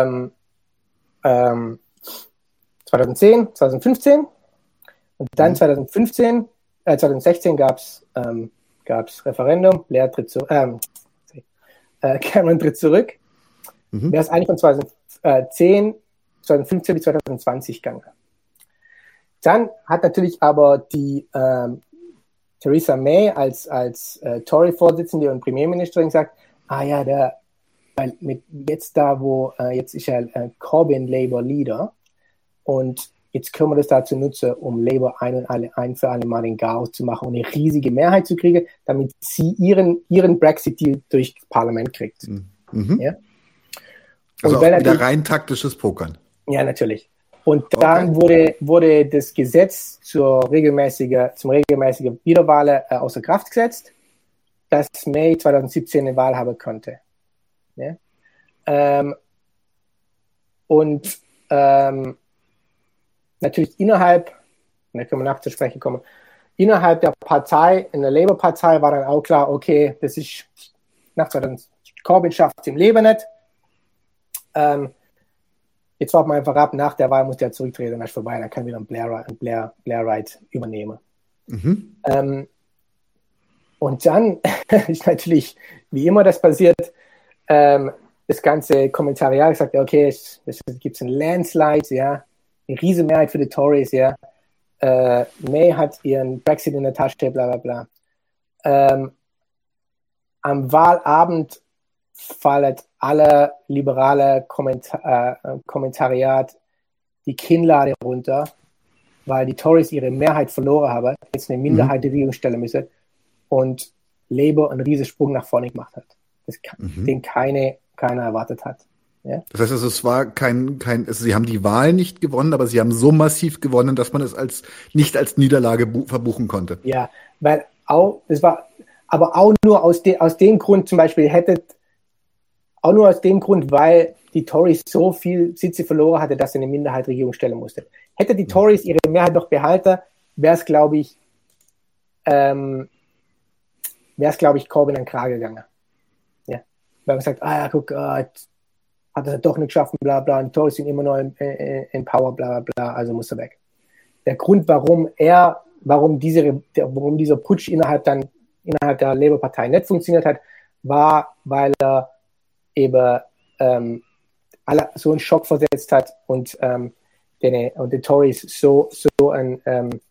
2010, 2015 und dann 2016 gab's Referendum, Blair tritt Cameron tritt zurück. Wäre es eigentlich von 2015 bis 2020 gegangen. Dann hat natürlich aber die Theresa May als Tory-Vorsitzende und Premierministerin gesagt, weil jetzt ist ja Corbyn Labour Leader und jetzt können wir das dazu nutzen, um Labour ein für alle Mal den Chaos zu machen und eine riesige Mehrheit zu kriegen, damit sie ihren Brexit-Deal durch das Parlament kriegt. Ja? Also auch wieder rein taktisches Pokern. Ja, natürlich. Und dann wurde das Gesetz zum regelmäßigen Wiederwahl außer Kraft gesetzt, dass May 2017 eine Wahl haben konnte. Ja? Natürlich innerhalb der Partei, in der Labour-Partei war dann auch klar, okay, das ist nach 2000 Corbyn schafft es im Leben nicht. Jetzt warten wir einfach ab, nach der Wahl muss der zurücktreten, dann ist vorbei, dann kann wieder ein Blair-Right übernehmen. Und dann ist natürlich, wie immer das passiert, das ganze Kommentariat gesagt, okay, es gibt einen Landslide, ja, eine riesige Mehrheit für die Tories, ja. May hat ihren Brexit in der Tasche, bla bla bla. Am Wahlabend fallen alle liberale Kommentariat die Kinnlade runter, weil die Tories ihre Mehrheit verloren haben, jetzt eine Minderheit die Regierung stellen müssen und Labour einen riesen Sprung nach vorne gemacht hat, den keiner erwartet hat. Ja? Das heißt also, es war sie haben die Wahl nicht gewonnen, aber sie haben so massiv gewonnen, dass man es nicht als Niederlage verbuchen konnte. Ja, weil auch nur aus dem Grund zum Beispiel weil die Tories so viel Sitze verloren hatte, dass sie eine Minderheitsregierung stellen musste. Hätte die Tories ihre Mehrheit noch behalten, wäre es, glaube ich, Corbyn an den Kragen gegangen. Ja. Weil man sagt, guck, hat er doch nicht geschafft, bla bla, und die Tories sind immer noch in Power, bla bla, also muss er weg. Der Grund, warum dieser Putsch innerhalb der Labour-Partei nicht funktioniert hat, war, weil er eben alle so einen Schock versetzt hat und den Tories so ein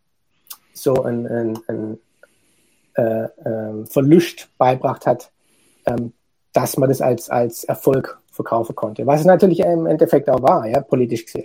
Verlust beigebracht hat, dass man das als Erfolg verkaufen konnte. Was es natürlich im Endeffekt auch war, ja, politisch gesehen.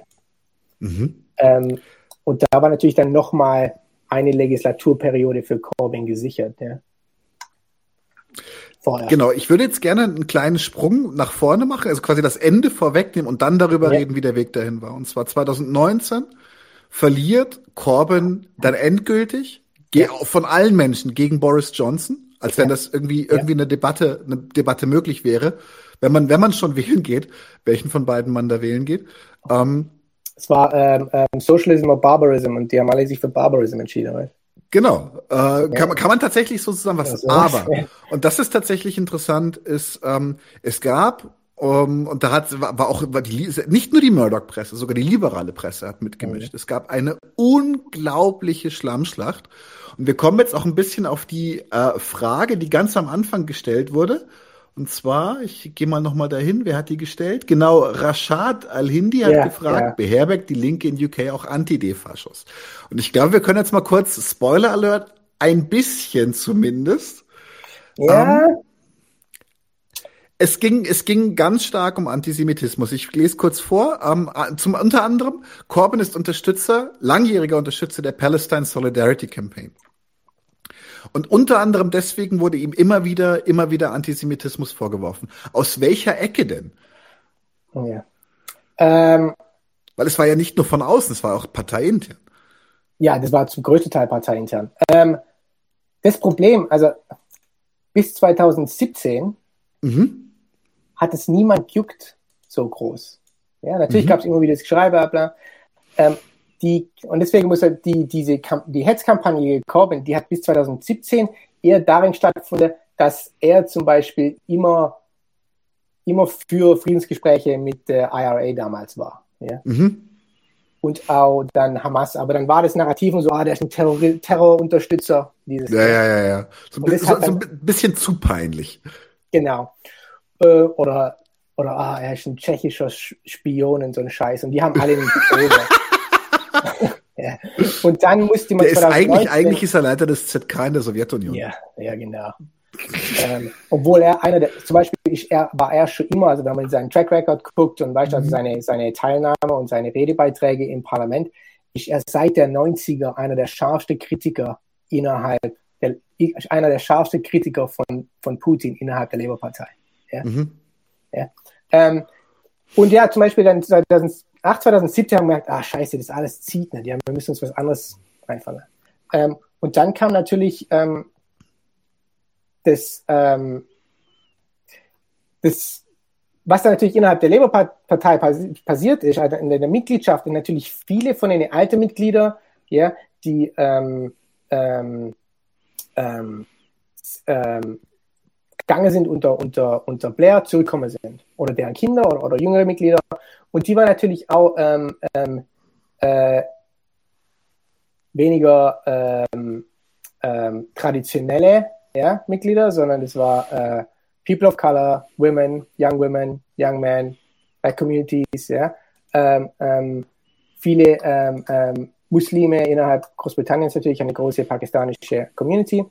Und da war natürlich dann nochmal eine Legislaturperiode für Corbyn gesichert. Ja. Vorher. Genau, ich würde jetzt gerne einen kleinen Sprung nach vorne machen, also quasi das Ende vorwegnehmen und dann darüber reden, wie der Weg dahin war. Und zwar 2019 verliert Corbyn dann endgültig von allen Menschen gegen Boris Johnson. Als wenn das irgendwie eine Debatte möglich wäre, wenn man schon wählen geht, welchen von beiden man da wählen geht. Es war Socialism or Barbarism und die haben alle sich für Barbarism entschieden. Right? Genau, kann man tatsächlich so zusammenfassen. Ja, so. Aber, und das ist tatsächlich interessant, ist, es gab, und da nicht nur die Murdoch-Presse, sogar die liberale Presse hat mitgemischt. Es gab eine unglaubliche Schlammschlacht. Und wir kommen jetzt auch ein bisschen auf die Frage, die ganz am Anfang gestellt wurde. Und zwar, ich gehe mal nochmal dahin, wer hat die gestellt? Genau, Rashad Al-Hindi hat gefragt, beherbergt die Linke in UK auch Anti-Defaschos? Und ich glaube, wir können jetzt mal kurz, Spoiler Alert, ein bisschen zumindest. Ja. Es ging ganz stark um Antisemitismus. Ich lese kurz vor. Unter anderem, Corbyn ist langjähriger Unterstützer der Palestine Solidarity Campaign. Und unter anderem deswegen wurde ihm immer wieder Antisemitismus vorgeworfen. Aus welcher Ecke denn? Ja. Weil es war ja nicht nur von außen, es war auch parteiintern. Ja, das war zum größten Teil parteiintern. Das Problem, also bis 2017 hat es niemand juckt so groß. Ja, natürlich gab es immer wieder das Geschrei, bla bla. Und deswegen muss die Hetzkampagne Corbyn, die hat bis 2017 eher darin stattgefunden, dass er zum Beispiel immer für Friedensgespräche mit der IRA damals war. Ja? Und auch dann Hamas. Aber dann war das Narrativ und so, der ist ein Terrorunterstützer. Ja. So ein bisschen zu peinlich. Genau. Oder er ist ein tschechischer Spion und so ein Scheiß. Und die haben alle einen ja. Und dann musste man. Eigentlich ist er Leiter des ZK in der Sowjetunion. Ja, genau. Obwohl er zum Beispiel war er schon immer, also wenn man seinen Track Record guckt und weißt, also seine Teilnahme und seine Redebeiträge im Parlament, ist er seit der 90er einer der scharfsten Kritiker von Putin innerhalb der Labour-Partei. Ja? Ja. Und ja, zum Beispiel dann 2017 haben wir gemerkt, scheiße, das alles zieht nicht. Ja, wir müssen uns was anderes einfallen. Und dann kam natürlich das, was da natürlich innerhalb der Labour-Partei passiert ist, also in der Mitgliedschaft, und natürlich viele von den alten Mitgliedern, ja, die gegangen sind unter Blair, zurückgekommen sind. Oder deren Kinder oder jüngere Mitglieder. Und die waren natürlich auch weniger traditionelle Mitglieder, sondern es war People of Color, Women, Young Men, Black Communities, viele Muslime innerhalb Großbritanniens, natürlich eine große pakistanische Community.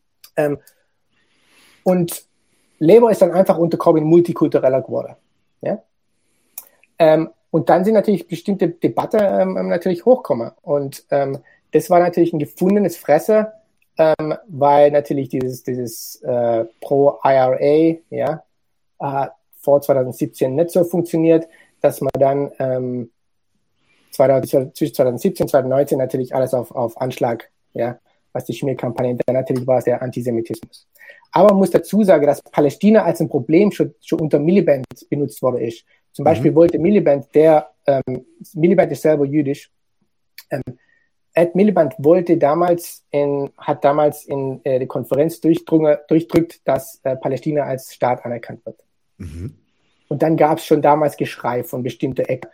Und Labour ist dann einfach unter Corbyn multikultureller geworden. Ja? Und dann sind natürlich bestimmte Debatten natürlich hochgekommen. Und das war natürlich ein gefundenes Fressen, weil natürlich dieses Pro-IRA vor 2017 nicht so funktioniert, dass man dann zwischen 2017 und 2019 natürlich alles auf Anschlag, was die Schmierkampagne, dann natürlich war es der Antisemitismus. Aber man muss dazu sagen, dass Palästina als ein Problem schon unter Miliband benutzt worden ist. Zum Beispiel wollte Miliband, Miliband ist selber jüdisch, Ed Miliband hat damals in der Konferenz durchdrückt, dass Palästina als Staat anerkannt wird. Und dann gab es schon damals Geschrei von bestimmten Ecken,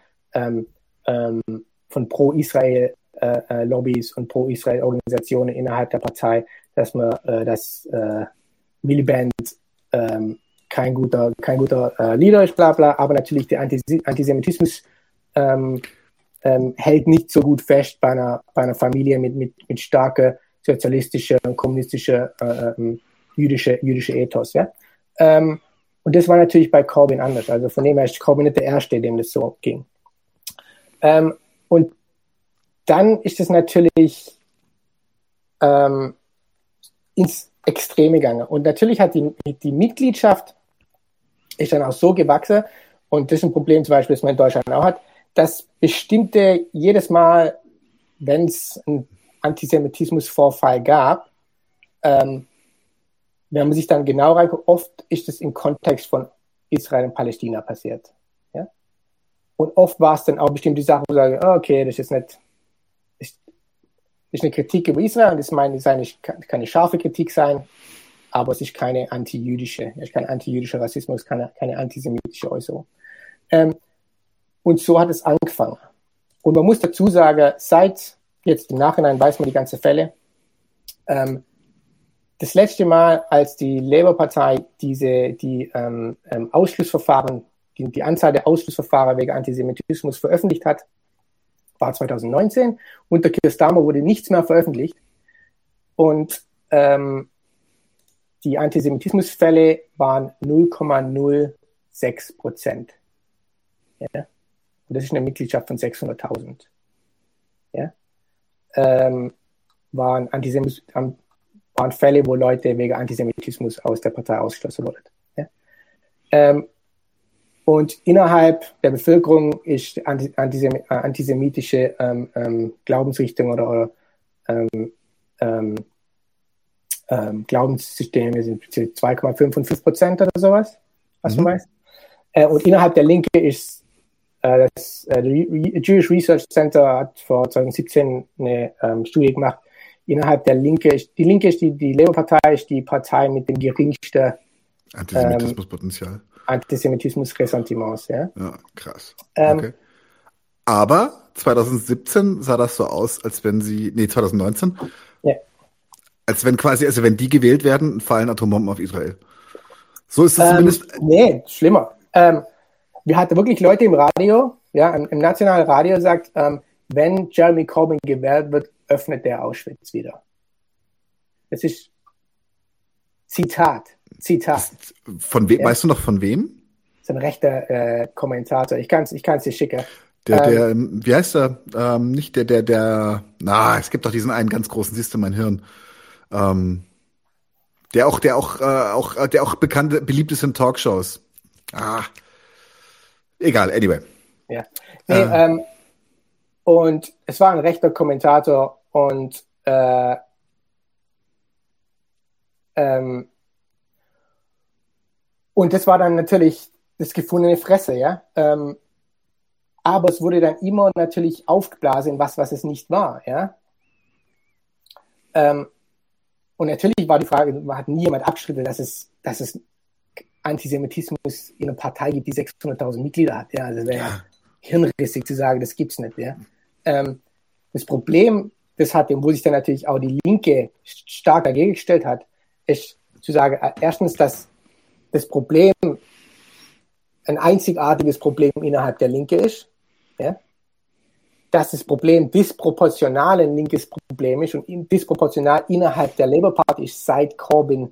von Pro-Israel Lobbys und Pro-Israel Organisationen innerhalb der Partei, dass Miliband kein guter Leader ist, bla bla, aber natürlich der Antisemitismus hält nicht so gut fest bei einer Familie mit starker sozialistischer und kommunistischer jüdische Ethos. Ja? Und das war natürlich bei Corbyn anders. Also von dem her ist Corbyn nicht der Erste, dem das so ging. Und dann ist es natürlich ins Extreme gegangen. Und natürlich hat die Mitgliedschaft ist dann auch so gewachsen, und das ist ein Problem zum Beispiel, das man in Deutschland auch hat, dass bestimmte, jedes Mal, wenn es einen Antisemitismusvorfall gab, wenn man sich dann genau reinguckt, oft ist es im Kontext von Israel und Palästina passiert. Ja? Und oft war es dann auch bestimmte Sachen, wo ich sage, okay, das ist nicht, ist eine Kritik über Israel, und das kann eine scharfe Kritik sein, aber es ist keine anti-jüdische Rassismus, keine antisemitische Äußerung. Und so hat es angefangen. Und man muss dazu sagen, seit jetzt im Nachhinein weiß man die ganzen Fälle. Das letzte Mal, als die Labour-Partei die Ausschlussverfahren, die Anzahl der Ausschlussverfahren wegen Antisemitismus veröffentlicht hat, war 2019. Unter Keir Starmer wurde nichts mehr veröffentlicht. Und die Antisemitismusfälle waren 0,06%. Ja? Und das ist eine Mitgliedschaft von 600.000. Ja? Waren Fälle, wo Leute wegen Antisemitismus aus der Partei ausgeschlossen wurden. Ja? Und innerhalb der Bevölkerung ist antisemitische Glaubensrichtung oder Glaubenssysteme sind 2,5% oder sowas, was man weiß. Und innerhalb der Linke ist das Jewish Research Center hat vor 2017 eine Studie gemacht. Innerhalb der Linke ist die Labour-Partei ist die Partei mit dem geringsten Antisemitismuspotenzial. Antisemitismus-Ressentiments, ja. Ja, krass. Okay. Aber 2017 sah das so aus, als wenn 2019. Ja. Als wenn wenn die gewählt werden, fallen Atombomben auf Israel. So ist es zumindest. Nee, schlimmer. Wir hatten wirklich Leute im Radio, ja, im nationalen Radio sagt, wenn Jeremy Corbyn gewählt wird, öffnet der Auschwitz wieder. Das ist Zitat. Von wem? Ja. Weißt du noch von wem? Das ist ein rechter Kommentator. Ich kann's dir schicken. Der, wie heißt er? Nicht es gibt doch diesen einen ganz großen, siehst du, mein Hirn. Der auch beliebt ist in Talkshows. Egal, anyway. Ja. Nee, und es war ein rechter Kommentator und das war dann natürlich das gefundene Fresse, ja. Aber es wurde dann immer natürlich aufgeblasen, was es nicht war, ja. Und natürlich war die Frage, hat nie jemand abgestritten, dass es Antisemitismus in einer Partei gibt, die 600.000 Mitglieder hat. Ja, also das wäre ja hirnrissig zu sagen, das gibt's nicht. Ja. Das Problem, wo sich dann natürlich auch die Linke stark dagegen gestellt hat, ist zu sagen, erstens, dass das Problem ein einzigartiges Problem innerhalb der Linke ist, ja? Dass das Problem disproportional ein linkes Problem ist und disproportional innerhalb der Labour Party ist, seit Corbyn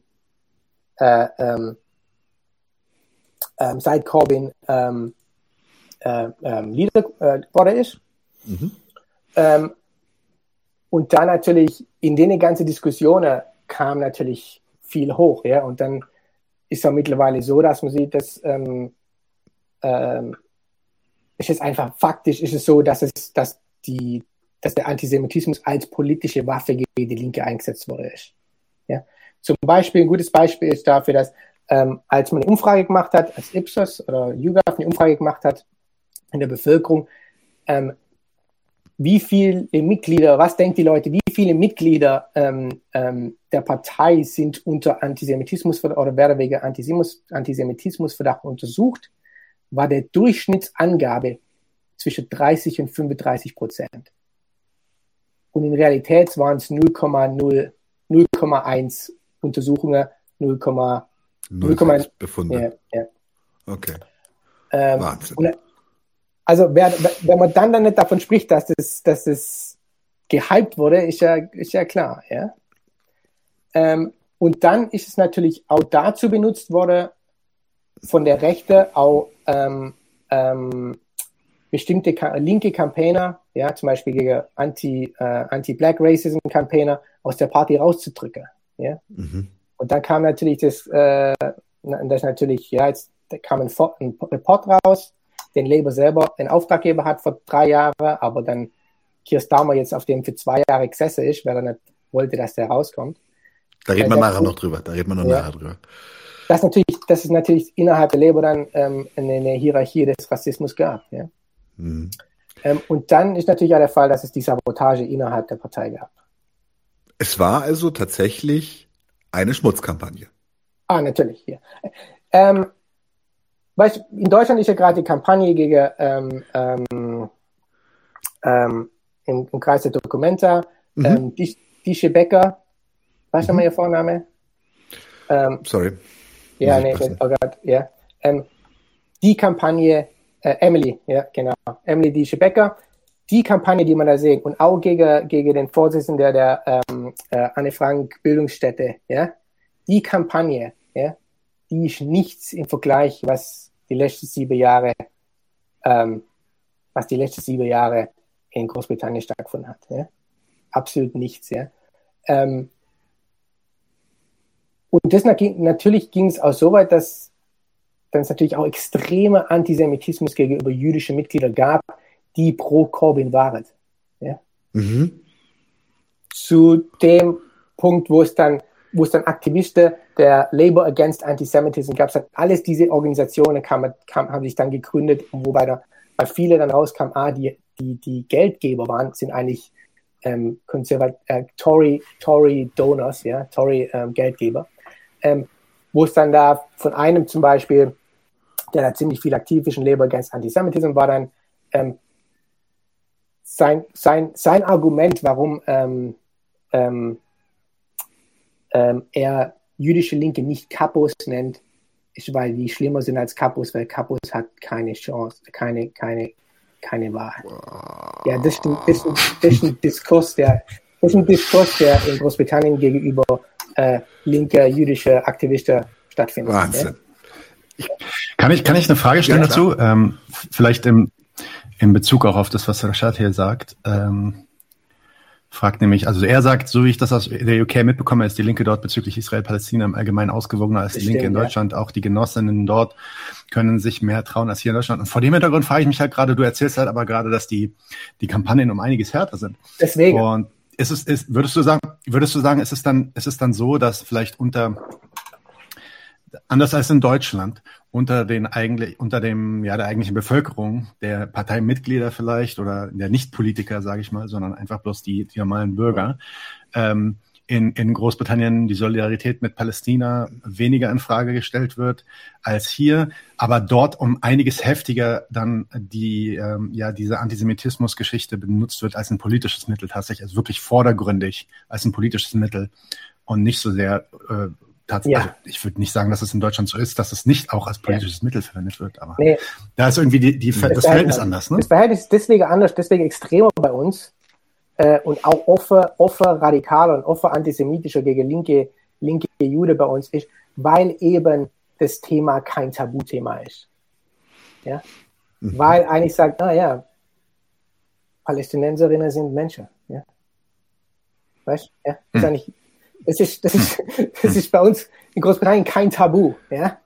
Leader geworden ist. Und dann natürlich in den ganzen Diskussionen kam natürlich viel hoch, ja, und dann ist es mittlerweile so, dass man sieht, dass ist es einfach faktisch, ist es so, dass der Antisemitismus als politische Waffe gegen die Linke eingesetzt wurde. Ja? Zum Beispiel, ein gutes Beispiel ist dafür, dass als man eine Umfrage gemacht hat, als Ipsos oder YouGov eine Umfrage gemacht hat in der Bevölkerung, wie viele Mitglieder, was denkt die Leute, wie viele Mitglieder der Partei sind unter Antisemitismus oder werden wegen Antisemitismusverdacht untersucht, war der Durchschnittsangabe zwischen 30 und 35%. Und in Realität waren es 0,1 Untersuchungen, 0,0 Befunde. Ja. Okay. Wahnsinn. Also wenn man dann nicht davon spricht, dass es gehypt wurde, ist ja klar. Ja? Und dann ist es natürlich auch dazu benutzt worden, von der Rechte auch bestimmte linke Campaigner, ja, zum Beispiel gegen Anti-Black Racism Campaigner aus der Party rauszudrücken. Ja? Und dann kam natürlich jetzt kam ein Report raus, den Labour selber einen Auftraggeber hat vor 3 Jahren, aber dann Keir Starmer jetzt auf dem für 2 Jahre gesessen ist, weil er nicht wollte, dass der rauskommt. Da reden wir nachher noch drüber. Nachher drüber. Dass es natürlich innerhalb der Labour dann eine Hierarchie des Rassismus gab. Ja? Mhm. Und dann ist natürlich auch der Fall, dass es die Sabotage innerhalb der Partei gab. Es war also tatsächlich eine Schmutzkampagne. Natürlich, ja. Weißt, in Deutschland ist ja gerade die Kampagne gegen im Kreis der Documenta, Dische Becker, weißt du mal ihr Vorname? Sorry. Ja, nee, oh Gott, ja. Die Kampagne, Emily, ja, genau. Emily Dische Becker, die Kampagne, die man da sieht, und auch gegen den Vorsitzenden der Anne Frank Bildungsstätte, ja, die Kampagne, ja, die ist nichts im Vergleich, was die letzten 7 Jahre in Großbritannien stattgefunden hat. Ja? Absolut nichts. Ja? Und das natürlich ging es auch so weit, dass es natürlich auch extremer Antisemitismus gegenüber jüdischen Mitgliedern gab, die pro Corbyn waren. Ja? Zu dem Punkt, wo es dann Aktivisten der Labour Against Antisemitism gab, es alles diese Organisationen haben sich dann gegründet, wobei bei viele dann rauskam, die Geldgeber sind eigentlich Tory Donors, ja, Tory Geldgeber, wo es dann da von einem zum Beispiel, der da ziemlich viel aktiv ist in Labour Against Antisemitism, war dann sein Argument, warum er jüdische Linke nicht Kapos nennt, ist, weil die schlimmer sind als Kapos, weil Kapos hat keine Chance, keine Wahl. Wow. Ja, das ist ein Diskurs, der in Großbritannien gegenüber linker jüdischer Aktivisten stattfindet. Wahnsinn. Ja? Kann ich eine Frage stellen dazu? Vielleicht in Bezug auch auf das, was Rashad hier sagt. Fragt nämlich, also er sagt, so wie ich das aus der UK mitbekomme, ist die Linke dort bezüglich Israel-Palästina im Allgemeinen ausgewogener als die Linke in Deutschland. Ja. Auch die Genossinnen dort können sich mehr trauen als hier in Deutschland. Und vor dem Hintergrund frage ich mich halt gerade, du erzählst halt aber gerade, dass die Kampagnen um einiges härter sind. Deswegen. Und würdest du sagen, ist es dann so, dass vielleicht anders als in Deutschland, unter der eigentlichen Bevölkerung, der Parteimitglieder vielleicht oder der Nicht-Politiker, sage ich mal, sondern einfach bloß die normalen Bürger, in Großbritannien die Solidarität mit Palästina weniger in Frage gestellt wird als hier, aber dort um einiges heftiger dann diese Antisemitismus-Geschichte benutzt wird als ein politisches Mittel tatsächlich, also wirklich vordergründig als ein politisches Mittel und nicht so sehr tatsächlich, also ich würde nicht sagen, dass es in Deutschland so ist, dass es nicht auch als politisches Mittel verwendet wird, aber da ist irgendwie das Verhältnis anders. Ne? Das Verhältnis ist deswegen anders, deswegen extremer bei uns und auch offen radikaler und offen antisemitischer gegen linke Jude bei uns ist, weil eben das Thema kein Tabuthema ist. Ja? Weil eigentlich sagt, Palästinenserinnen sind Menschen. Ja? Weißt du? Ja? Das ist eigentlich das ist bei uns in Großbritannien kein Tabu, ja.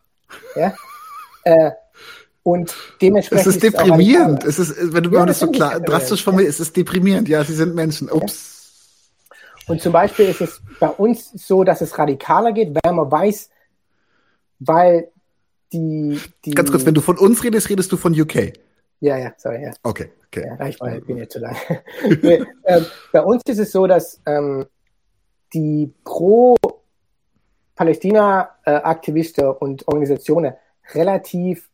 Und dementsprechend. Es ist deprimierend. Es ist, wenn man das so klar drastisch formuliert, es ist deprimierend. Ja, sie sind Menschen. Ups. Und zum Beispiel ist es bei uns so, dass es radikaler geht, weil man weiß, weil die. Ganz kurz, wenn du von uns redest du von UK. Ja, sorry, ja. Okay. Ja, ich bin jetzt zu lang. Bei uns ist es so, dass die Pro-Palästina-Aktivisten und Organisationen relativ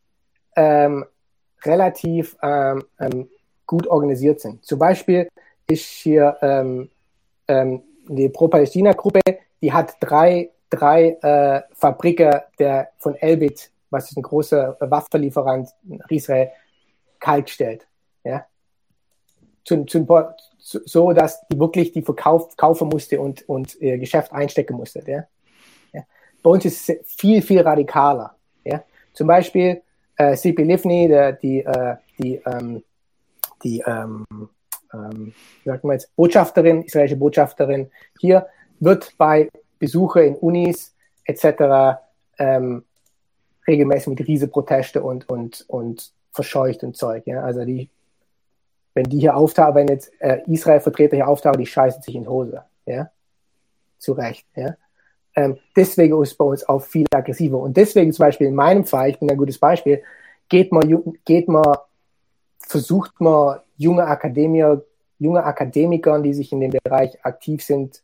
gut organisiert sind. Zum Beispiel ist hier die Pro-Palästina-Gruppe, die hat drei Fabriken von Elbit, was ist ein großer Waffenlieferant in Israel, kaltgestellt. Ja? So, dass die wirklich die kaufen musste und ihr Geschäft einstecken musste. Ja? Ja. Bei uns ist es viel, viel radikaler. Ja? Zum Beispiel Tzipi Livni, die israelische Botschafterin hier, wird bei Besuchen in Unis etc. Regelmäßig mit Riesenproteste und verscheucht und Zeug. Ja? Also wenn die hier auftauchen, wenn jetzt Israel-Vertreter hier auftauchen, die scheißen sich in die Hose. Ja? Zu Recht. Ja? Deswegen ist es bei uns auch viel aggressiver. Und deswegen zum Beispiel in meinem Fall, ich bin ein gutes Beispiel, versucht man junge Akademikern, die sich in dem Bereich aktiv sind,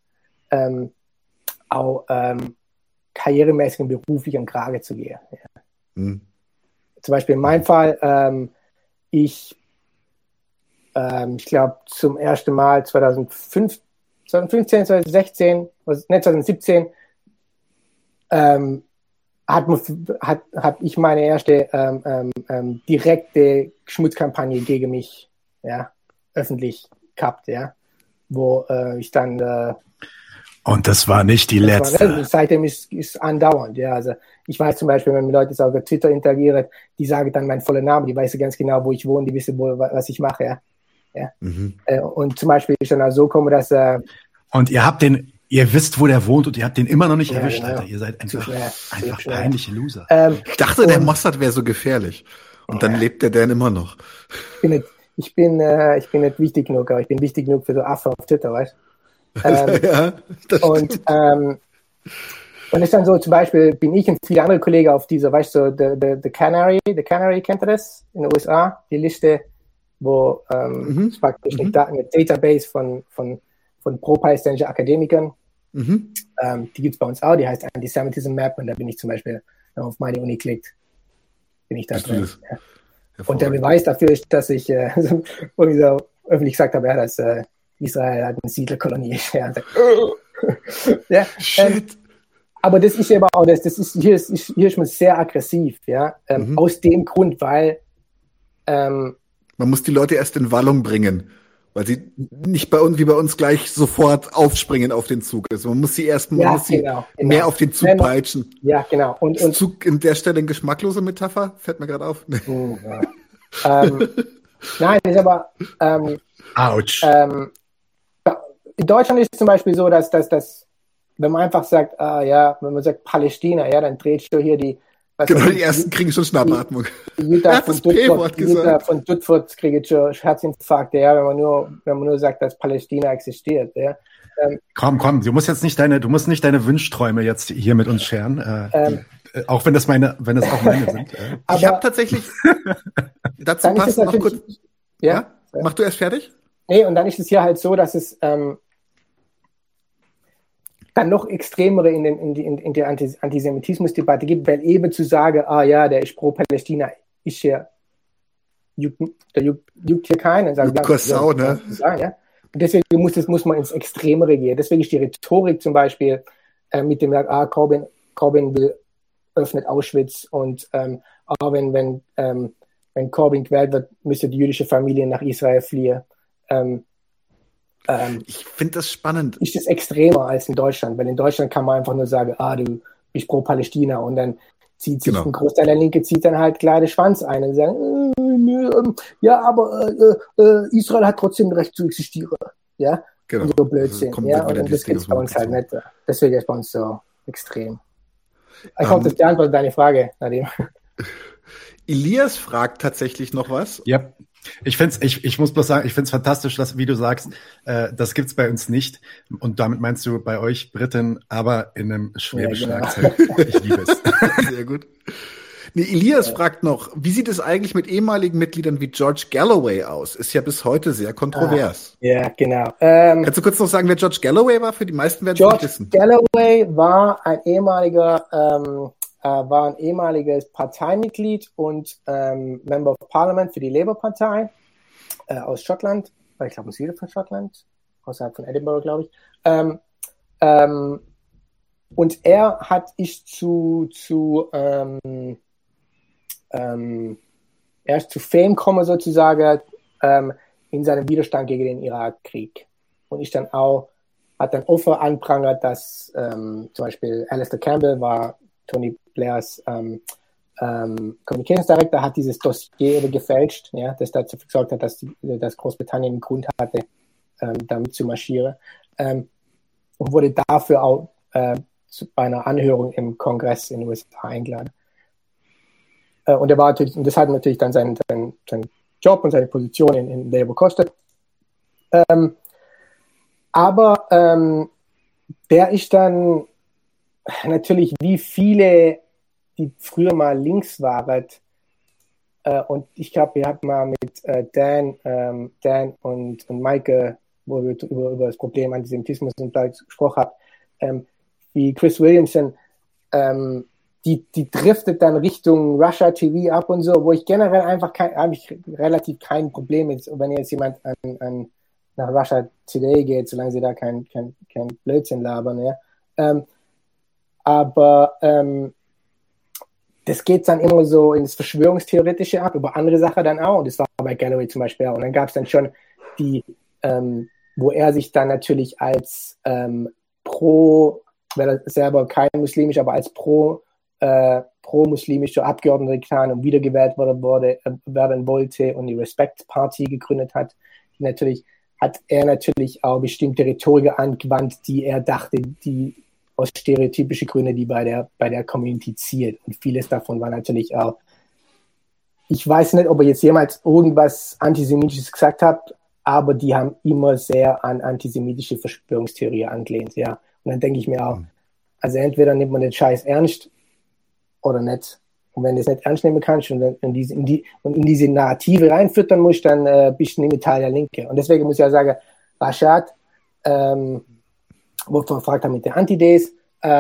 auch karrieremäßig und beruflich an Krage zu gehen. Ja. Mhm. Zum Beispiel in meinem Fall, ich glaube zum ersten Mal 2015, 2016, 2017 habe ich meine erste direkte Schmutzkampagne gegen mich öffentlich gehabt, wo ich dann und das war nicht die letzte. Seitdem ist andauernd, also ich weiß zum Beispiel, wenn Leute jetzt auf Twitter interagieren, die sagen dann meinen vollen Namen, die wissen ganz genau, wo ich wohne, die wissen, was ich mache, Mhm. Und zum Beispiel ist dann auch so gekommen, dass und ihr wisst, wo der wohnt und ihr habt den immer noch nicht erwischt, genau. Alter. Ihr seid einfach peinliche Loser. Ich dachte, der Mossad wäre so gefährlich. Und dann lebt der Dan immer noch. Ich bin nicht wichtig genug, aber ich bin wichtig genug für so Affen auf Twitter, weißt du? Und ist dann so, zum Beispiel bin ich und viele andere Kollegen auf dieser, weißt du, The Canary, kennt ihr das? In den USA, die Liste, wo es praktisch eine Database von pro-palästinensischen Akademikern. Die gibt es bei uns auch, die heißt Antisemitism Map, und da bin ich zum Beispiel, wenn man auf meine Uni klickt, bin ich da drin. Ja. Und der Beweis dafür ist, dass ich irgendwie so öffentlich gesagt habe, dass Israel halt eine Siedlerkolonie ist. Ja. Shit. Aber das ist aber auch, hier ist man sehr aggressiv, aus dem Grund, weil man muss die Leute erst in Wallung bringen, weil sie nicht wie bei uns gleich sofort aufspringen auf den Zug. Also man muss sie mehr auf den Zug peitschen. Ja, genau. Und Zug in der Stelle eine geschmacklose Metapher? Fällt mir gerade auf. Nein, das ist aber Autsch. In Deutschland ist es zum Beispiel so, dass wenn man einfach sagt, wenn man sagt Palästina, dann dreht du hier die ersten kriegen schon Schnappatmung. Er hat das P-Wort gesagt. Von Duttfurt kriege ich schon Herzinfarkte, wenn man nur sagt, dass Palästina existiert. Ja. Komm, du musst nicht deine Wunschträume jetzt hier mit uns scheren. Auch wenn das auch meine sind. Ich habe tatsächlich dazu passt noch kurz. Ja? Mach du erst fertig? Nee, und dann ist es hier halt so, dass es dann noch extremere in der Antisemitismusdebatte gibt, weil eben zu sagen, der ist pro Palästina, ist hier, juckt hier keinen. Sau, ne? Und deswegen muss man ins Extremere gehen. Deswegen ist die Rhetorik zum Beispiel mit dem Corbyn öffnet Auschwitz und wenn Corbyn gewählt wird, müsste die jüdische Familie nach Israel fliehen. Ich finde das spannend. Ist das extremer als in Deutschland, weil in Deutschland kann man einfach nur sagen, du bist pro Palästina, und dann zieht sich ein Großteil der Linke dann halt klar den Schwanz ein und sagen, Israel hat trotzdem Recht zu existieren. Ja? Genau. So Blödsinn. Und das gibt es bei uns halt nicht. Deswegen ist es bei uns so extrem. Ich hoffe, das beantwortet deine Frage, Nadim. Elias fragt tatsächlich noch was. Ja. Ich muss bloß sagen, ich finde es fantastisch, dass, wie du sagst, das gibt's bei uns nicht. Und damit meinst du bei euch Briten, aber in einem schwäbischen Akzent. Ich liebe es. Sehr gut. Elias fragt noch, wie sieht es eigentlich mit ehemaligen Mitgliedern wie George Galloway aus? Ist ja bis heute sehr kontrovers. Ja, genau. Kannst du kurz noch sagen, wer George Galloway war? Für die meisten werden es nicht wissen. George Galloway war ein ehemaliges Parteimitglied und Member of Parliament für die Labour-Partei aus Schottland, ich glaube im Süden von Schottland, außerhalb von Edinburgh, glaube ich. Und er ist zu Fame gekommen sozusagen in seinem Widerstand gegen den Irakkrieg, und hat dann offen anprangert, dass zum Beispiel Alistair Campbell war Tony Blairs Communications Director, hat dieses Dossier gefälscht, das dazu gesorgt hat, dass Großbritannien einen Grund hatte, damit zu marschieren, und wurde dafür auch bei einer Anhörung im Kongress in den USA eingeladen. Und das hat natürlich dann seinen Job und seine Position in Labour gekostet. Aber der ist dann natürlich, wie viele, die früher mal links waren, und ich glaube, wir hatten mal mit Dan und Maike, wo wir über das Problem Antisemitismus und Deutsch gesprochen haben, wie Chris Williamson, die driftet dann Richtung Russia TV ab und so, wo ich generell einfach habe ich relativ kein Problem mit, wenn jetzt jemand nach Russia Today geht, solange sie da kein Blödsinn labern, ja. Aber das geht dann immer so ins Verschwörungstheoretische ab, über andere Sachen dann auch. Und das war bei Galloway zum Beispiel auch. Und dann gab es dann schon die, wo er sich dann natürlich als weil er selber kein muslimisch, aber als pro-muslimischer Abgeordneter getan und wiedergewählt werden wollte und die Respect Party gegründet hat. Hat er natürlich auch bestimmte Rhetorik angewandt, die er dachte, die aus stereotypischen Gründen, die bei der Community zielt. Und vieles davon war natürlich auch, ich weiß nicht, ob er jetzt jemals irgendwas Antisemitisches gesagt hat, aber die haben immer sehr an antisemitische Verschwörungstheorie angelehnt, ja. Und dann denke ich mir auch, also entweder nimmt man den Scheiß ernst oder nicht. Und wenn du es nicht ernst nehmen kannst und in diese Narrative reinfüttern musst, dann bist du nicht mit Teil der Linke. Und deswegen muss ich ja sagen, Rashad, wo wir gefragt haben mit den Anti-Days,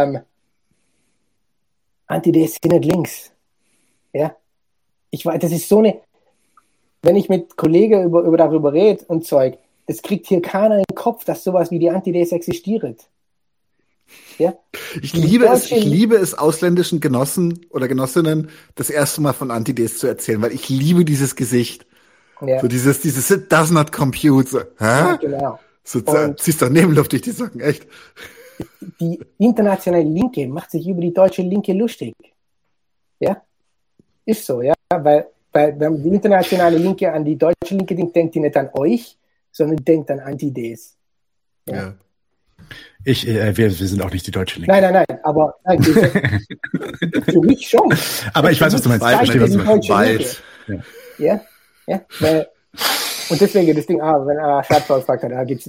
Anti-Days sind nicht links. Ja? Ich weiß, das ist so eine, wenn ich mit Kollegen darüber rede und Zeug, das kriegt hier keiner in den Kopf, dass sowas wie die Anti-Days existiert. Ja? Ich liebe es, ausländischen Genossen oder Genossinnen das erste Mal von Anti-Days zu erzählen, weil ich liebe dieses Gesicht. Ja. So dieses it does not compute. So, hä? Ja, genau. So, ziehst doch Nebenluft durch die Socken, echt. Die internationale Linke macht sich über die deutsche Linke lustig. Ja? Ist so, ja. Weil wenn die internationale Linke an die deutsche Linke denkt die nicht an euch, sondern denkt an Anti-Days. Ja. Wir sind auch nicht die deutsche Linke. Nein, aber für mich schon. Aber ich weiß, was du meinst. Bald. Ja. Und deswegen das Ding, wenn Schwarzwald fragt, da gibt's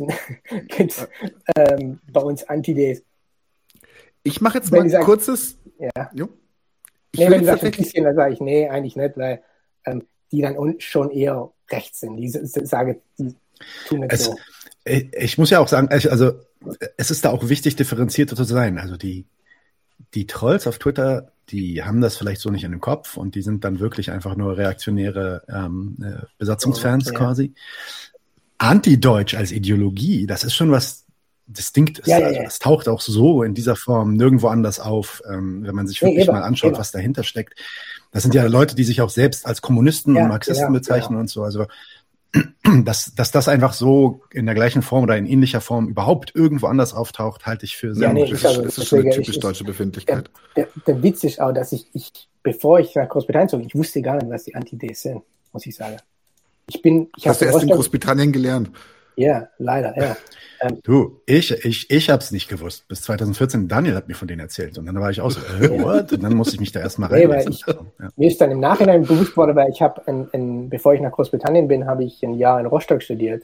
bei uns Anti-Days. Ich mache jetzt mal ein kurzes. Ja. Wenn du sagst, ein bisschen, dann sage ich, nee, eigentlich nicht, weil die dann schon eher rechts sind. Die sagen, die tun nicht so. Ich muss ja auch sagen, also es ist da auch wichtig, differenzierter zu sein. Also die Trolls auf Twitter, die haben das vielleicht so nicht in dem Kopf und die sind dann wirklich einfach nur reaktionäre Besatzungsfans quasi. Anti-Deutsch als Ideologie, das ist schon was Distinktes. Also das taucht auch so in dieser Form nirgendwo anders auf, wenn man sich wirklich mal anschaut, was dahinter steckt. Das sind ja Leute, die sich auch selbst als Kommunisten und Marxisten bezeichnen und so. Also dass das einfach so in der gleichen Form oder in ähnlicher Form überhaupt irgendwo anders auftaucht, halte ich für sehr das ist schon eine typisch deutsche Befindlichkeit. Der Witz ist auch, dass ich bevor ich nach Großbritannien zog, ich wusste gar nicht, was die Anti-Days sind, muss ich sagen. Hast du erst in Großbritannien gelernt? Ja, leider, ja. Ich hab's nicht gewusst. Bis 2014, Daniel hat mir von denen erzählt. Und dann war ich auch so, what? Und dann musste ich mich da erstmal reinlesen. Mir ist dann im Nachhinein bewusst worden, weil ich habe, bevor ich nach Großbritannien bin, habe ich ein Jahr in Rostock studiert.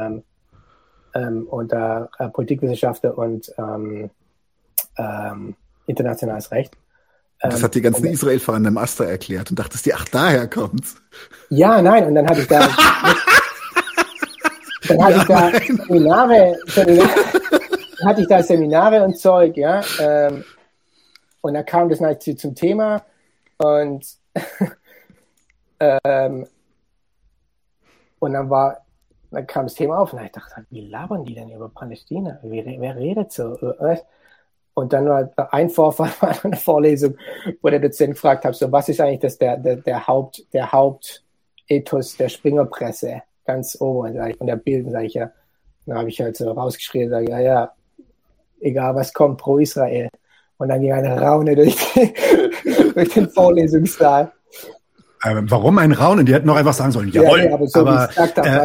Und Politikwissenschaften und internationales Recht. Das hat die ganzen Israel-Fahrer im Astra erklärt und dachtest dir, ach, daher kommt's. Ja, nein, und dann hatte ich da Seminare und Zeug, ja. Und dann kam das natürlich zum Thema und dann kam das Thema auf und ich dachte, wie labern die denn über Palästina? Wer redet so? Und dann war ein Vorfall in der Vorlesung, wo der Dozent gefragt hat, so, was ist eigentlich der Hauptethos der Springerpresse? Ganz oben, sag ich, von der Bild, sage ich ja. Dann habe ich halt so rausgeschrien, sage ja, egal was kommt, pro Israel. Und dann ging eine Raune durch den Vorlesungssaal. Warum ein Raunen? Die hätten noch einfach sagen sollen, jawohl. Ja, aber so wie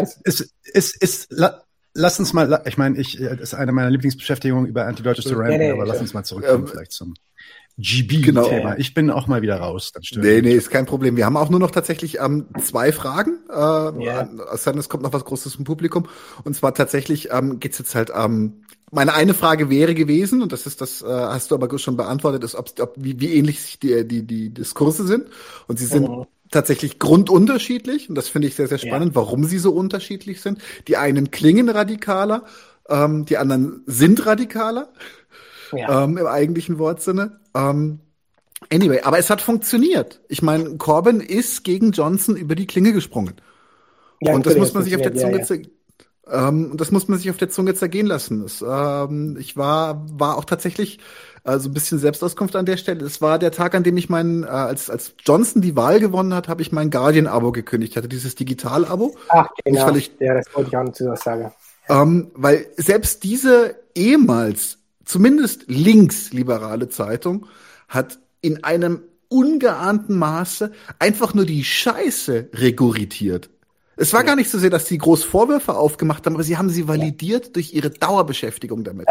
lass uns mal, ich meine, das ist eine meiner Lieblingsbeschäftigungen, über Antideutsches zu ranten, aber lass uns mal zurückkommen vielleicht zum GB-Thema. Genau. Ich bin auch mal wieder raus. Nee, ist kein Problem. Wir haben auch nur noch tatsächlich 2 Fragen. Es kommt noch was Großes vom Publikum. Und zwar tatsächlich geht's jetzt halt meine eine Frage wäre gewesen, und das hast du aber schon beantwortet, ist, wie ähnlich sich die Diskurse sind. Und sie sind tatsächlich grundunterschiedlich. Und das finde ich sehr, sehr spannend, warum sie so unterschiedlich sind. Die einen klingen radikaler, die anderen sind radikaler, im eigentlichen Wortsinne. Anyway, aber es hat funktioniert. Ich meine, Corbyn ist gegen Johnson über die Klinge gesprungen. Ja, und das muss man sich auf der Zunge das muss man sich auf der Zunge zergehen lassen. Ich war auch tatsächlich so ein bisschen Selbstauskunft an der Stelle. Es war der Tag, an dem ich als Johnson die Wahl gewonnen hat, habe ich mein Guardian-Abo gekündigt. Ich hatte dieses Digital-Abo. Ach, genau. Das wollte ich auch noch sagen. Weil selbst diese ehemals zumindest linksliberale Zeitung hat in einem ungeahnten Maße einfach nur die Scheiße regurgitiert. Es war gar nicht so sehr, dass sie groß Vorwürfe aufgemacht haben, aber sie haben sie validiert durch ihre Dauerbeschäftigung damit.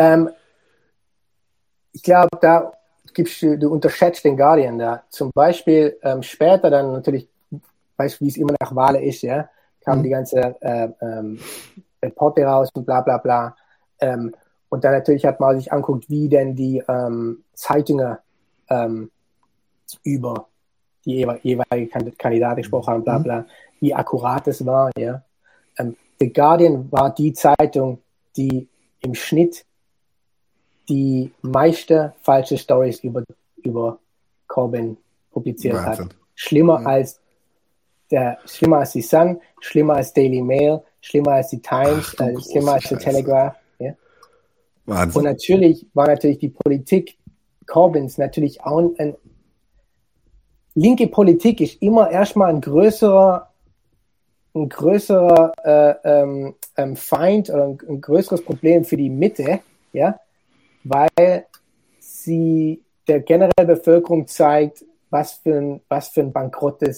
Ich glaube, du unterschätzt den Guardian da. Zum Beispiel später dann natürlich, weißt du, wie es immer nach Wahlen ist, ja, kam die ganze Reporte raus und bla bla bla. Und dann natürlich hat man sich anguckt, wie denn die Zeitungen über die jeweilige Kandidaten gesprochen haben, bla bla, wie akkurat es war. Ja. The Guardian war die Zeitung, die im Schnitt die meiste falsche Stories über Corbyn publiziert hat. Schlimmer als die Sun, schlimmer als Daily Mail, schlimmer als die Times, schlimmer als die Telegraph. Ja. Wahnsinn. Und natürlich war die Politik Corbyns natürlich auch linke Politik ist immer erstmal ein größerer Feind oder ein größeres Problem für die Mitte, ja, weil sie der generellen Bevölkerung zeigt, was für eine bankrotte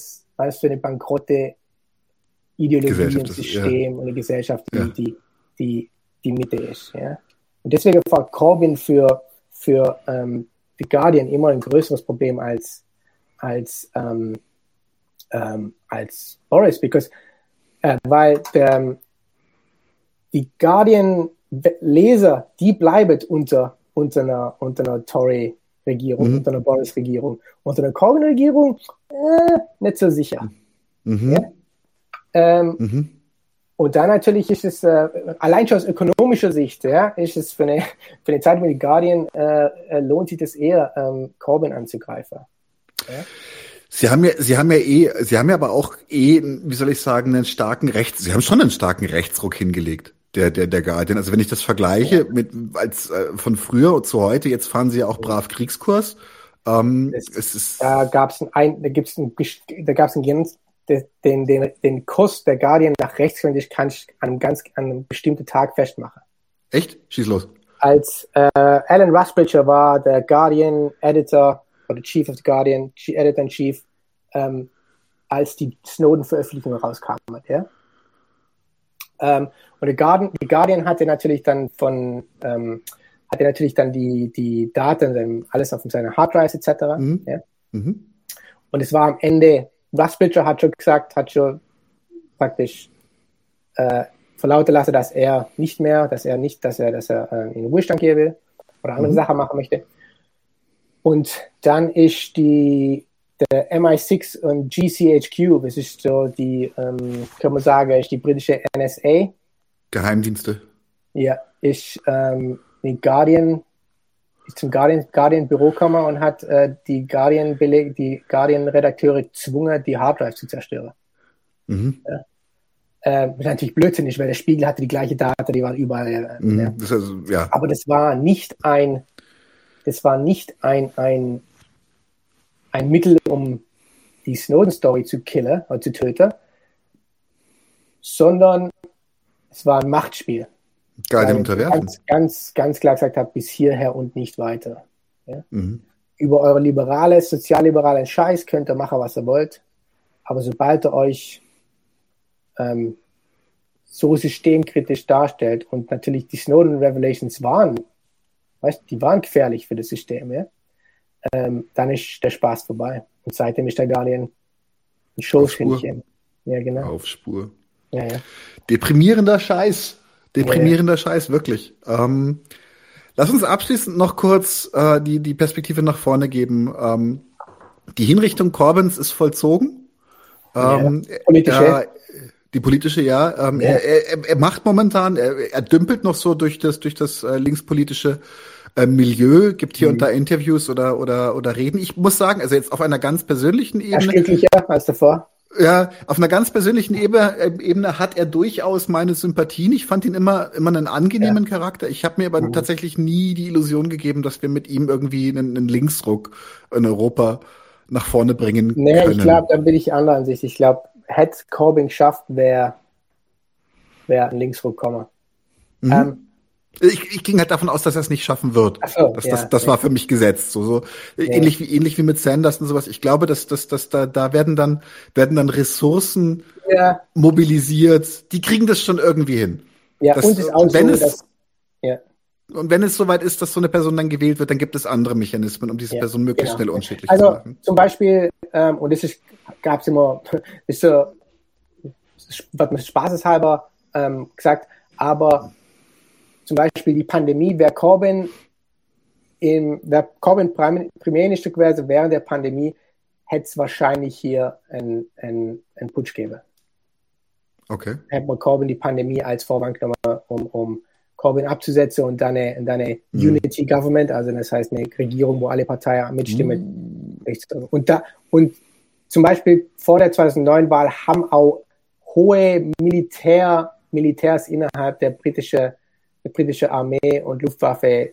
Ideologie und System und eine Gesellschaft, die Mitte ist. Ja. Und deswegen war Corbyn für The Guardian immer ein größeres Problem als Boris, weil die Guardian-Leser, die bleiben unter einer Tory-Regierung, unter einer Boris-Regierung. Unter einer Corbyn-Regierung nicht so sicher. Ja? Und dann natürlich ist es, allein schon aus ökonomischer Sicht, ja, ist es für eine Zeitung wie die Guardian, lohnt sich das eher, Corbyn anzugreifen. Ja? Sie haben ja aber auch wie soll ich sagen, Sie haben schon einen starken Rechtsruck hingelegt, der Guardian. Also wenn ich das vergleiche von früher zu heute, jetzt fahren sie ja auch brav Kriegskurs. Den Kurs der Guardian nach rechts kann ich an einem bestimmten Tag festmachen. Echt? Schieß los. Als Alan Rusbridger war der Guardian Editor oder Chief of the Guardian, Editor-in-Chief, als die Snowden-Veröffentlichungen rauskamen. Ja? Und die Guardian hatte natürlich dann die Daten, alles auf seiner Harddrives etc. Ja? Und es war am Ende, Rusbridger hat schon praktisch verlauten lassen, dass er in den Ruhestand gehen will oder andere Sachen machen möchte. Und dann ist der MI6 und GCHQ, das ist so kann man sagen, ist die britische NSA. Geheimdienste. Ja, ist zum Guardian Büro gekommen und hat die Guardian-Redakteure gezwungen, die Harddrive zu zerstören. Ja. Das ist natürlich blödsinnig, weil der Spiegel hatte die gleiche Daten, die waren überall. Ja. Aber das war nicht ein Mittel, um die Snowden-Story zu killen oder zu töten, sondern es war ein Machtspiel. Guardian unterwerfen. Ganz klar gesagt habe, bis hierher und nicht weiter. Ja? Über eure sozialliberale Scheiß könnt ihr machen, was ihr wollt, aber sobald ihr euch so systemkritisch darstellt und natürlich die Snowden-Revelations die waren gefährlich für das System, ja? Dann ist der Spaß vorbei. Und seitdem ist der Guardian ein Schoßhündchen. Ja, genau. Auf Spur. Ja. Deprimierender Scheiß, wirklich. Lass uns abschließend noch kurz die Perspektive nach vorne geben. Die Hinrichtung Corbyns ist vollzogen. Die politische, ja. Er macht momentan, er dümpelt noch so durch das linkspolitische Milieu, gibt hier und da Interviews oder Reden. Ich muss sagen, also jetzt auf einer ganz persönlichen Ebene. Erschrecklicher als davor. Ja, auf einer ganz persönlichen Ebene hat er durchaus meine Sympathien. Ich fand ihn immer einen angenehmen Charakter. Ich habe mir aber tatsächlich nie die Illusion gegeben, dass wir mit ihm irgendwie einen Linksruck in Europa nach vorne bringen können. Ich glaube, da bin ich anderer Ansicht. Ich glaube, hätte Corbyn geschafft, wäre ein Linksruck gekommen. Ich ging halt davon aus, dass er es nicht schaffen wird. Das war für mich gesetzt. So ähnlich wie mit Sanders und sowas. Ich glaube, dass da werden dann Ressourcen mobilisiert. Die kriegen das schon irgendwie hin. Ja, und ist auch und wenn es soweit ist, dass so eine Person dann gewählt wird, dann gibt es andere Mechanismen, um diese Person möglichst schnell unschädlich zu machen. Also zum Beispiel, und das gab es immer, wird mir spaßeshalber gesagt, aber zum Beispiel die Pandemie, wäre Corbyn Premierminister gewesen während der Pandemie, hätte es wahrscheinlich hier einen Putsch gegeben. Okay. Hätte man Corbyn die Pandemie als Vorwand genommen, um Corbyn abzusetzen und dann eine Unity Government, also das heißt eine Regierung, wo alle Parteien mitstimmen. Und zum Beispiel vor der 2009-Wahl haben auch hohe Militärs innerhalb der britische Armee und Luftwaffe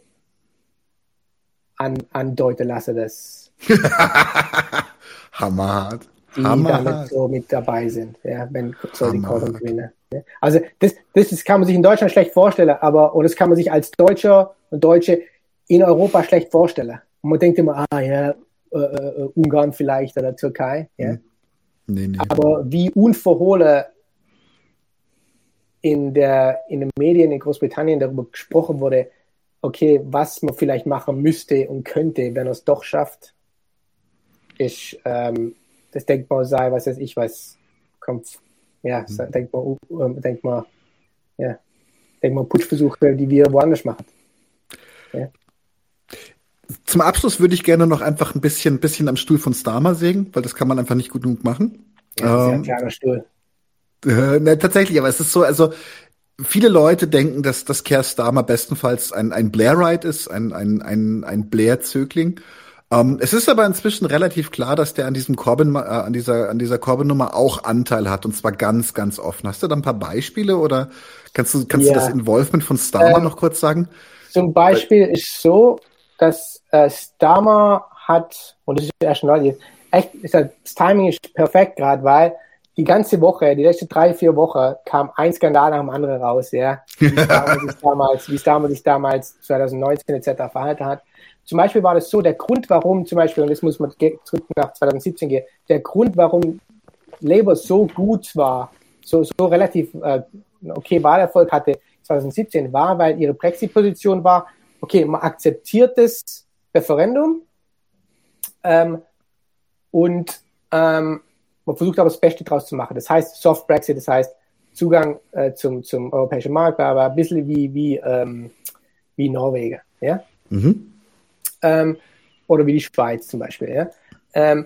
andeuten lassen, dass hammerhart. Die damit so mit dabei sind, wenn so die Corbyn gewinnen. Also das kann man sich in Deutschland schlecht vorstellen, und das kann man sich als Deutscher und Deutsche in Europa schlecht vorstellen. Und man denkt immer, Ungarn vielleicht oder Türkei. Ja. Nee. Aber wie unverhohlen in den Medien in Großbritannien darüber gesprochen wurde, okay, was man vielleicht machen müsste und könnte, wenn er es doch schafft, ist das denkbar sei, was weiß ich, was kommt. Ja, denkbar Putschversuche, die wir woanders machen. Ja. Zum Abschluss würde ich gerne noch einfach ein bisschen am Stuhl von Starmer sägen, weil das kann man einfach nicht gut genug machen. Ja, das ist ja ein kleiner Stuhl. Tatsächlich, aber es ist so, also viele Leute denken, dass Keir Starmer bestenfalls ein Blairite ist, ein Blair-Zögling. Es ist aber inzwischen relativ klar, dass der an diesem Corbyn, an dieser Corbyn-Nummer auch Anteil hat, und zwar ganz, ganz offen. Hast du da ein paar Beispiele oder kannst du das Involvement von Starmer noch kurz sagen? Zum Beispiel ist so, dass Starmer hat, und das ist ja schon Leute, das Timing ist perfekt gerade, weil die ganze Woche, die letzten 3-4 Wochen, kam ein Skandal nach dem anderen raus, ja. Wie Starmer sich damals 2019 etc. verhalten hat. Zum Beispiel war das so, der Grund, warum zum Beispiel, und das muss man zurück nach 2017 gehen, der Grund, warum Labour so gut war, so relativ okay Wahlerfolg hatte 2017, war, weil ihre Brexit-Position war, okay, man akzeptiert das Referendum und man versucht aber das Beste draus zu machen. Das heißt Soft Brexit, das heißt Zugang zum europäischen Markt, aber ein bisschen wie Norwegen, ja? Mhm. Oder wie die Schweiz zum Beispiel. Ja?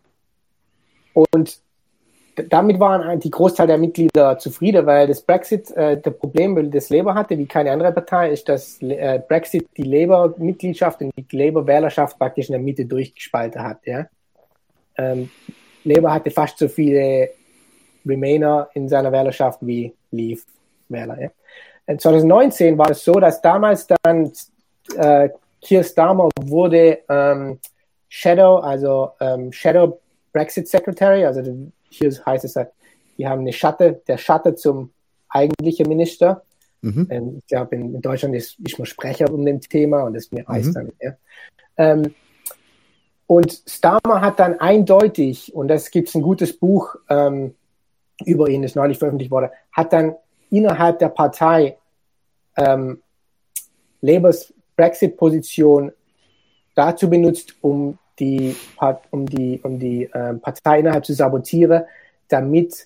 Und damit waren die Großteil der Mitglieder zufrieden, weil das Brexit, das Problem, das Labour hatte, wie keine andere Partei, ist, dass Brexit die Labour-Mitgliedschaft und die Labour-Wählerschaft praktisch in der Mitte durchgespalten hat. Ja? Labour hatte fast so viele Remainer in seiner Wählerschaft wie Leave-Wähler. Ja? 2019 war es so, dass damals dann Keir Starmer wurde Shadow Brexit Secretary, also hier heißt es, die haben der Schatten zum eigentlichen Minister. Mhm. Ich glaube, in Deutschland ist man Sprecher um dem Thema und das mir heißt damit. Ja. Und Starmer hat dann eindeutig, und das gibt es ein gutes Buch über ihn, das neulich veröffentlicht wurde, hat dann innerhalb der Partei Labours Brexit-Position dazu benutzt, um die Partei innerhalb zu sabotieren, damit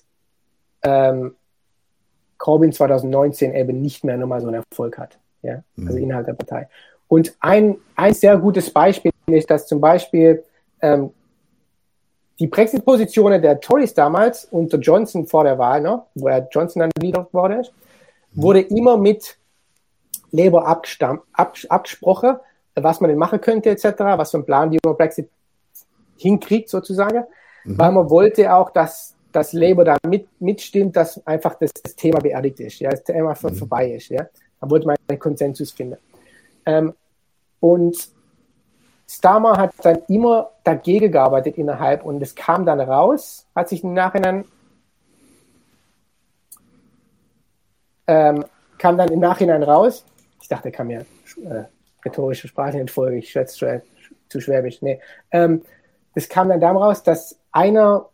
Corbyn 2019 eben nicht mehr nochmal so einen Erfolg hat. Ja? Also innerhalb der Partei. Und ein sehr gutes Beispiel ist, dass zum Beispiel die Brexit-Positionen der Tories damals unter Johnson vor der Wahl, ne, wo Johnson dann Leader geworden ist, wurde immer mit Labour abgesprochen, was man denn machen könnte etc., was für ein Plan, wie man Brexit hinkriegt sozusagen, weil man wollte auch, dass Labour da mitstimmt, dass einfach das Thema beerdigt ist, ja, das Thema vorbei ist, ja. Da wollte man einen Konsensus finden. Und Starmer hat dann immer dagegen gearbeitet innerhalb und es kam dann raus, hat sich im Nachhinein raus, ich dachte, kam mir rhetorische Sprache in Folge, ich schwätze zu schwäbisch, nee. Das kam dann raus, dass einer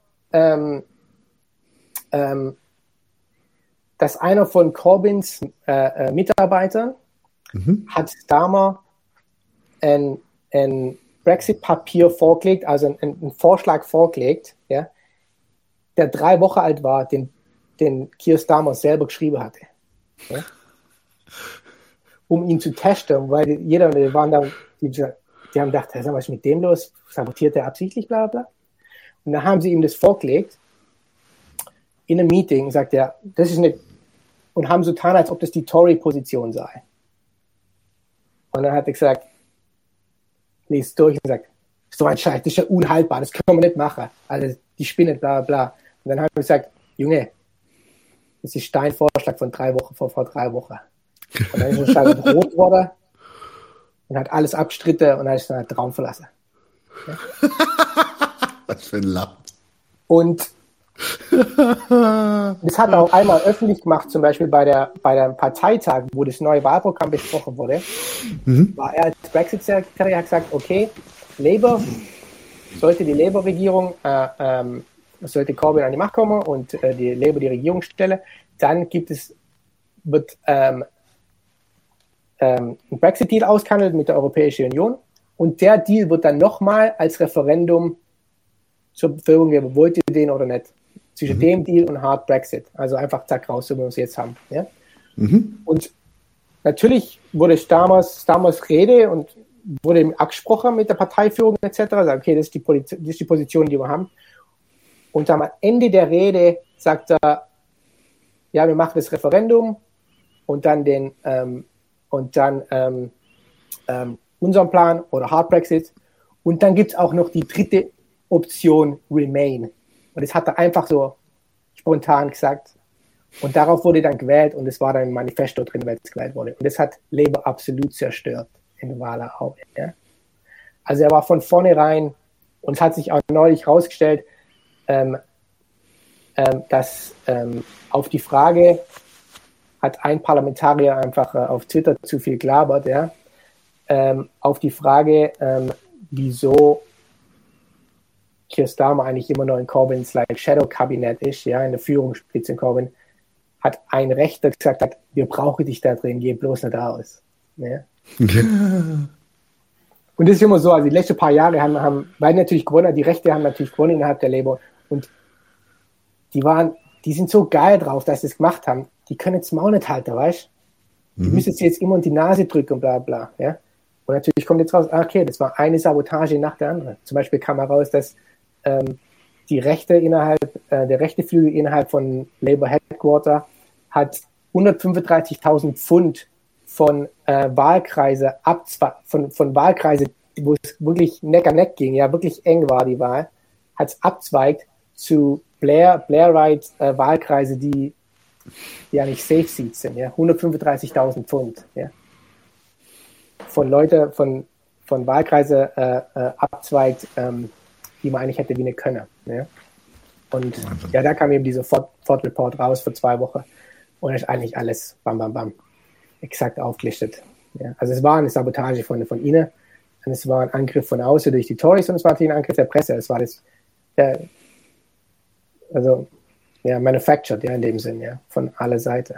von Corbyns Mitarbeitern hat Starmer ein Brexit-Papier vorgelegt, also einen Vorschlag vorgelegt, ja, der 3 Wochen alt war, den Keir Starmer selber geschrieben hatte. Ja, um ihn zu testen, weil die haben gedacht, was ist mit dem los? Sabotiert er absichtlich, bla bla. Und dann haben sie ihm das vorgelegt in einem Meeting, sagt er, das ist nicht, und haben so getan, als ob das die Tory-Position sei. Und dann hat er gesagt, liest durch und sagt, so ein Scheiß, das ist ja unhaltbar, das können wir nicht machen. Also die Spinne, bla bla. Und dann haben wir gesagt, Junge, das ist dein Vorschlag von 3 Wochen, vor 3 Wochen. Und dann ist er rot geworden und hat alles abgestritten und dann ist er den Raum verlassen. Ja? Was für ein Lapp. Und das hat er auch einmal öffentlich gemacht, zum Beispiel bei der Parteitag, wo das neue Wahlprogramm besprochen wurde, war er als Brexit-Sekretär, hat gesagt, okay, Labour, sollte die Labour-Regierung, sollte Corbyn an die Macht kommen und die Labour die Regierung stelle, dann wird ein Brexit-Deal ausgehandelt mit der Europäischen Union und der Deal wird dann nochmal als Referendum zur Verfügung geben, wollt ihr den oder nicht? Zwischen dem Deal und Hard Brexit. Also einfach zack raus, so wie wir es jetzt haben. Ja? Und natürlich wurde Starmers Rede und wurde ihm abgesprochen mit der Parteiführung etc. Also okay, das ist die Position, die wir haben. Und am Ende der Rede sagt er, ja, wir machen das Referendum und dann unseren Plan oder Hard Brexit. Und dann gibt es auch noch die dritte Option Remain. Und das hat er einfach so spontan gesagt. Und darauf wurde dann gewählt und es war dann im Manifesto drin, weil es gewählt wurde. Und das hat Labour absolut zerstört in der Wahl auch. Ja? Also er war von vornherein, und es hat sich auch neulich herausgestellt, dass auf die Frage hat ein Parlamentarier einfach auf Twitter zu viel gelabert, ja? Auf die Frage, wieso Keir Starmer eigentlich immer noch in Corbyns Shadow-Kabinett ist, ja, in der Führungsspitze in Corbyn, hat ein Rechter gesagt, wir brauchen dich da drin, geh bloß nicht raus. Ja? Okay. Und das ist immer so, also die letzten paar Jahre haben beide natürlich gewonnen, die Rechte haben natürlich gewonnen innerhalb der Labour und die sind so geil drauf, dass sie es gemacht haben, die können jetzt mal auch nicht halten, weißt du? Die müssen jetzt immer in die Nase drücken und bla bla, ja. Und natürlich kommt jetzt raus, okay, das war eine Sabotage nach der anderen. Zum Beispiel kam heraus, dass die Rechte der rechte Flügel innerhalb von Labour Headquarter hat 135.000 Pfund von Wahlkreise von Wahlkreise, wo es wirklich Neck an Neck ging, ja, wirklich eng war die Wahl, hat es abzweigt zu Blairite Wahlkreise, die ja nicht Safe Seats sind, ja, 135.000 Pfund, ja. Von Leuten, von Wahlkreise abzweigt, die man eigentlich hätte gewinnen können. Ja? Und ja, da kam eben dieser Ford Report raus vor 2 Wochen und ist eigentlich alles bam, bam, bam exakt aufgelistet. Ja? Also es war eine Sabotage von ihnen und es war ein Angriff von außen durch die Tories und es war natürlich ein Angriff der Presse. Es war manufactured, ja, in dem Sinn, ja, von aller Seiten.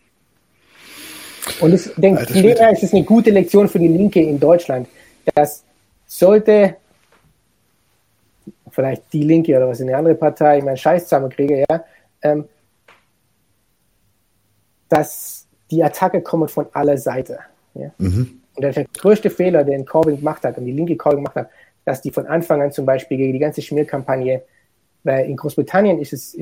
Und ich denke, von dem her ist es eine gute Lektion für die Linke in Deutschland, dass sollte vielleicht die Linke oder was in eine andere Partei, ich meine, Scheiß zusammenkriege, ja, dass die Attacke kommt von aller Seiten. Ja? Und Und der größte Fehler, den Corbyn gemacht hat und die linke Corbyn gemacht hat, dass die von Anfang an zum Beispiel gegen die ganze Schmierkampagne, weil in Großbritannien ist es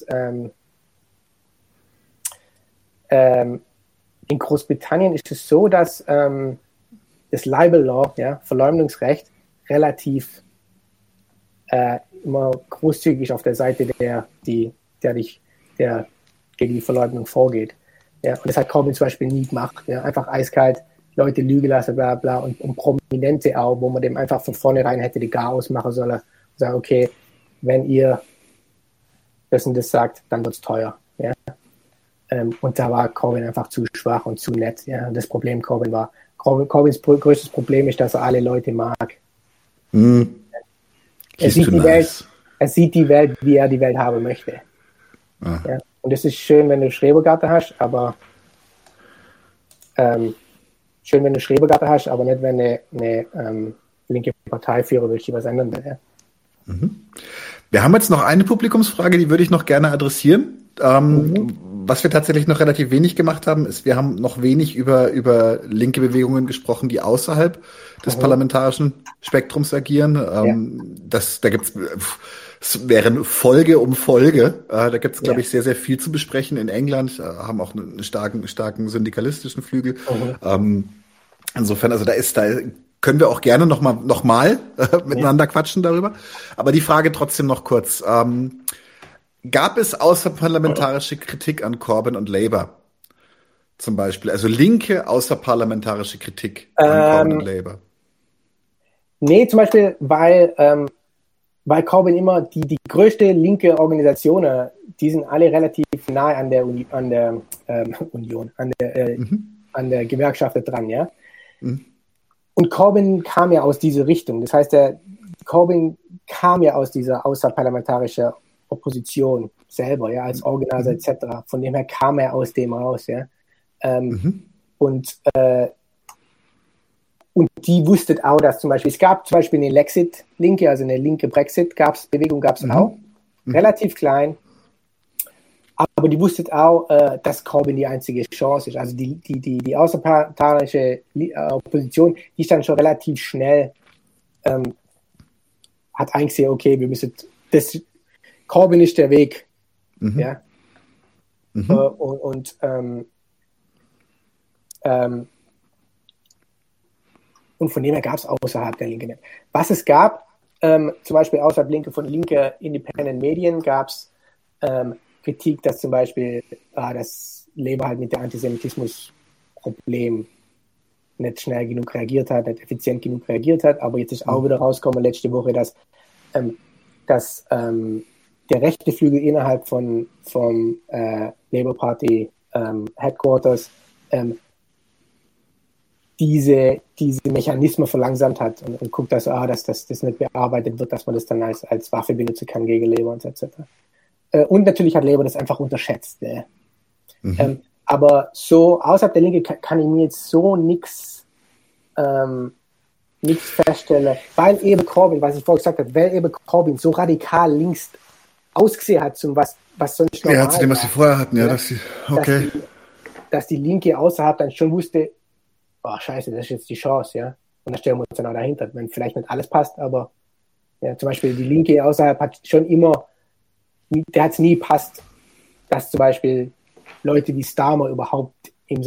so, dass das Libel Law, ja, Verleumdungsrecht, relativ immer großzügig auf der Seite der gegen die Verleumdung vorgeht. Ja, und das hat Corbyn zum Beispiel nie gemacht. Ja, einfach eiskalt Leute lügen lassen, bla bla, und Prominente auch, wo man dem einfach von vornherein hätte die Gar ausmachen sollen und sagen, okay, wenn ihr das und das sagt, dann wird's teuer. Ja. Und da war Corbyn einfach zu schwach und zu nett. Ja. Und das Problem Corbyns größtes Problem ist, dass er alle Leute mag. Er sieht die Welt, wie er die Welt haben möchte. Ja. Und es ist schön, wenn du Schrebergarten hast, aber nicht, wenn eine linke Parteiführer willst, die was ändern will. Ja. Wir haben jetzt noch eine Publikumsfrage, die würde ich noch gerne adressieren. Was wir tatsächlich noch relativ wenig gemacht haben, ist, wir haben noch wenig über linke Bewegungen gesprochen, die außerhalb des parlamentarischen Spektrums agieren. Da gibt's, es wären Folge um Folge. Da gibt's, glaube ich, sehr, sehr viel zu besprechen. In England haben auch einen starken syndikalistischen Flügel. Insofern, also da können wir auch gerne noch mal miteinander quatschen darüber. Aber die Frage trotzdem noch kurz. Gab es außerparlamentarische Kritik an Corbyn und Labour? Zum Beispiel, also linke außerparlamentarische Kritik an Corbyn und Labour? Nee, zum Beispiel, weil Corbyn immer die größte linke Organisation, die sind alle relativ nahe an der der Gewerkschaft dran, ja. Und Corbyn kam ja aus dieser Richtung. Das heißt, Corbyn kam ja aus dieser außerparlamentarischen Opposition selber, ja, als Organizer etc. Von dem her kam er aus dem raus, ja. Und die wusstet auch, dass zum Beispiel, es gab zum Beispiel eine Lexit-Linke, also eine linke Brexit-Bewegung gab es auch, relativ klein, aber die wusstet auch, dass Corbyn die einzige Chance ist. Also die außerparlamentarische Opposition, die ist dann schon relativ schnell, hat eingesehen, okay, wir müssen, Corbyn ist der Weg, ja. Und von dem her gab es außerhalb der Linke nicht. Was es gab, zum Beispiel außerhalb von linke Independent Medien, gab es Kritik, dass zum Beispiel das Labour halt mit dem Antisemitismus-Problem nicht schnell genug reagiert hat, nicht effizient genug reagiert hat. Aber jetzt ist auch wieder rausgekommen letzte Woche, dass der rechte Flügel innerhalb vom Labour Party Headquarters diese Mechanismen verlangsamt hat und guckt, dass das nicht bearbeitet wird, dass man das dann als Waffe benutzen kann gegen Labour und etc. Und natürlich hat Labour das einfach unterschätzt. Ne? Aber so außerhalb der Linke kann ich mir jetzt so nichts feststellen, weil eben Corbyn, was ich vorher gesagt habe, weil eben Corbyn so radikal links ausgesehen hat, zum was sonst normal zu dem, was sie vorher hatten, ja, dass die Linke außerhalb dann schon wusste, oh scheiße, das ist jetzt die Chance, ja. Und da stellen wir uns dann auch dahinter, wenn vielleicht nicht alles passt, aber ja, zum Beispiel die Linke außerhalb hat schon immer, der hat es nie passt, dass zum Beispiel Leute wie Starmer überhaupt im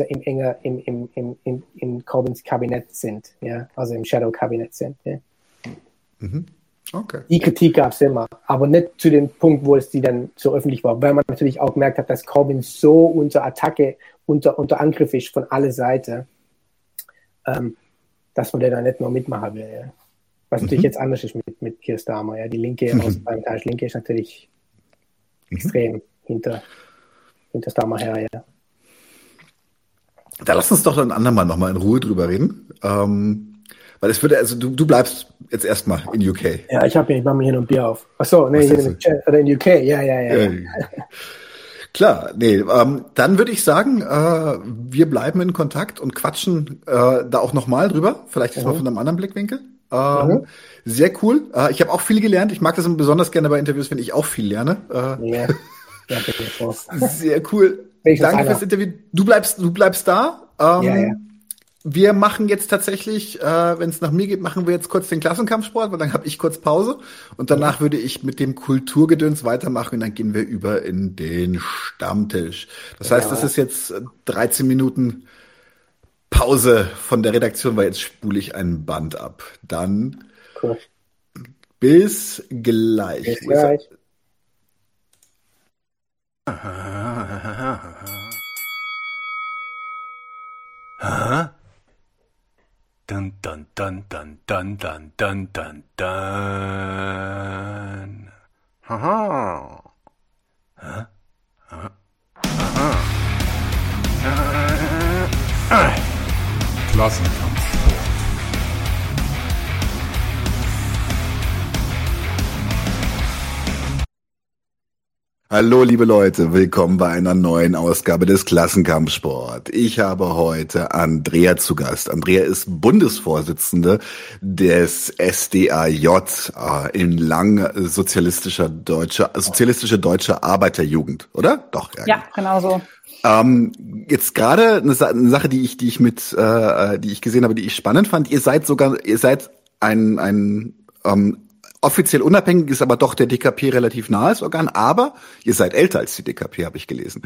Corbyns Kabinett sind, ja, also im Shadow-Kabinett sind, ja. Okay. Die Kritik gab es immer, aber nicht zu dem Punkt, wo es die dann so öffentlich war, weil man natürlich auch gemerkt hat, dass Corbyn so unter Attacke, unter Angriff ist von alle Seiten, dass man den dann nicht nur mitmachen will. Ja. Was natürlich jetzt anders ist mit Keir Starmer. Ja. Die Linke, außerparlamentarische Linke ist natürlich extrem hinter Starmer her. Ja. Da lass uns doch ein andermal nochmal in Ruhe drüber reden. Weil es würde, also du bleibst jetzt erstmal in UK. Ja, ich mache mir hier noch ein Bier auf. Achso, nee, oder in UK, ja. Klar, nee, dann würde ich sagen, wir bleiben in Kontakt und quatschen da auch nochmal drüber, vielleicht mal von einem anderen Blickwinkel. Sehr cool. Ich habe auch viel gelernt. Ich mag das besonders gerne bei Interviews, wenn ich auch viel lerne. Sehr cool. Danke fürs Interview. Du bleibst da. wir machen jetzt tatsächlich, wenn es nach mir geht, machen wir jetzt kurz den Klassenkampfsport, weil dann habe ich kurz Pause und danach würde ich mit dem Kulturgedöns weitermachen und dann gehen wir über in den Stammtisch. Das heißt, das ist jetzt 13 Minuten Pause von der Redaktion, weil jetzt spule ich ein Band ab. Dann bis gleich. Bis gleich. Dun dun dun dun dun dun dun dun dun. Haha. Klassenkampf. Hallo liebe Leute, willkommen bei einer neuen Ausgabe des Klassenkampfsport. Ich habe heute Andrea zu Gast. Andrea ist Bundesvorsitzende des SDAJ in lang sozialistische deutsche Arbeiterjugend, oder? Doch. Ja, genau so. Jetzt gerade eine Sache, die ich gesehen habe, die ich spannend fand. Ihr seid ein offiziell unabhängiges, aber doch der DKP relativ nahes Organ, aber ihr seid älter als die DKP, habe ich gelesen.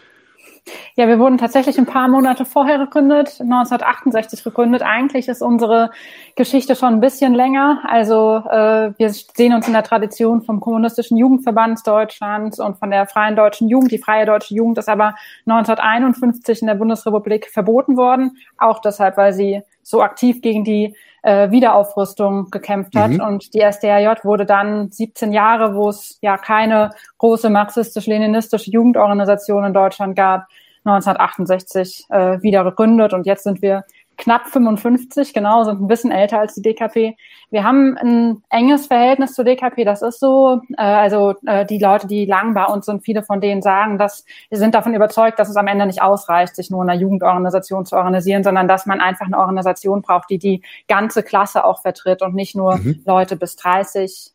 Ja, wir wurden tatsächlich ein paar Monate vorher gegründet, 1968 gegründet. Eigentlich ist unsere Geschichte schon ein bisschen länger. Also wir sehen uns in der Tradition vom Kommunistischen Jugendverband Deutschlands und von der Freien Deutschen Jugend. Die Freie Deutsche Jugend ist aber 1951 in der Bundesrepublik verboten worden, auch deshalb, weil sie so aktiv gegen die Wiederaufrüstung gekämpft hat. Und die SDAJ wurde dann 17 Jahre, wo es ja keine große marxistisch-leninistische Jugendorganisation in Deutschland gab, 1968 wieder gegründet. Und jetzt sind wir knapp 55, genau, sind ein bisschen älter als die DKP. Wir haben ein enges Verhältnis zur DKP, das ist so. Die Leute, die lang bei uns sind, viele von denen sagen, dass wir sind davon überzeugt, dass es am Ende nicht ausreicht, sich nur in einer Jugendorganisation zu organisieren, sondern dass man einfach eine Organisation braucht, die die ganze Klasse auch vertritt und nicht nur Leute bis 30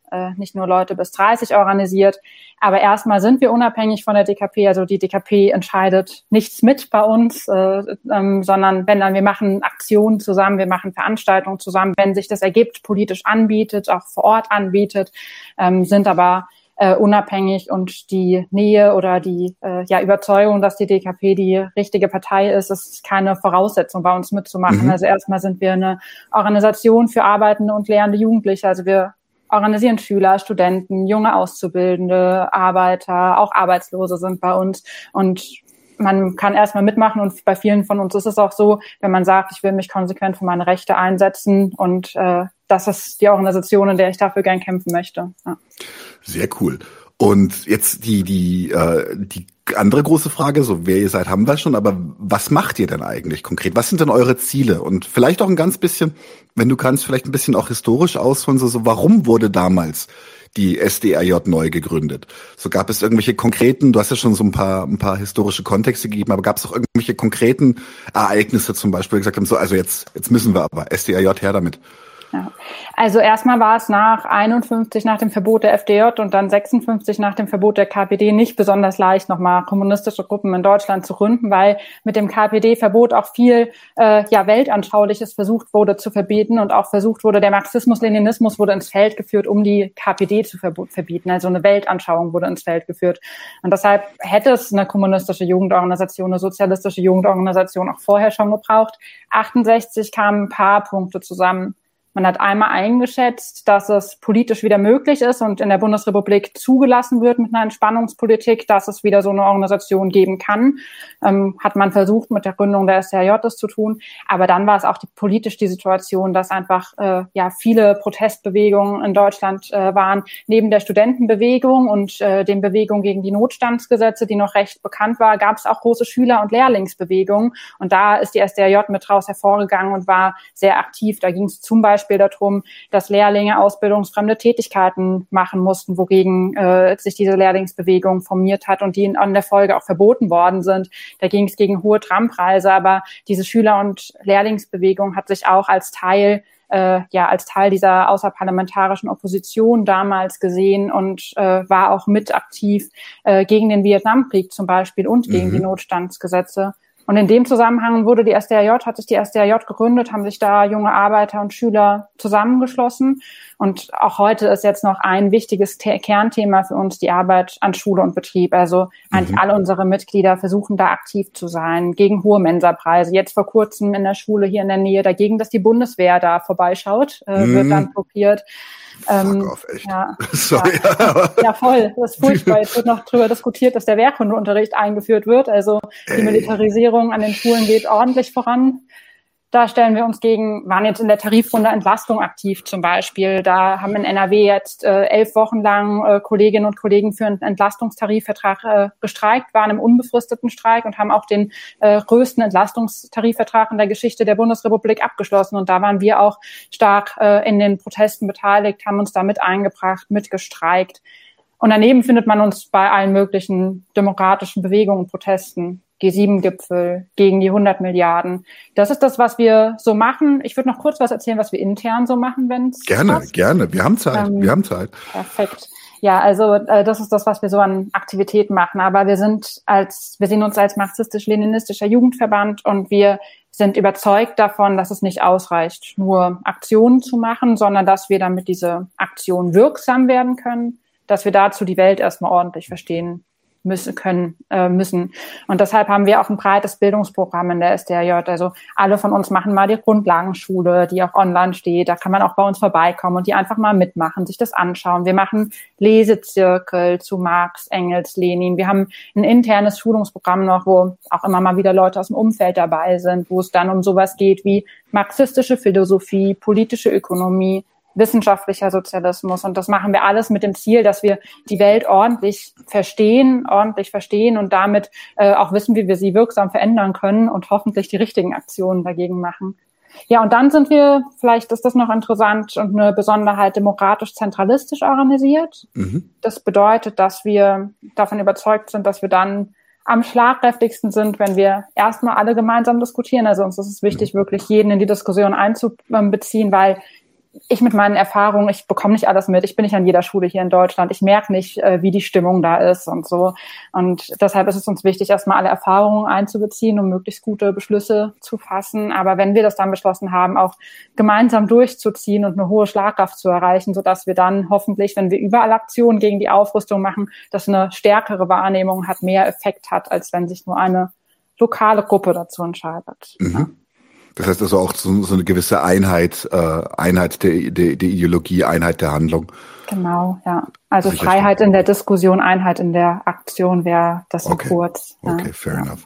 organisiert. Aber erstmal sind wir unabhängig von der DKP. Also die DKP entscheidet nichts mit bei uns, sondern wir machen Aktionen zusammen, wir machen Veranstaltungen zusammen, wenn sich das ergibt, politisch anbietet, auch vor Ort anbietet, sind aber unabhängig und die Nähe oder die Überzeugung, dass die DKP die richtige Partei ist keine Voraussetzung, bei uns mitzumachen. Also erstmal sind wir eine Organisation für arbeitende und lehrende Jugendliche. Also wir organisieren Schüler, Studenten, junge Auszubildende, Arbeiter, auch Arbeitslose sind bei uns und man kann erstmal mitmachen und bei vielen von uns ist es auch so, wenn man sagt, ich will mich konsequent für meine Rechte einsetzen und das ist die Organisation, in der ich dafür gern kämpfen möchte. Ja. Sehr cool. Und jetzt die andere große Frage, so wer ihr seid, haben wir schon, aber was macht ihr denn eigentlich konkret? Was sind denn eure Ziele? Und vielleicht auch ein ganz bisschen, wenn du kannst, vielleicht ein bisschen auch historisch ausholen, so warum wurde damals die SDAJ neu gegründet? So gab es irgendwelche konkreten, du hast ja schon so ein paar historische Kontexte gegeben, aber gab es auch irgendwelche konkreten Ereignisse zum Beispiel, die gesagt haben, so, also jetzt müssen wir aber, SDAJ her damit. Ja. Also erstmal war es nach 51 nach dem Verbot der FDJ und dann 56 nach dem Verbot der KPD nicht besonders leicht, nochmal kommunistische Gruppen in Deutschland zu gründen, weil mit dem KPD-Verbot auch viel Weltanschauliches versucht wurde zu verbieten und auch versucht wurde, der Marxismus-Leninismus wurde ins Feld geführt, um die KPD zu verbieten. Also eine Weltanschauung wurde ins Feld geführt. Und deshalb hätte es eine kommunistische Jugendorganisation, eine sozialistische Jugendorganisation auch vorher schon gebraucht. 68 kamen ein paar Punkte zusammen. Man hat einmal eingeschätzt, dass es politisch wieder möglich ist und in der Bundesrepublik zugelassen wird mit einer Entspannungspolitik, dass es wieder so eine Organisation geben kann. Hat man versucht, mit der Gründung der SDAJ das zu tun. Aber dann war es auch politisch die Situation, dass einfach viele Protestbewegungen in Deutschland waren. Neben der Studentenbewegung und den Bewegungen gegen die Notstandsgesetze, die noch recht bekannt war, gab es auch große Schüler- und Lehrlingsbewegungen. Und da ist die SDAJ mit raus hervorgegangen und war sehr aktiv. Da ging es zum Beispiel darum, dass Lehrlinge ausbildungsfremde Tätigkeiten machen mussten, wogegen sich diese Lehrlingsbewegung formiert hat und die in der Folge auch verboten worden sind. Da ging es gegen hohe Trampreise, aber diese Schüler- und Lehrlingsbewegung hat sich auch als Teil dieser außerparlamentarischen Opposition damals gesehen und war auch mit aktiv gegen den Vietnamkrieg zum Beispiel und gegen die Notstandsgesetze. Und in dem Zusammenhang hat sich die SDRJ gegründet, haben sich da junge Arbeiter und Schüler zusammengeschlossen. Und auch heute ist jetzt noch ein wichtiges Kernthema für uns die Arbeit an Schule und Betrieb. Also eigentlich alle unsere Mitglieder versuchen da aktiv zu sein, gegen hohe Mensapreise. Jetzt vor kurzem in der Schule hier in der Nähe dagegen, dass die Bundeswehr da vorbeischaut, wird dann blockiert. Fuck off, echt. Ja, Sorry. ja, voll. Das ist furchtbar. Jetzt wird noch darüber diskutiert, dass der Wehrkundeunterricht eingeführt wird. Also die Militarisierung an den Schulen geht ordentlich voran. Da stellen wir uns gegen, waren jetzt in der Tarifrunde Entlastung aktiv zum Beispiel. Da haben in NRW jetzt 11 Wochen lang Kolleginnen und Kollegen für einen Entlastungstarifvertrag gestreikt, waren im unbefristeten Streik und haben auch den größten Entlastungstarifvertrag in der Geschichte der Bundesrepublik abgeschlossen. Und da waren wir auch stark in den Protesten beteiligt, haben uns da mit eingebracht, mitgestreikt. Und daneben findet man uns bei allen möglichen demokratischen Bewegungen, Protesten. G7-Gipfel, gegen die 100 Milliarden. Das ist das, was wir so machen. Ich würde noch kurz was erzählen, was wir intern so machen, wenn es passt. Gerne. Wir haben Zeit. Perfekt. Ja, also das ist das, was wir so an Aktivitäten machen. Aber wir sehen uns als marxistisch-leninistischer Jugendverband und wir sind überzeugt davon, dass es nicht ausreicht, nur Aktionen zu machen, sondern dass wir damit diese Aktionen wirksam werden können, dass wir dazu die Welt erstmal ordentlich verstehen müssen. Und deshalb haben wir auch ein breites Bildungsprogramm in der SDRJ. Also alle von uns machen mal die Grundlagenschule, die auch online steht. Da kann man auch bei uns vorbeikommen und die einfach mal mitmachen, sich das anschauen. Wir machen Lesezirkel zu Marx, Engels, Lenin. Wir haben ein internes Schulungsprogramm noch, wo auch immer mal wieder Leute aus dem Umfeld dabei sind, wo es dann um sowas geht wie marxistische Philosophie, politische Ökonomie, wissenschaftlicher Sozialismus. Und das machen wir alles mit dem Ziel, dass wir die Welt ordentlich verstehen und damit auch wissen, wie wir sie wirksam verändern können und hoffentlich die richtigen Aktionen dagegen machen. Ja, und dann sind wir, vielleicht ist das noch interessant und eine Besonderheit, demokratisch-zentralistisch organisiert. Das bedeutet, dass wir davon überzeugt sind, dass wir dann am schlagkräftigsten sind, wenn wir erstmal alle gemeinsam diskutieren. Also uns ist es wichtig, wirklich jeden in die Diskussion einzubeziehen, weil ich mit meinen Erfahrungen, ich bekomme nicht alles mit. Ich bin nicht an jeder Schule hier in Deutschland. Ich merke nicht, wie die Stimmung da ist und so. Und deshalb ist es uns wichtig, erstmal alle Erfahrungen einzubeziehen, um möglichst gute Beschlüsse zu fassen. Aber wenn wir das dann beschlossen haben, auch gemeinsam durchzuziehen und eine hohe Schlagkraft zu erreichen, sodass wir dann hoffentlich, wenn wir überall Aktionen gegen die Aufrüstung machen, dass eine stärkere Wahrnehmung hat, mehr Effekt hat, als wenn sich nur eine lokale Gruppe dazu entscheidet. Ja. Das heißt also auch so eine gewisse Einheit der Ideologie, Einheit der Handlung. Genau, ja. Also Freiheit in der Diskussion, Einheit in der Aktion wäre das in kurz. Ja. Okay, fair enough.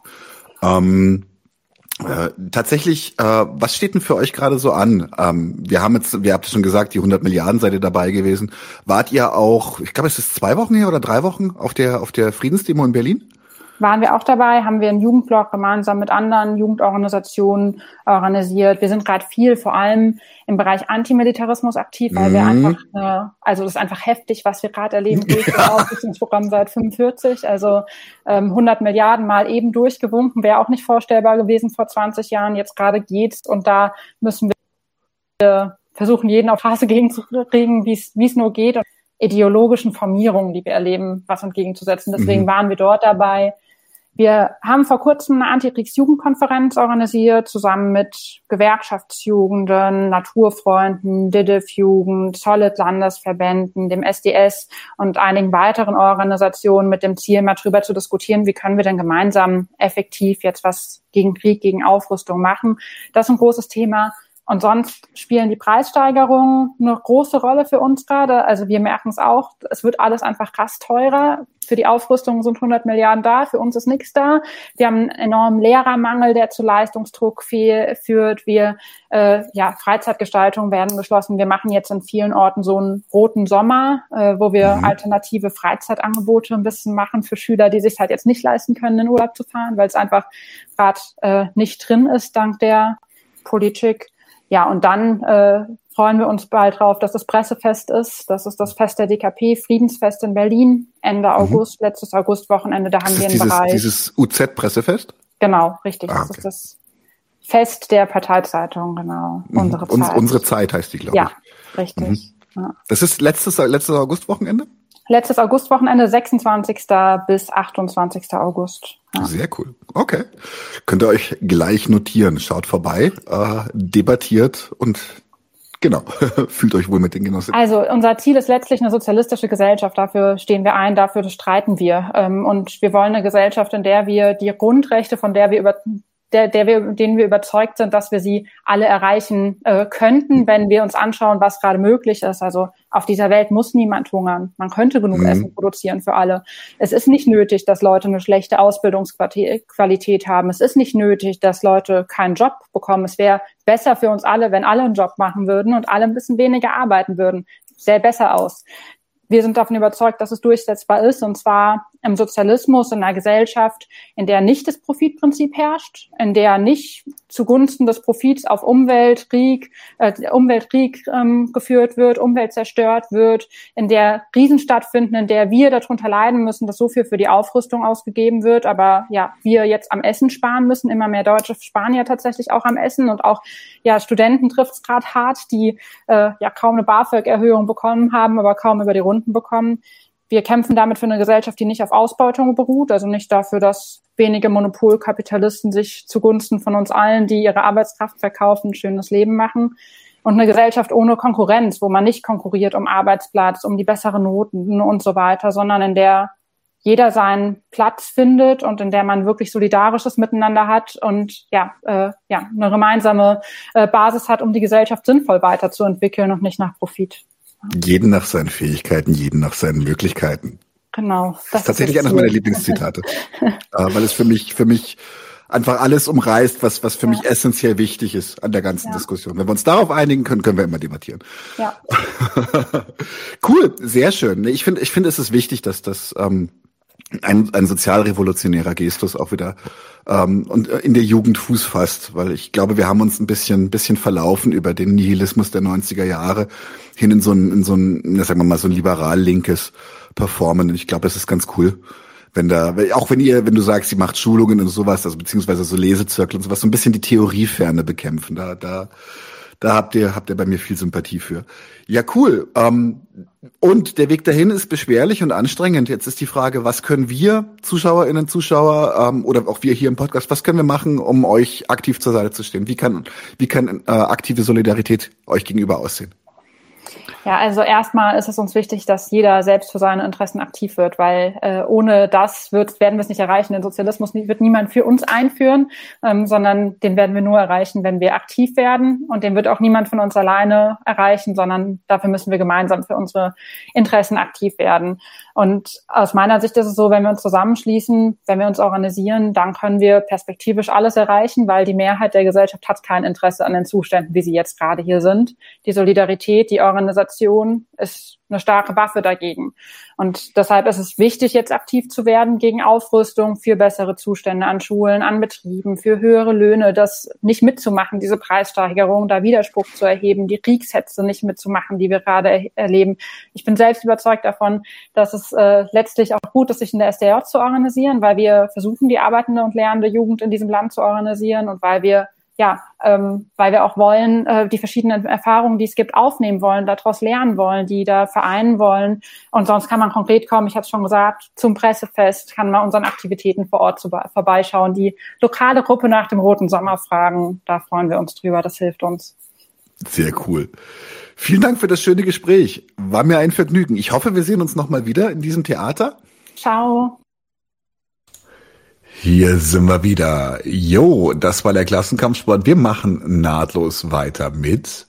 Tatsächlich, was steht denn für euch gerade so an? Wir habt schon gesagt, die 100 Milliarden seid ihr dabei gewesen. Wart ihr auch, ich glaube, es ist 2 Wochen her oder 3 Wochen auf der Friedensdemo in Berlin? Waren wir auch dabei, haben wir einen Jugendblog gemeinsam mit anderen Jugendorganisationen organisiert. Wir sind gerade viel, vor allem im Bereich Antimilitarismus aktiv, weil wir einfach, also das ist einfach heftig, was wir gerade erleben durch das Aufrüstungsprogramm seit 45. Also 100 Milliarden mal eben durchgewunken, wäre auch nicht vorstellbar gewesen vor 20 Jahren. Jetzt gerade geht's und da müssen wir versuchen, jeden auf Straße gegenzukriegen, wie es nur geht. Und ideologischen Formierungen, die wir erleben, was entgegenzusetzen. Deswegen waren wir dort dabei. Wir haben vor kurzem eine Antikriegsjugendkonferenz organisiert, zusammen mit Gewerkschaftsjugenden, Naturfreunden, DIDIF-Jugend, Solid-Landesverbänden, dem SDS und einigen weiteren Organisationen mit dem Ziel, mal drüber zu diskutieren, wie können wir denn gemeinsam effektiv jetzt was gegen Krieg, gegen Aufrüstung machen. Das ist ein großes Thema. Und sonst spielen die Preissteigerungen eine große Rolle für uns gerade. Also wir merken es auch, es wird alles einfach krass teurer. Für die Aufrüstung sind 100 Milliarden da, für uns ist nichts da. Wir haben einen enormen Lehrermangel, der zu Leistungsdruck führt. Freizeitgestaltungen werden geschlossen. Wir machen jetzt in vielen Orten so einen roten Sommer, wo wir alternative Freizeitangebote ein bisschen machen für Schüler, die sich halt jetzt nicht leisten können, in Urlaub zu fahren, weil es einfach gerade nicht drin ist, dank der Politik. Ja, und dann freuen wir uns bald drauf, dass das Pressefest ist. Das ist das Fest der DKP, Friedensfest in Berlin, Ende August, letztes Augustwochenende. Da haben wir einen Bereich. Dieses UZ-Pressefest? Genau, richtig. Das ist das Fest der Parteizeitung, genau. Unsere Zeit. Unsere Zeit heißt die, glaube ich. Ja, richtig. Ja. Das ist letztes Augustwochenende? Letztes Augustwochenende, 26. bis 28. August. Ja. Sehr cool. Okay. Könnt ihr euch gleich notieren. Schaut vorbei, debattiert und genau, fühlt euch wohl mit den Genossen. Also unser Ziel ist letztlich eine sozialistische Gesellschaft. Dafür stehen wir ein, dafür streiten wir. Und wir wollen eine Gesellschaft, in der wir die Grundrechte, von der wir denen wir überzeugt sind, dass wir sie alle erreichen könnten, wenn wir uns anschauen, was gerade möglich ist. Also auf dieser Welt muss niemand hungern. Man könnte genug Essen produzieren für alle. Es ist nicht nötig, dass Leute eine schlechte Ausbildungsqualität haben. Es ist nicht nötig, dass Leute keinen Job bekommen. Es wäre besser für uns alle, wenn alle einen Job machen würden und alle ein bisschen weniger arbeiten würden. Sähe besser aus. Wir sind davon überzeugt, dass es durchsetzbar ist, und zwar im Sozialismus, in einer Gesellschaft, in der nicht das Profitprinzip herrscht, in der nicht zugunsten des Profits auf Umweltkrieg geführt wird, Umwelt zerstört wird, in der Krisen stattfinden, in der wir darunter leiden müssen, dass so viel für die Aufrüstung ausgegeben wird, aber ja, wir jetzt am Essen sparen müssen. Immer mehr Deutsche sparen ja tatsächlich auch am Essen, und auch ja, Studenten trifft es gerade hart, die ja kaum eine BAföG-Erhöhung bekommen haben, aber kaum über die Runden bekommen. Wir kämpfen damit für eine Gesellschaft, die nicht auf Ausbeutung beruht, also nicht dafür, dass wenige Monopolkapitalisten sich zugunsten von uns allen, die ihre Arbeitskraft verkaufen, ein schönes Leben machen. Und eine Gesellschaft ohne Konkurrenz, wo man nicht konkurriert um Arbeitsplatz, um die besseren Noten und so weiter, sondern in der jeder seinen Platz findet und in der man wirklich solidarisches Miteinander hat und eine gemeinsame Basis hat, um die Gesellschaft sinnvoll weiterzuentwickeln und nicht nach Profit. Jeden nach seinen Fähigkeiten, jeden nach seinen Möglichkeiten. Genau. Das ist tatsächlich eines meiner Lieblingszitate. Weil es für mich einfach alles umreißt, was für mich essentiell wichtig ist an der ganzen Diskussion. Wenn wir uns darauf einigen können, können wir immer debattieren. Ja. Cool, sehr schön. Ich finde, es ist wichtig, dass das ein sozialrevolutionärer Gestus auch wieder und in der Jugend Fuß fasst, weil ich glaube, wir haben uns ein bisschen verlaufen über den Nihilismus der 90er Jahre hin in so ein, sagen wir mal, so ein liberal-linkes Performen. Und ich glaube, es ist ganz cool, wenn du sagst, sie macht Schulungen und sowas, also beziehungsweise so Lesezirkel und sowas, so ein bisschen die Theorieferne bekämpfen. Da habt ihr bei mir viel Sympathie für. Ja, cool. Und der Weg dahin ist beschwerlich und anstrengend. Jetzt ist die Frage, was können wir, Zuschauerinnen, Zuschauer, oder auch wir hier im Podcast, was können wir machen, um euch aktiv zur Seite zu stehen? Wie kann aktive Solidarität euch gegenüber aussehen? Ja, also erstmal ist es uns wichtig, dass jeder selbst für seine Interessen aktiv wird, weil ohne das werden wir es nicht erreichen. Den Sozialismus wird niemand für uns einführen, sondern den werden wir nur erreichen, wenn wir aktiv werden. Und den wird auch niemand von uns alleine erreichen, sondern dafür müssen wir gemeinsam für unsere Interessen aktiv werden. Und aus meiner Sicht ist es so, wenn wir uns zusammenschließen, wenn wir uns organisieren, dann können wir perspektivisch alles erreichen, weil die Mehrheit der Gesellschaft hat kein Interesse an den Zuständen, wie sie jetzt gerade hier sind. Die Solidarität, die Organisation ist eine starke Waffe dagegen. Und deshalb ist es wichtig, jetzt aktiv zu werden gegen Aufrüstung, für bessere Zustände an Schulen, an Betrieben, für höhere Löhne, das nicht mitzumachen, diese Preissteigerung, da Widerspruch zu erheben, die Kriegshetze nicht mitzumachen, die wir gerade erleben. Ich bin selbst überzeugt davon, dass es letztlich auch gut ist, sich in der SDJ zu organisieren, weil wir versuchen, die arbeitende und lernende Jugend in diesem Land zu organisieren und weil wir auch wollen, die verschiedenen Erfahrungen, die es gibt, aufnehmen wollen, daraus lernen wollen, die da vereinen wollen. Und sonst kann man konkret kommen, ich habe es schon gesagt, zum Pressefest, kann man unseren Aktivitäten vor Ort vorbeischauen, die lokale Gruppe nach dem Roten Sommer fragen. Da freuen wir uns drüber, das hilft uns. Sehr cool. Vielen Dank für das schöne Gespräch. War mir ein Vergnügen. Ich hoffe, wir sehen uns nochmal wieder in diesem Theater. Ciao. Hier sind wir wieder. Jo, das war der Klassenkampfsport. Wir machen nahtlos weiter mit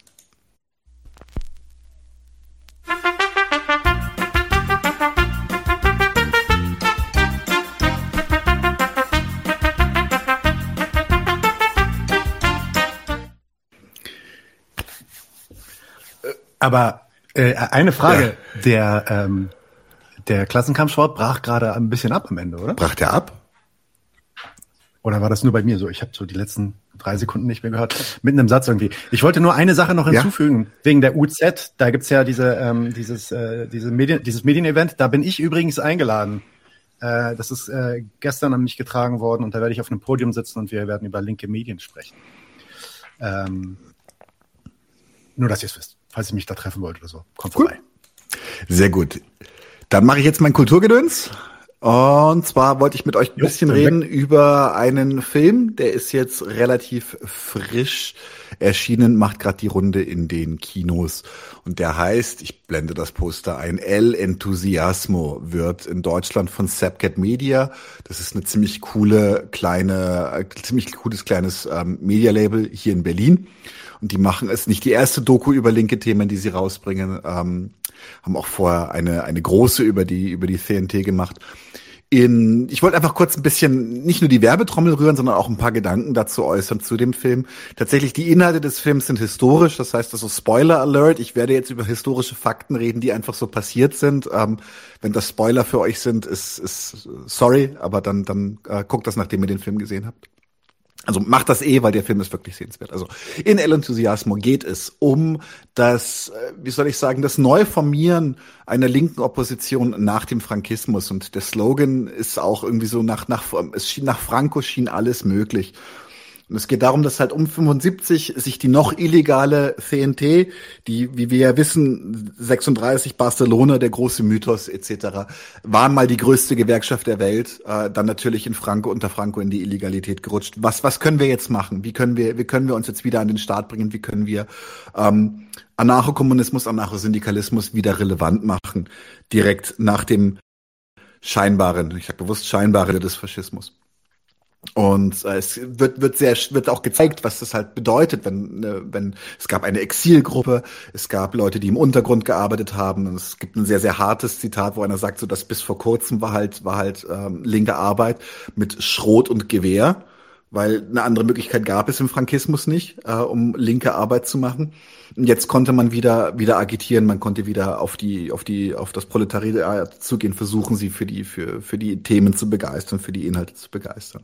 Aber eine Frage, der Klassenkampfsport brach gerade ein bisschen ab am Ende, oder? Brach der ab? Oder war das nur bei mir so? Ich habe so die letzten 3 Sekunden nicht mehr gehört. Mitten im Satz irgendwie. Ich wollte nur eine Sache noch hinzufügen. Wegen der UZ. Da gibt's ja dieses Medienevent. Da bin ich übrigens eingeladen. Das ist gestern an mich getragen worden. Und da werde ich auf einem Podium sitzen und wir werden über linke Medien sprechen. Nur, dass ihr es wisst. Falls ihr mich da treffen wollt oder so. Kommt vorbei. Sehr gut. Dann mache ich jetzt mein Kulturgedöns. Und zwar wollte ich mit euch ein bisschen reden über einen Film, der ist jetzt relativ frisch erschienen, macht gerade die Runde in den Kinos. Und der heißt, ich blende das Poster ein, El Entusiasmo, wird in Deutschland von Sapcat Media. Das ist eine ziemlich cooles kleines Media-Label hier in Berlin. Und die machen es nicht die erste Doku über linke Themen, die sie rausbringen, haben auch vorher eine große über die CNT gemacht. Ich wollte einfach kurz ein bisschen nicht nur die Werbetrommel rühren, sondern auch ein paar Gedanken dazu äußern zu dem Film. Tatsächlich, die Inhalte des Films sind historisch, das heißt also Spoiler Alert. Ich werde jetzt über historische Fakten reden, die einfach so passiert sind. Wenn das Spoiler für euch sind, ist sorry, aber dann guckt das, nachdem ihr den Film gesehen habt. Also macht das weil der Film ist wirklich sehenswert. Also in El Entusiasmo geht es um das, das Neuformieren einer linken Opposition nach dem Frankismus. Und der Slogan ist auch irgendwie so nach Franco schien alles möglich. Und es geht darum, dass halt um 75 sich die noch illegale CNT, die, wie wir ja wissen, 36 Barcelona, der große Mythos etc., waren mal die größte Gewerkschaft der Welt, dann natürlich unter Franco in die Illegalität gerutscht. Was können wir jetzt machen? Wie können wir uns jetzt wieder an den Start bringen? Wie können wir Anarchokommunismus, Anarchosyndikalismus wieder relevant machen? Direkt nach dem scheinbaren, ich sage bewusst scheinbaren des Faschismus. Und es wird auch gezeigt, was das halt bedeutet, wenn es gab eine Exilgruppe, es gab Leute, die im Untergrund gearbeitet haben. Und es gibt ein sehr, sehr hartes Zitat, wo einer sagt, so dass bis vor kurzem war halt linke Arbeit mit Schrot und Gewehr, weil eine andere Möglichkeit gab es im Frankismus nicht, um linke Arbeit zu machen. Und jetzt konnte man wieder agitieren, man konnte wieder auf das Proletariat zugehen, versuchen sie für die Themen zu begeistern, für die Inhalte zu begeistern.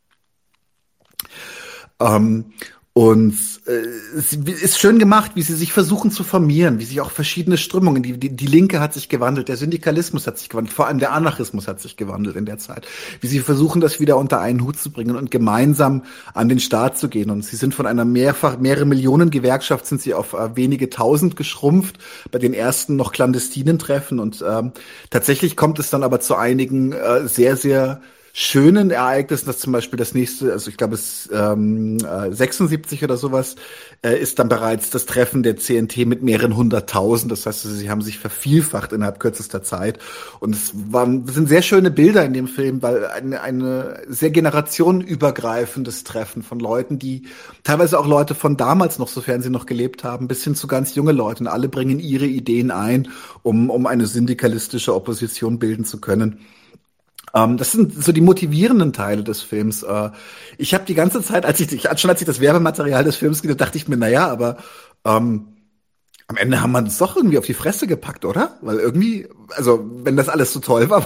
Es ist schön gemacht, wie sie sich versuchen zu formieren, wie sich auch verschiedene Strömungen, die Linke hat sich gewandelt, der Syndikalismus hat sich gewandelt, vor allem der Anarchismus hat sich gewandelt in der Zeit, wie sie versuchen, das wieder unter einen Hut zu bringen und gemeinsam an den Start zu gehen. Und sie sind von einer mehrere Millionen Gewerkschaft sind sie auf wenige tausend geschrumpft, bei den ersten noch clandestinen Treffen. Und tatsächlich kommt es dann aber zu einigen sehr, sehr schönen Ereignissen, dass zum Beispiel das nächste, also ich glaube es 76 oder sowas, ist dann bereits das Treffen der CNT mit mehreren 100.000. Das heißt, sie haben sich vervielfacht innerhalb kürzester Zeit. Und es sind sehr schöne Bilder in dem Film, weil eine sehr generationenübergreifendes Treffen von Leuten, die teilweise auch Leute von damals noch, sofern sie noch gelebt haben, bis hin zu ganz junge Leuten. Alle bringen ihre Ideen ein, um eine syndikalistische Opposition bilden zu können. Das sind so die motivierenden Teile des Films. Ich habe die ganze Zeit, als ich das Werbematerial des Films gesehen habe, dachte ich mir, aber am Ende haben wir uns doch irgendwie auf die Fresse gepackt, oder? Weil irgendwie, also wenn das alles so toll war,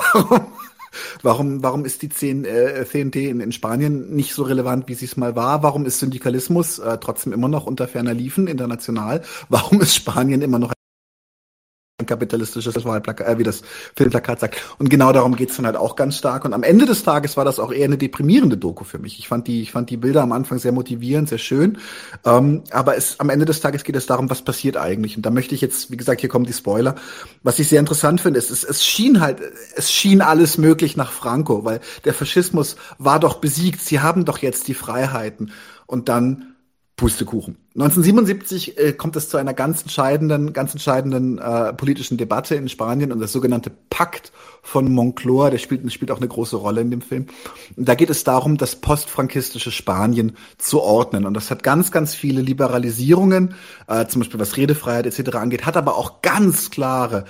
warum ist die CNT in Spanien nicht so relevant, wie sie es mal war? Warum ist Syndikalismus trotzdem immer noch unter ferner Liefen international? Warum ist Spanien immer noch ein kapitalistisches Wahlplakat, wie das Filmplakat sagt. Und genau darum geht's dann halt auch ganz stark. Und am Ende des Tages war das auch eher eine deprimierende Doku für mich. Ich fand die Bilder am Anfang sehr motivierend, sehr schön. Aber am Ende des Tages geht es darum, was passiert eigentlich. Und da möchte ich jetzt, wie gesagt, hier kommen die Spoiler. Was ich sehr interessant finde, ist, es schien alles möglich nach Franco, weil der Faschismus war doch besiegt. Sie haben doch jetzt die Freiheiten. Und dann Pustekuchen. 1977 kommt es zu einer ganz entscheidenden politischen Debatte in Spanien und das sogenannte Pakt von Moncloa, der spielt auch eine große Rolle in dem Film. Und da geht es darum, das postfrankistische Spanien zu ordnen. Und das hat ganz, ganz viele Liberalisierungen, zum Beispiel was Redefreiheit etc. angeht, hat aber auch ganz klare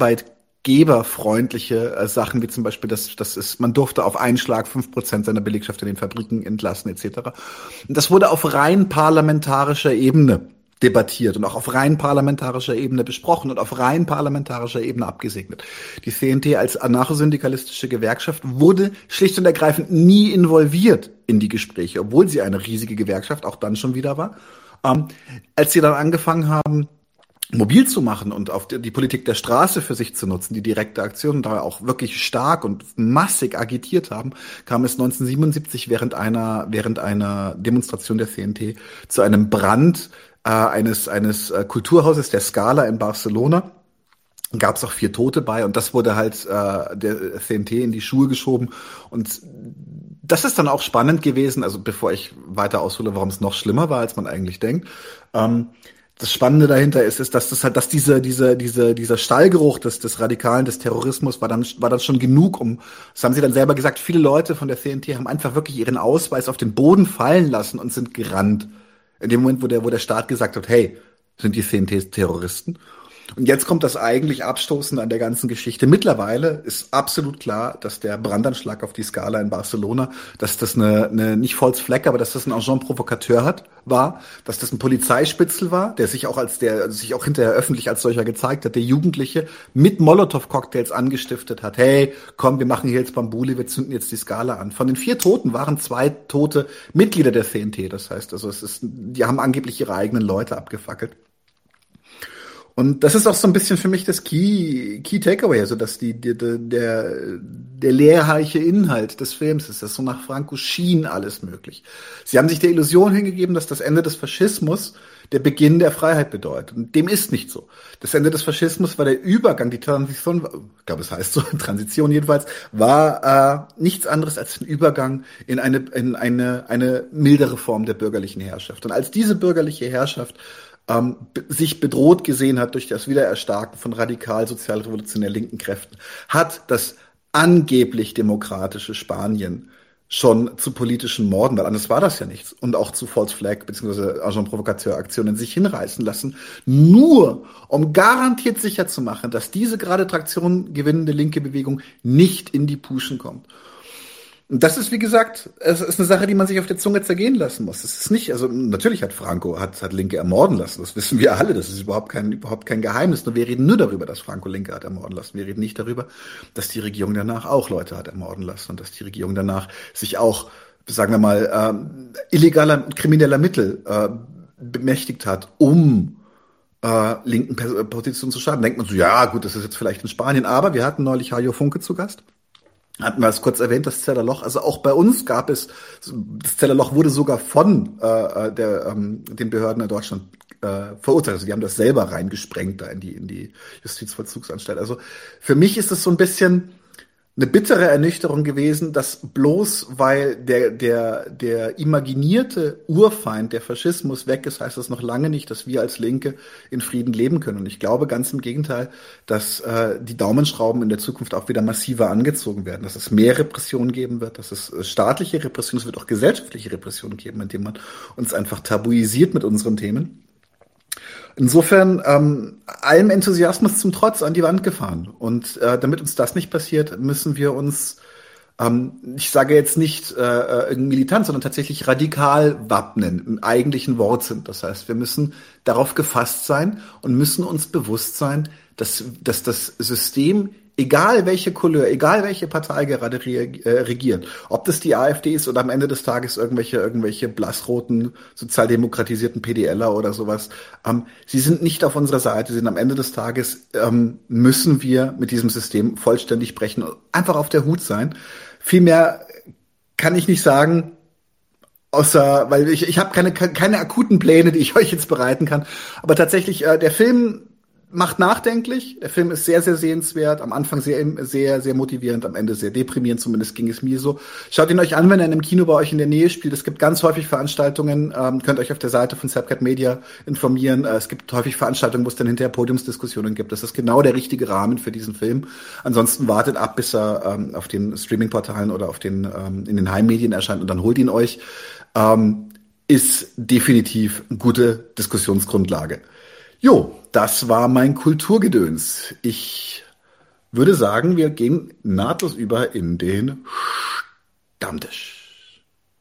arbeitgeberfreundliche Sachen, wie zum Beispiel, man durfte auf einen Schlag 5% seiner Belegschaft in den Fabriken entlassen, etc. Und das wurde auf rein parlamentarischer Ebene debattiert und auch auf rein parlamentarischer Ebene besprochen und auf rein parlamentarischer Ebene abgesegnet. Die CNT als anarchosyndikalistische Gewerkschaft wurde schlicht und ergreifend nie involviert in die Gespräche, obwohl sie eine riesige Gewerkschaft auch dann schon wieder war. Als sie dann angefangen haben, mobil zu machen und auf die Politik der Straße für sich zu nutzen, die direkte Aktion, da auch wirklich stark und massig agitiert haben, kam es 1977 während einer Demonstration der CNT zu einem Brand eines Kulturhauses der Scala in Barcelona. gab es auch 4 Tote bei und das wurde halt der CNT in die Schuhe geschoben und das ist dann auch spannend gewesen, also bevor ich weiter aushole, warum es noch schlimmer war, als man eigentlich denkt. Das Spannende dahinter ist, dass das halt, dass dieser Stallgeruch des Radikalen, des Terrorismus war dann schon genug, das haben sie dann selber gesagt, viele Leute von der CNT haben einfach wirklich ihren Ausweis auf den Boden fallen lassen und sind gerannt. In dem Moment, wo der Staat gesagt hat, hey, sind die CNT Terroristen? Und jetzt kommt das eigentlich Abstoßende an der ganzen Geschichte. Mittlerweile ist absolut klar, dass der Brandanschlag auf die Scala in Barcelona, dass das eine nicht False Flag, aber dass das ein Agent Provocateur war, dass das ein Polizeispitzel war, der sich auch hinterher öffentlich als solcher gezeigt hat, der Jugendliche mit Molotow-Cocktails angestiftet hat. Hey, komm, wir machen hier jetzt Bambuli, wir zünden jetzt die Scala an. Von den 4 Toten waren 2 tote Mitglieder der CNT. Das heißt, also die haben angeblich ihre eigenen Leute abgefackelt. Und das ist auch so ein bisschen für mich das Key Takeaway, also dass der lehrreiche Inhalt des Films ist, dass so nach Franco schien alles möglich. Sie haben sich der Illusion hingegeben, dass das Ende des Faschismus der Beginn der Freiheit bedeutet. Und dem ist nicht so. Das Ende des Faschismus war der Übergang, die Transition, ich glaube, es heißt so, Transition jedenfalls, war nichts anderes als ein Übergang in eine mildere Form der bürgerlichen Herrschaft. Und als diese bürgerliche Herrschaft sich bedroht gesehen hat durch das Wiedererstarken von radikal sozialrevolutionär linken Kräften, hat das angeblich demokratische Spanien schon zu politischen Morden, weil anders war das ja nichts, und auch zu False Flag bzw. Agent Provocateur Aktionen sich hinreißen lassen, nur um garantiert sicher zu machen, dass diese gerade Traktion gewinnende linke Bewegung nicht in die Puschen kommt. Und das ist, wie gesagt, es ist eine Sache, die man sich auf der Zunge zergehen lassen muss. Es ist nicht, also natürlich hat Franco Linke ermorden lassen, das wissen wir alle, das ist überhaupt kein Geheimnis. Nur wir reden nur darüber, dass Franco Linke hat ermorden lassen. Wir reden nicht darüber, dass die Regierung danach auch Leute hat ermorden lassen und dass die Regierung danach sich auch, sagen wir mal, illegaler und krimineller Mittel bemächtigt hat, um linken Positionen zu schaden. Denkt man so, ja gut, das ist jetzt vielleicht in Spanien, aber wir hatten neulich Hajo Funke zu Gast. Hatten wir es kurz erwähnt, das Zellerloch. Also auch bei uns gab es, das Zellerloch wurde sogar von den Behörden in Deutschland verurteilt. Also die haben das selber reingesprengt da in die Justizvollzugsanstalt. Also für mich ist es so ein bisschen eine bittere Ernüchterung gewesen, dass bloß weil der imaginierte Urfeind, der Faschismus, weg ist, heißt das noch lange nicht, dass wir als Linke in Frieden leben können. Und ich glaube ganz im Gegenteil, dass die Daumenschrauben in der Zukunft auch wieder massiver angezogen werden, dass es mehr Repression geben wird, dass es staatliche Repression, es wird auch gesellschaftliche Repression geben, indem man uns einfach tabuisiert mit unseren Themen. Insofern allem Enthusiasmus zum Trotz an die Wand gefahren. Und damit uns das nicht passiert, müssen wir uns, ich sage jetzt nicht militant, sondern tatsächlich radikal wappnen, im eigentlichen Wortsinn. Das heißt, wir müssen darauf gefasst sein und müssen uns bewusst sein, dass das System, egal welche Couleur, egal welche Partei gerade regiert, ob das die AfD ist oder am Ende des Tages irgendwelche blassroten, sozialdemokratisierten PDLer oder sowas, sie sind nicht auf unserer Seite, sie sind am Ende des Tages, müssen wir mit diesem System vollständig brechen, einfach auf der Hut sein. Viel mehr kann ich nicht sagen, außer, weil ich habe keine akuten Pläne, die ich euch jetzt bereiten kann, aber tatsächlich, der Film macht nachdenklich. Der Film ist sehr, sehr sehenswert. Am Anfang sehr, sehr, sehr motivierend, am Ende sehr deprimierend. Zumindest ging es mir so. Schaut ihn euch an, wenn er in einem Kino bei euch in der Nähe spielt. Es gibt ganz häufig Veranstaltungen. Könnt euch auf der Seite von Sapcat Media informieren. Es gibt häufig Veranstaltungen, wo es dann hinterher Podiumsdiskussionen gibt. Das ist genau der richtige Rahmen für diesen Film. Ansonsten wartet ab, bis er auf den Streaming-Portalen oder in den Heimmedien erscheint und dann holt ihn euch. Ist definitiv eine gute Diskussionsgrundlage. Jo, das war mein Kulturgedöns. Ich würde sagen, wir gehen nahtlos über in den Stammtisch.